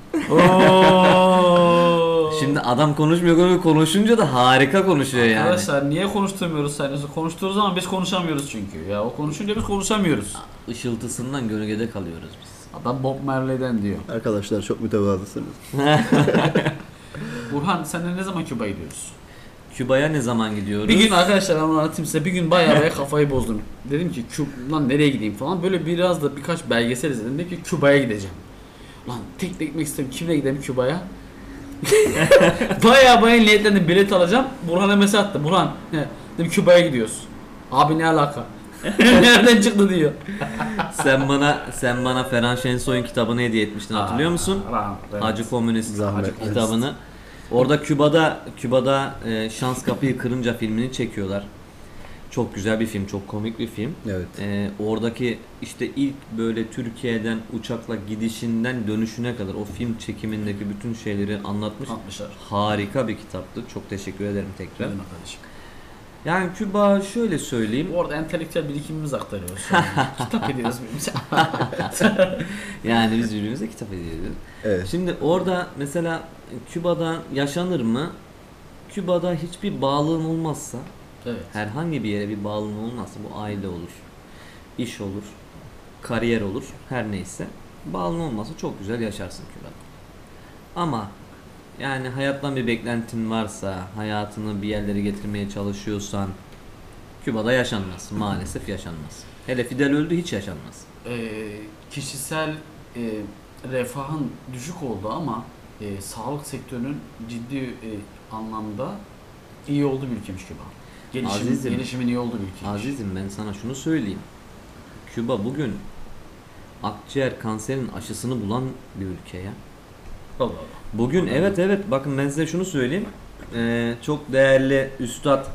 Şimdi adam konuşmuyor ama konuşunca da harika konuşuyor yani. Arkadaşlar niye konuşturmuyoruz sayınızı? Konuştuğumuz zaman biz konuşamıyoruz çünkü. Ya o konuşunca biz konuşamıyoruz. Işıltısından gölgede kalıyoruz biz. Adam Bob Marley'den diyor. Arkadaşlar çok mütevazısınız. Burhan senle ne zaman Küba'ya gidiyoruz? Küba'ya ne zaman gidiyoruz? Bir gün arkadaşlar ben onu anlatayım size. Bir gün bayağı bayağı kafayı bozdum. Dedim ki Küba'dan nereye gideyim falan. Böyle biraz da birkaç belgesel izledim. Dedim ki Küba'ya gideceğim. Lan tek tek gitmek istiyorum. Kimle gidelim Küba'ya? Bayağı bayağı niyetlendim. Bilet alacağım. Burhan'a mesaj attı. Burhan he, dedim Küba'ya gidiyoruz. Abi ne alaka? Nereden çıktı diyor. sen bana sen bana Ferhan Şensoy'un kitabını hediye etmiştin hatırlıyor musun? Rahmet. Acı Komünist Zahmet. kitabını. Orada Küba'da Küba'da e, Şans Kapıyı Kırınca filmini çekiyorlar. Çok güzel bir film, çok komik bir film. Evet. E, oradaki işte ilk böyle Türkiye'den uçakla gidişinden dönüşüne kadar o film çekimindeki bütün şeyleri anlatmış. Atmışlar. Harika bir kitaptı. Çok teşekkür ederim tekrar. Benim arkadaşım. Yani Küba şöyle söyleyeyim. Orada entelektüel birikimimizi aktarıyoruz. Kitap ediyoruz birbirimize. Yani biz birbirimize kitap ediyoruz. Evet. Şimdi orada mesela Küba'da yaşanır mı? Küba'da hiçbir bağlılığın olmazsa, Evet. herhangi bir yere bir bağlılığın olmazsa bu aile olur, iş olur, kariyer olur, her neyse. Bağlılığın olmazsa çok güzel yaşarsın Küba'da. Ama yani hayattan bir beklentin varsa, hayatını bir yerlere getirmeye çalışıyorsan Küba'da yaşanmaz. Maalesef yaşanmaz. Hele Fidel öldü hiç yaşanmaz. Ee, kişisel e, refahın düşük olduğu ama e, sağlık sektörünün ciddi e, anlamda iyi olduğu bir ülkemiş Küba. Gelişim, Azizim. gelişimin iyi olduğu bir ülkemiş. Azizim ben sana şunu söyleyeyim. Küba bugün akciğer kanserinin aşısını bulan bir ülke ya. Allah Allah. Bugün evet evet bakın ben size şunu söyleyeyim. Ee, çok değerli üstad,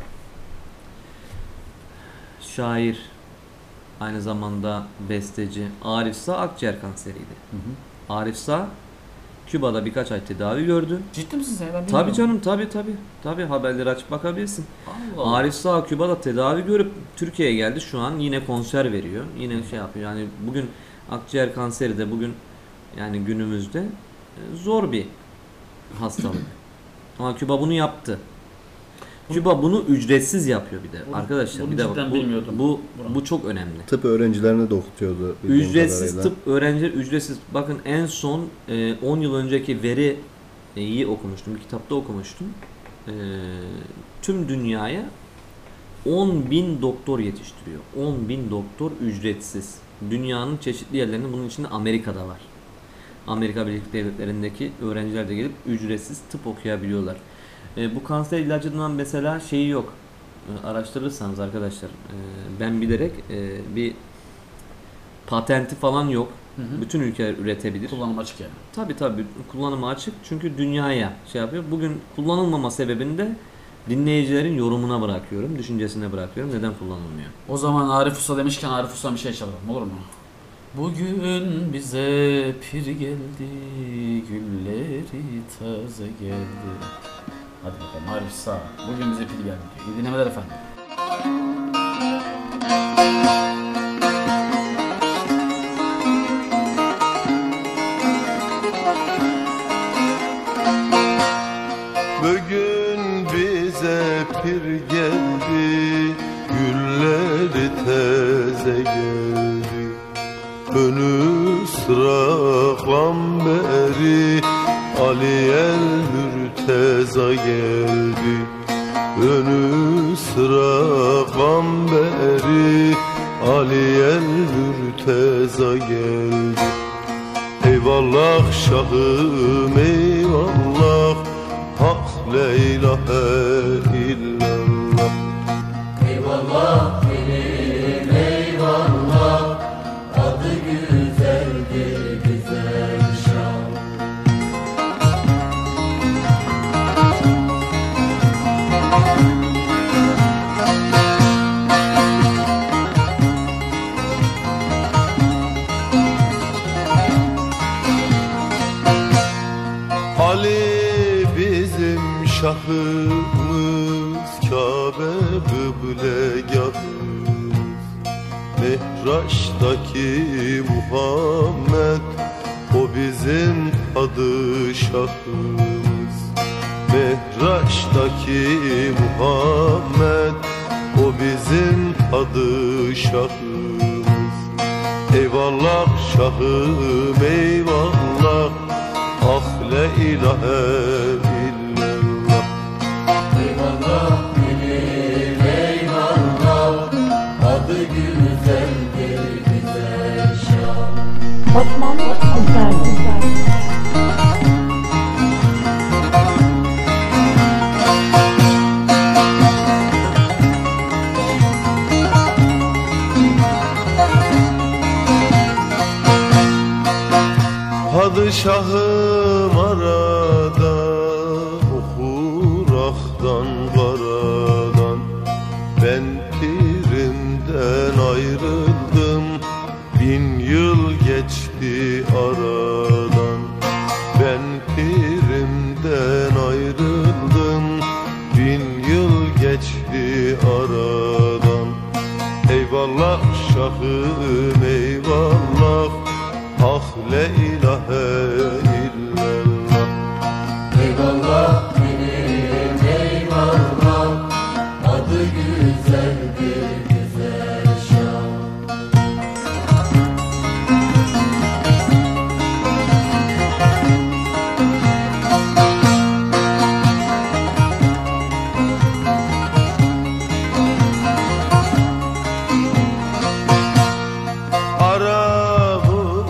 şair, aynı zamanda besteci Arif Sağ akciğer kanseriydi. Hı hı. Arif Sağ Küba'da birkaç ay tedavi gördü. Ciddi misin sen? Ben Tabii bilmiyorum. canım tabii tabii. Tabii haberleri açıp bakabilirsin. Allah Allah. Arif Sağ Küba'da tedavi görüp Türkiye'ye geldi. Şu an yine konser veriyor. Yine şey yapıyor. Yani bugün akciğer kanseri de bugün yani günümüzde e, zor bir hastalık. Ama Küba bunu yaptı. Küba bunu ücretsiz yapıyor bir de. Bunu- Arkadaşlar bunu bir de bak cidden bu, bilmiyordum. bu Bravo. bu çok önemli. Tıp öğrencilerini de okutuyordu. bildiğim Ücretsiz kadarıyla. tıp öğrenciler ücretsiz. Bakın en son e, on yıl önceki veri e, iyi okumuştum. Bir kitapta okumuştum. E, tüm dünyaya on bin doktor yetiştiriyor. on bin doktor ücretsiz. Dünyanın çeşitli yerlerinde bunun içinde Amerika'da var. Amerika Birleşik Devletleri'ndeki öğrenciler de gelip ücretsiz tıp okuyabiliyorlar. E, bu kanser ilacından mesela şeyi yok. E, araştırırsanız arkadaşlar, e, ben bilerek e, bir patenti falan yok. Hı hı. Bütün ülkeler üretebilir. Kullanım açık yani. Tabii tabii kullanımı açık çünkü dünyaya şey yapıyor. Bugün kullanılmama sebebini de dinleyicilerin yorumuna bırakıyorum, düşüncesine bırakıyorum. Neden kullanılmıyor? O zaman Arif Usta demişken Arif Usta bir şey çalalım, olur mu? Bugün bize pir geldi, gülleri taze geldi. Hadi bakalım Arif Usta, bugün bize pir geldi. İyi dinlemeler efendim. Bugün bize pir geldi, gülleri teze geldi. Önü sıradan beri Ali el Mürteza geldi. Önü sıradan beri Ali el Mürteza geldi. Eyvallah şahım eyvallah, hak la ilahe illallah. Eyvallah benim eyvallah, adı güzeldir güzel şan. Ali bizim şahımız, Kabe kıblegahımız. Mehraç'taki Muhammed, o bizim padişahımız. Mehraç'taki Muhammed, o bizim padişahımız. Eyvallah şahım eyvallah, ah la ilahe illallah. Eyvallah benim eyvallah, adı güzeldir güzel şan. Osman Güzel. Padişahım arada, okur aktan karadan. Ben pirimden ayrıldım, bin yıl geçti aradan. Ben pirimden ayrıldım, bin yıl geçti aradan. Eyvallah şahım eyvallah, ah la ilahe illallah. Eyvallah benim eyvallah, adı güzeldir güzel şan. Aramı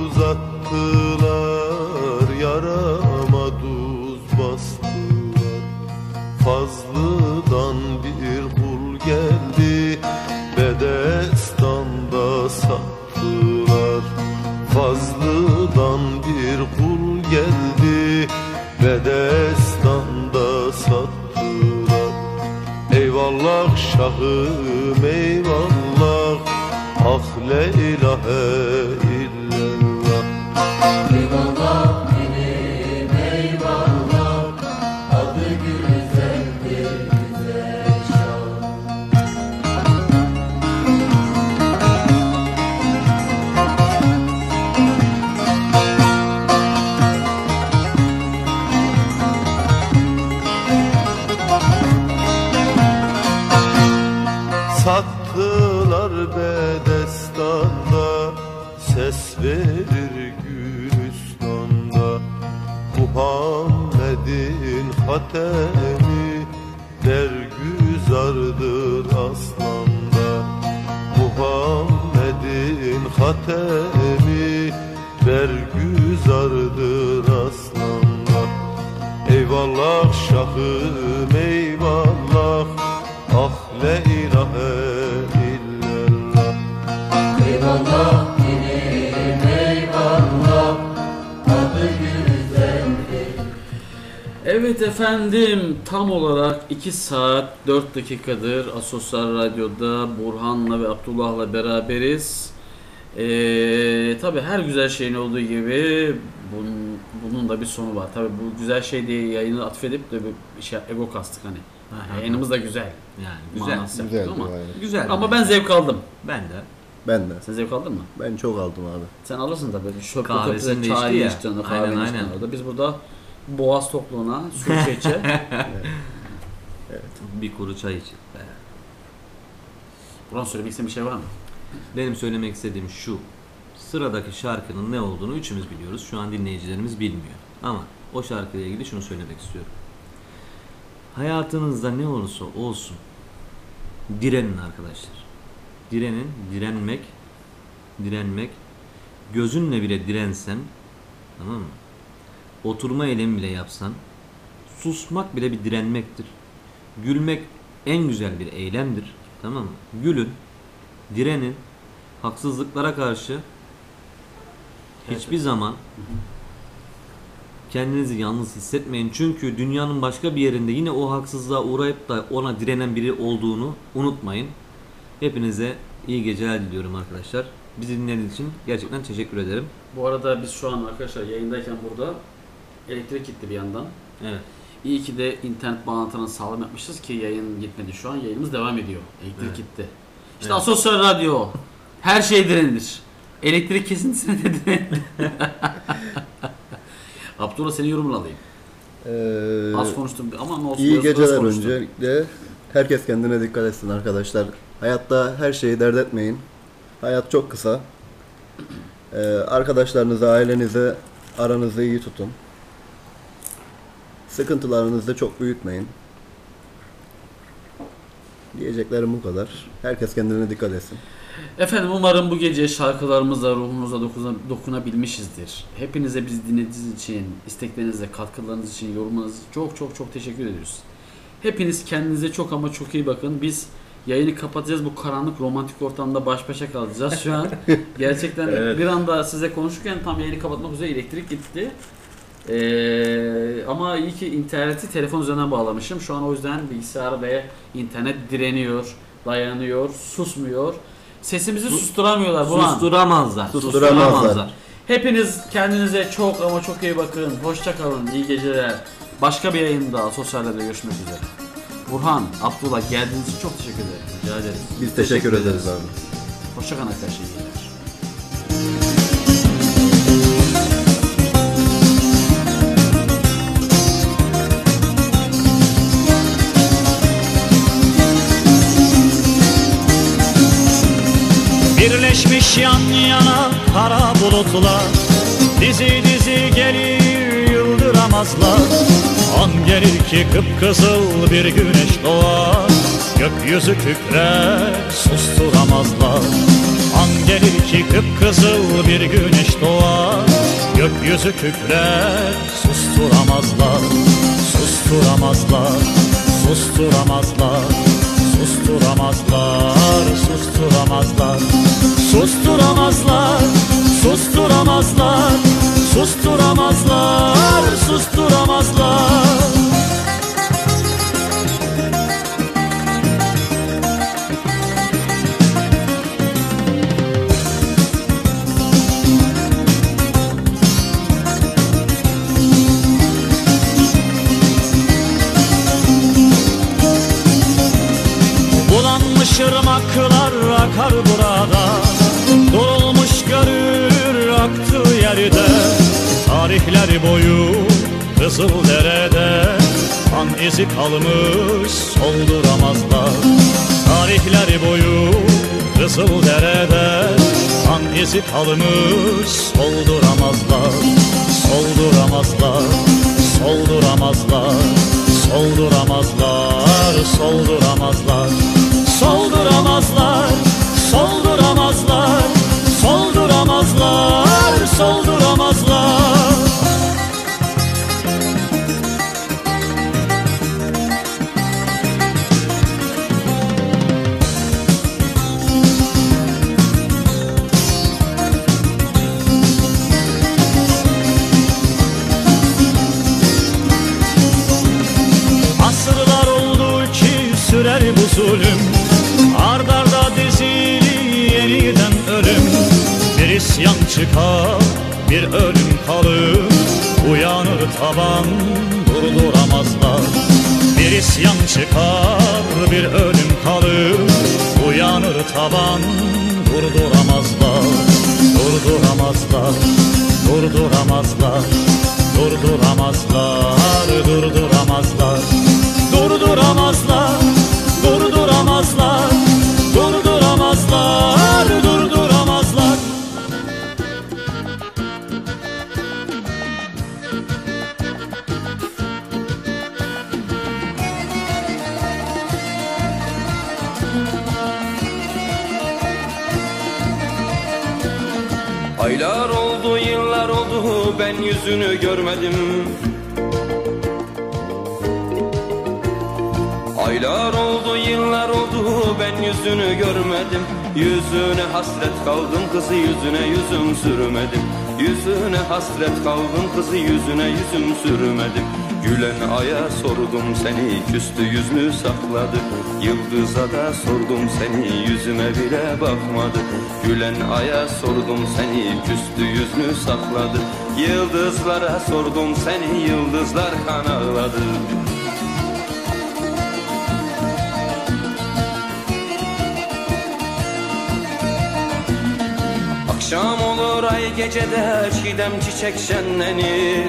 uzattılar, yarama tuz bastılar. Fazlıdan bir kul geldi, Bedestan'da sattılar. Fazlıdan bir kul geldi, Bedestan'da sattılar. Eyvallah şahım eyvallah, ah la ilahe illallah. Eyvallah benim eyvallah, adı güzeldir güzel şan. Sattılar Bedestan'da, ses verir Gülistan'da. Muhammed'in hatemi, dergüzardır aslanda. Muhammed'in hatemi, dergüzardır gülzardır aslanlar. Eyvallah şahım eyvallah, ah la ilahe illallah. Eyvallah dilim eyvallah, adı güzeldir. Evet efendim, tam olarak iki saat dört dakikadır Asosyal Radyo'da Burhan'la ve Abdullah'la beraberiz. Ee, tabii her güzel şeyin olduğu gibi bunun, bunun da bir sonu var. Tabii bu güzel şey diye yayını atfedip de bir şey, ego kastık hani. Aha. Yayınımız da güzel. Yani güzel. Manası Güzel yaptık ama. aynen. Güzel. Ama ben zevk aldım. Ben de. Ben de. Sen zevk aldın mı? Ben çok aldım abi. Sen alırsın tabii. Şöp Kahvesini de çay içti ya. içtin, kahve Aynen, içtin aynen. orada. Biz burada boğaz tokluğuna su içe içe. Evet. Bir kuru çay için. Burhan söylemek istediğin bir şey var mı? Benim söylemek istediğim şu. Sıradaki şarkının ne olduğunu üçümüz biliyoruz. Şu an dinleyicilerimiz bilmiyor. Ama o şarkıyla ilgili şunu söylemek istiyorum. Hayatınızda ne olursa olsun direnin arkadaşlar. Direnin, direnmek, direnmek, gözünle bile dirensen, tamam mı? Oturma eylemi bile yapsan, susmak bile bir direnmektir. Gülmek en güzel bir eylemdir, tamam mı? Gülün, direnin, haksızlıklara karşı hiçbir zaman kendinizi yalnız hissetmeyin. Çünkü dünyanın başka bir yerinde yine o haksızlığa uğrayıp da ona direnen biri olduğunu unutmayın. Hepinize iyi geceler diliyorum arkadaşlar. Bizi dinlediğiniz için gerçekten teşekkür ederim. Bu arada biz şu an arkadaşlar yayındayken burada elektrik gitti bir yandan. Evet. İyi ki de internet bağlantını sağlam yapmışız ki yayın gitmedi şu an. Yayınımız devam ediyor. Elektrik Evet. gitti. İşte Evet. Asosyal Radyo. Her şey direnilir. Elektrik kesintisine de direnilir. Abdullah senin yorumunu alayım. Ee, Az konuştum ama ne olsun. İyi biraz- biraz geceler konuştum. öncelikle. Herkes kendine dikkat etsin arkadaşlar. Hayatta her şeyi dert etmeyin. Hayat çok kısa. Ee, arkadaşlarınızı, ailenizi aranızı iyi tutun. Sıkıntılarınızı da çok büyütmeyin. Diyeceklerim bu kadar. Herkes kendine dikkat etsin. Efendim umarım bu gece şarkılarımızla ruhunuza dokuna, dokunabilmişizdir. Hepinize bizi dinlediğiniz için, isteklerinize, katkılarınız için, yorumlarınız için çok çok çok teşekkür ediyoruz. Hepiniz kendinize çok ama çok iyi bakın. Biz yayını kapatacağız. Bu karanlık romantik ortamda baş başa kalacağız şu an. Gerçekten Evet. bir anda size konuşurken tam yayını kapatmak üzere elektrik gitti. Ee, ama iyi ki interneti telefon üzerinden bağlamışım. Şu an o yüzden bilgisayar ve internet direniyor, dayanıyor, susmuyor. Sesimizi susturamıyorlar. Burhan. Susturamazlar. Susturamazlar. Hepiniz kendinize çok ama çok iyi bakın. Hoşça kalın. İyi geceler. Başka bir yayında sosyal medyada görüşmek üzere. Burhan, Abdullah geldiğiniz için çok teşekkür ederim. Rica ederiz. Biz teşekkür ederiz abi. Hoşça kalın arkadaşlar. İyi geceler. Birleşmiş yan yana kara bulutlar, dizi dizi gelir yıldıramazlar. An gelir ki kıpkızıl bir güneş doğar, gökyüzü kükrer susturamazlar. An gelir ki kıpkızıl bir güneş doğar, gökyüzü kükrer susturamazlar. Susturamazlar, susturamazlar, susturamazlar, susturamazlar. Susturamazlar, susturamazlar, susturamazlar, susturamazlar. Bulanmış ırmaklar akar burada, dolmuş görür aktığı yerde. Tarihler boyu Kızıldere'de kan izi kalmış solduramazlar. Tarihler boyu Kızıldere'de kan izi kalmış solduramazlar. Solduramazlar, solduramazlar, solduramazlar, solduramazlar. Solduramazlar, solduramazlar, solduramazlar, solduramazlar. geldi bu zulüm. Ard arda dizili yeniden ölüm. Bir isyan çıkar, bir ölüm kalır. Uyanır taban, durduramazlar. Bir isyan çıkar, bir ölüm kalır. Uyanır taban, durduramazlar. Durduramazlar, durduramazlar. Durduramazlar, durduramazlar. Durduramazlar, durduramazlar. Durduramazlar, durduramazlar. Aylar oldu, yıllar oldu, ben yüzünü görmedim. Aylar oldu, yıllar oldu, ben yüzünü görmedim. Yüzüne hasret kaldım, kızı yüzüne yüzüm sürmedim. Yüzüne hasret kaldım, kızı yüzüne yüzüm sürmedim. Gülen aya sordum seni, küstü yüzünü sakladı. Yıldıza da sordum seni, yüzüme bile bakmadı. Gülen aya sordum seni, küstü yüzünü sakladı. Yıldızlara sordum seni, yıldızlar kan ağladı. Akşam olur ay gecede çiğdem çiçek şenlenir.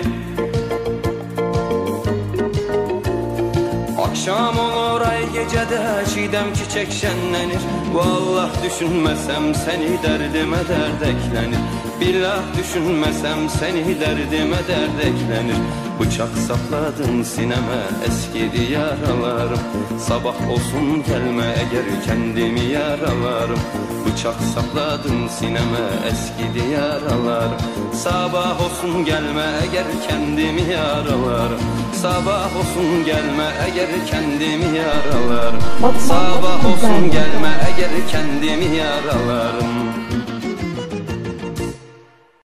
Akşam olur ay gecede çiğdem çiçek şenlenir. Vallah düşünmesem seni derdime dert eklenir. Billah düşünmesem seni derdime dert eklenir. Bıçak sapladın sineme eskidi yaralarım. Sabah olsun gelme eğer kendimi yaralarım. Bıçak sapladın sineme eskidi yaralarım. Sabah olsun gelme eğer kendimi yaralarım. Sabah olsun gelme eğer kendimi yaralarım. Sabah olsun gelme eğer kendimi yaralarım.